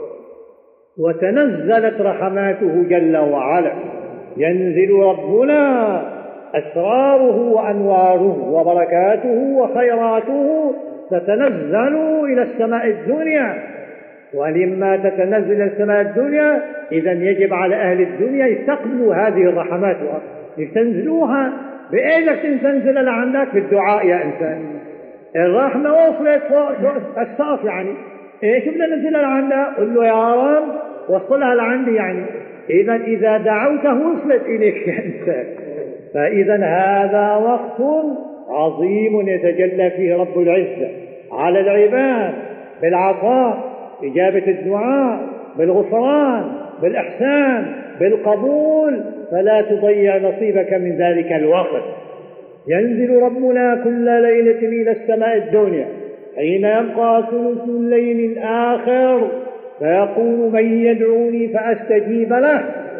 وتنزلت رحماته جل وعلا. ينزل ربنا أسراره وأنواره وبركاته وخيراته تتنزل إلى السماء الدنيا، ولما تتنزل إلى السماء الدنيا إذن يجب على أهل الدنيا يستقبلوا هذه الرحمات يستنزلوها. بإيدك تنزل لعندك بالدعاء يا إنسان. الرحمة وصلت فوق السقف يعني إيه شو بدنا ننزلها لعندها؟ قل له يا رب وصلها لعندي يعني. إذا إذا دعوته وصلت إليك يا إنسان. فإذا هذا وقت عظيم يتجلى فيه رب العزة على العباد بالعطاء، إجابة الدعاء، بالغفران، بالإحسان، بالقبول، فلا تضيع نصيبك من ذلك الوقت. ينزل ربنا كل ليلة إلى السماء الدنيا حين يبقى ثلث الليل الآخر فيقول من يدعوني فأستجيب له.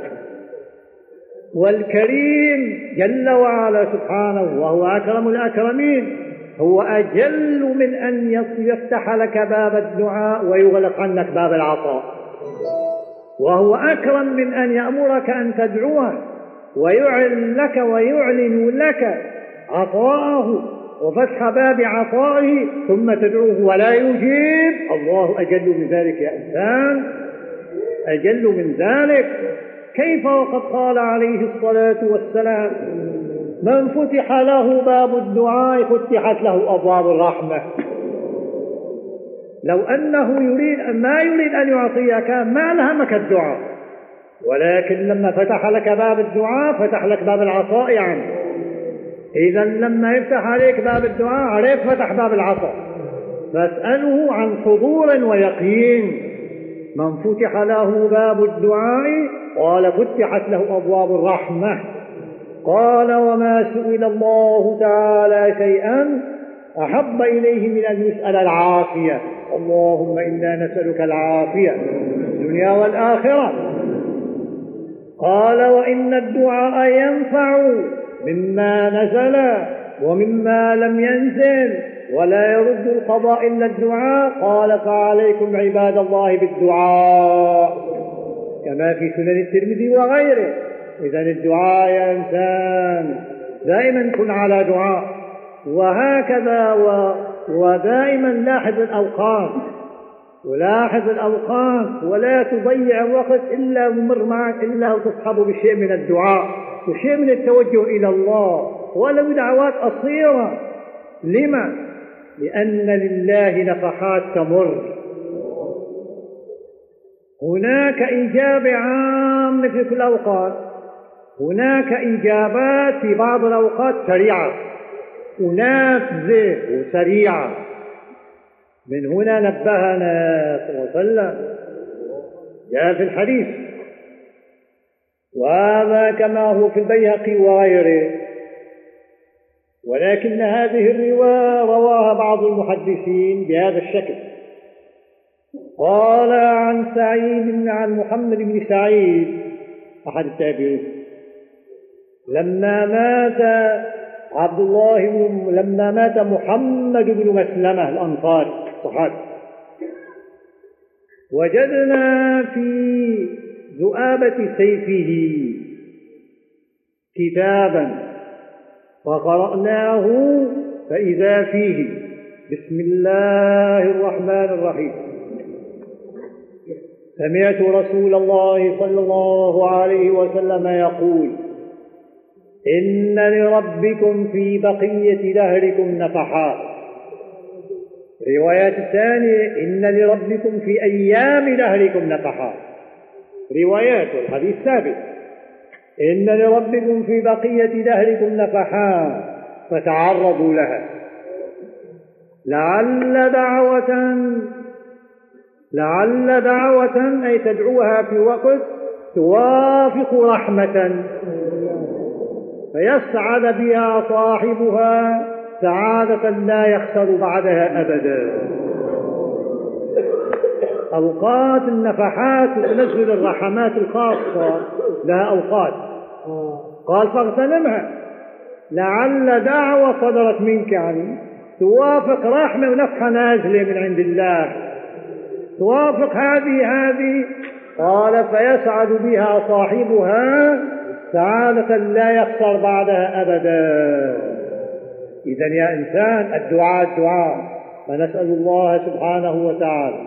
والكريم جل وعلا سبحانه وهو أكرم الأكرمين هو أجل من أن يفتح لك باب الدعاء ويغلق عنك باب العطاء، وهو أكرم من أن يأمرك أن تدعوه ويعلن لك ويعلن لك عطاءه وفتح باب عطائه ثم تدعوه ولا يجيب. الله أجل من ذلك يا إنسان، أجل من ذلك. كيف وقد قال عليه الصلاة والسلام من فتح له باب الدعاء فتحت له أبواب الرحمة. لو أنه يريد ما يريد أن يعطيك ما ألهمك الدعاء، ولكن لما فتح لك باب الدعاء فتح لك باب العطاء يعني. إذا لما يفتح عليك باب الدعاء عليك فتح باب العطاء. فاسأله عن حضور ويقين. من فتح له باب الدعاء قال فتحت له أبواب الرحمة. قال وما سئل الله تعالى شيئا أحب إليه من أن يسأل العافية. اللهم إنا نسألك العافية في الدنيا والآخرة. قال وإن الدعاء ينفع مما نزل ومما لم ينزل ولا يرد القضاء إلا الدعاء. قال فعليكم عباد الله بالدعاء كما في سنن الترمذي وغيره. إذن الدعاء يا إنسان دائما كن على دعاء، وهكذا و... ودائما لاحظ الأوقات ولاحظ الأوقات ولا تضيع وقت إلا ممر معك إلا وتصحبه بشيء من الدعاء وشيء من التوجه إلى الله ولو دعوات قصيرة. لما؟ لأن لله نفحات تمر. هناك إجابة عامة في كل الأوقات، هناك إجابات في بعض الأوقات سريعة ونافذة وسريعة. من هنا نبهنا صلى الله عليه وسلم جاء في الحديث، وهذا كما هو في البيهقي وغيره، ولكن هذه الرواية رواها بعض المحدثين بهذا الشكل. قال عن سعيد عن محمد بن سعيد أحد التابعين لما مات عبد الله بن لما مات محمد بن مسلمة الأنصاري الصحابي وجدنا في ذؤابة سيفه كتابا فقرأناه فإذا فيه بسم الله الرحمن الرحيم سمعت رسول الله صلى الله عليه وسلم يقول إن لربكم في بقية دهركم نفحات. روايات الثانية إن لربكم في أيام دهركم نفحات. روايات الحديث ثابت إن لربكم في بقية دهركم نفحات فتعرضوا لها لعل دعوة لعل دعوة أي تدعوها في وقت توافق رحمة فيسعد بها صاحبها سعادة لا يخسر بعدها أبدا. أوقات النفحات تنزل الرحمات الخاصة لها أوقات، قال فاغتنمها لعل دعوة صدرت منك يعني توافق رحمة ونفحة نازلة من عند الله توافق هذه هذه. قال فيسعد بها صاحبها سعادة لا يخسر بعدها أبدا. إذن يا إنسان الدعاء الدعاء، فنسأل الله سبحانه وتعالى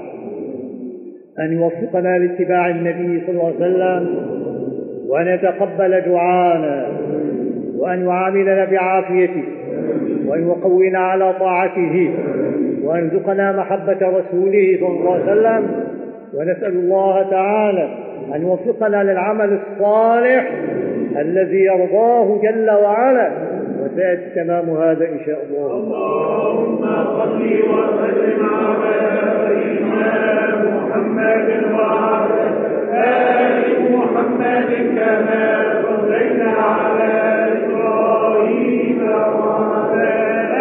أن يوفقنا لاتباع النبي صلى الله عليه وسلم، وأن يتقبل دعاءنا، وأن يعاملنا بعافيته، وأن يقوينا على طاعته، وأن يرزقنا محبة رسوله صلى الله عليه وسلم. ونسأل الله تعالى أن يوفقنا للعمل الصالح الذي يرضاه جل وعلا، وسيأتي تمام هذا إن شاء الله. اللهم صل وسلم على سيدنا محمد وعلى آل محمد كما صليت على إبراهيم وعلى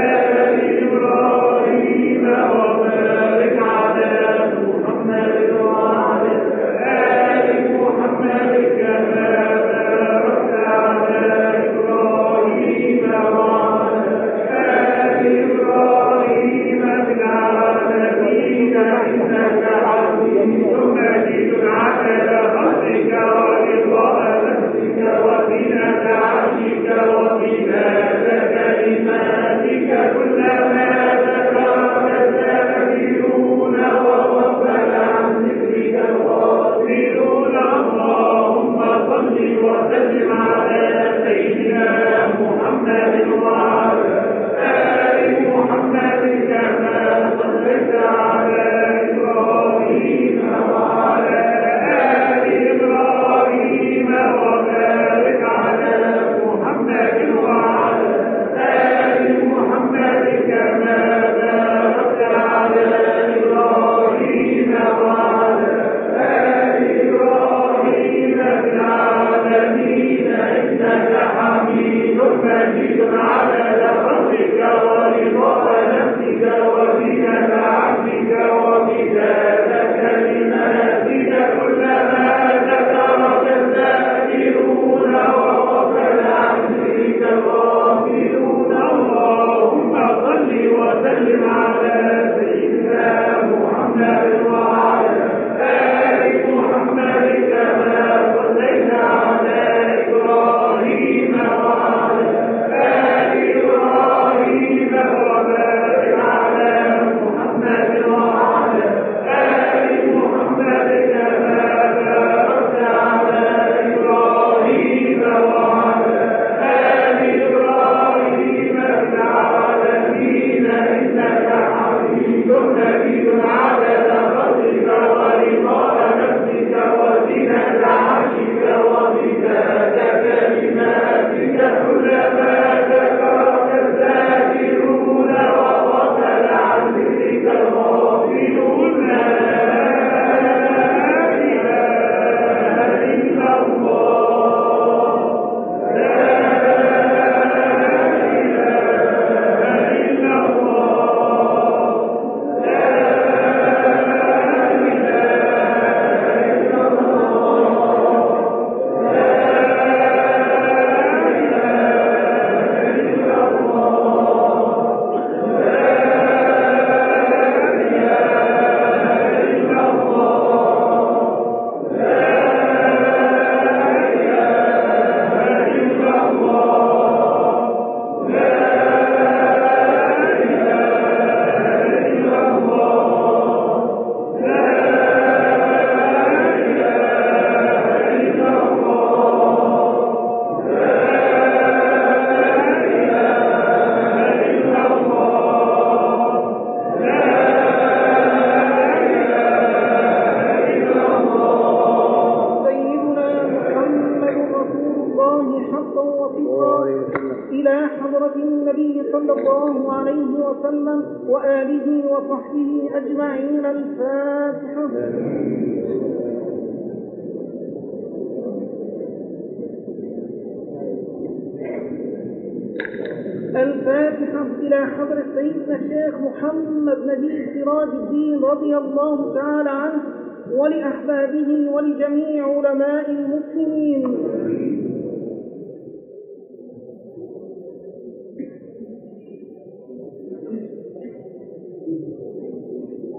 آل إبراهيم، وبارك على محمد وعلى آل محمد كما باركت على إبراهيم وعلى آل إبراهيم في العالمين إنك حميد مجيد. عدد خلقك ورضا نفسك وزنة عرشك ومداد كلماتك، كلما ذكرك الذاكرون وغفل عن ذكرك الغافلون. اللهم صل وسلم على سيدنا محمد وعلى آل محمد كما صليت على إبراهيم وعلى آل إبراهيم، وبارك على محمد وعلى آل محمد كما باركت على إبراهيم وعلى آل إبراهيم في العالمين إنك حميد مجيد. عدد خلقك ورضا نفسك وزنة عرشك ومداد كلماتك، كلما ذكرك الذاكرون وغفل عن ذكرك الغافلون. اللهم صل وسلم على سيدنا محمد وعلى آل محمد كما صليت على إبراهيم وعلى آل إبراهيم، وبارك على محمد وعلى آل محمد كما باركت على إبراهيم وعلى آل إبراهيم في العالمين إنك حميد مجيد. عدد خلقك ورضا نفسك وزنة عرشك ومداد كلماتك، كلما ذكرك الذاكرون وغفل عن ذكرك الغافلون. لا إله إلا الله، لا إله إلا الله، لا إله إلا إلى حضرة النبي صلى الله عليه وسلم وآله وصحبه أجمعين. الفاتحة. الفاتحة إلى حضرة سيدنا الشيخ محمد نجيب سراج الدين رضي الله تعالى عنه، ولأحبابه ولجميع علماء المسلمين.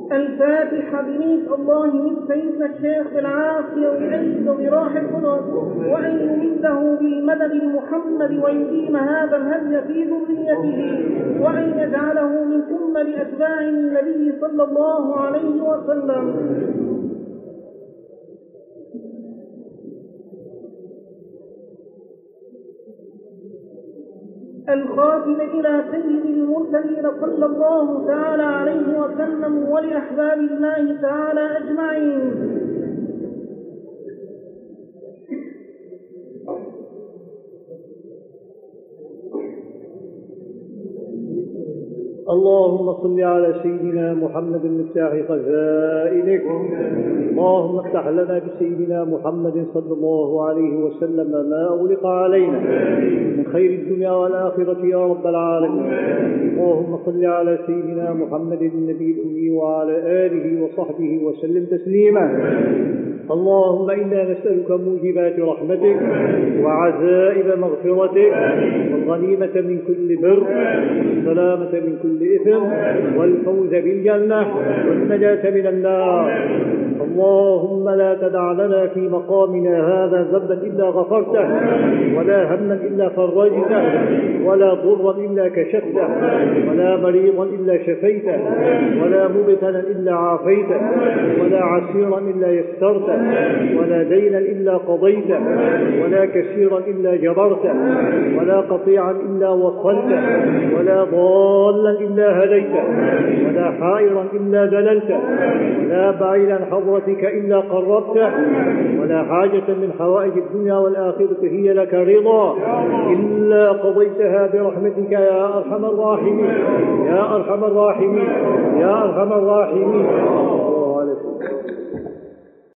الفاتحة بنية الله من سيدنا الشيخ بالعافية ويعيد براح القدر وأن يمده بالمدد المحمد ويديم هذا الهدي في ذريته وأن يجعله من كمل أتباع النبي صلى الله عليه وسلم. الخاتم إلى سيد المرسلين صلى الله تعالى عليه وسلم ولأحباب الله تعالى أجمعين. اللهم صل على سيدنا محمد مفتاح خزائنك. اللهم افتح لنا بسيدنا محمد صلى الله عليه وسلم ما أغلق علينا من خير الدنيا والآخرة يا رب العالمين. اللهم صل على سيدنا محمد النبي الأمي وعلى آله وصحبه وسلم تسليما. اللهم إنا نسألك موجبات رحمتك وعزائم مغفرتك والغنيمة من كل بر والسلامة من كل إثم والفوز بالجنة والنجاة من النار. اللهم لا تدع لنا في مقامنا هذا ذنبا إلا غفرته ولا هما إلا فرجته ولا ضرا إلا كشفته ولا مريضا إلا شفيته ولا مبتلا إلا عافيته ولا عسيرا إلا يسرته ولا دينا إلا قضيته ولا كثيرا إلا جبرته ولا قطيعا إلا وصلته ولا ضالا إلا هديته ولا حائرا إلا دللته ولا بعيدا حضرتك إلا قربته ولا حاجة من حوائج الدنيا والآخرة هي لك رضا إلا قضيتها برحمتك يا أرحم الراحمين يا أرحم الراحمين يا أرحم الراحمين.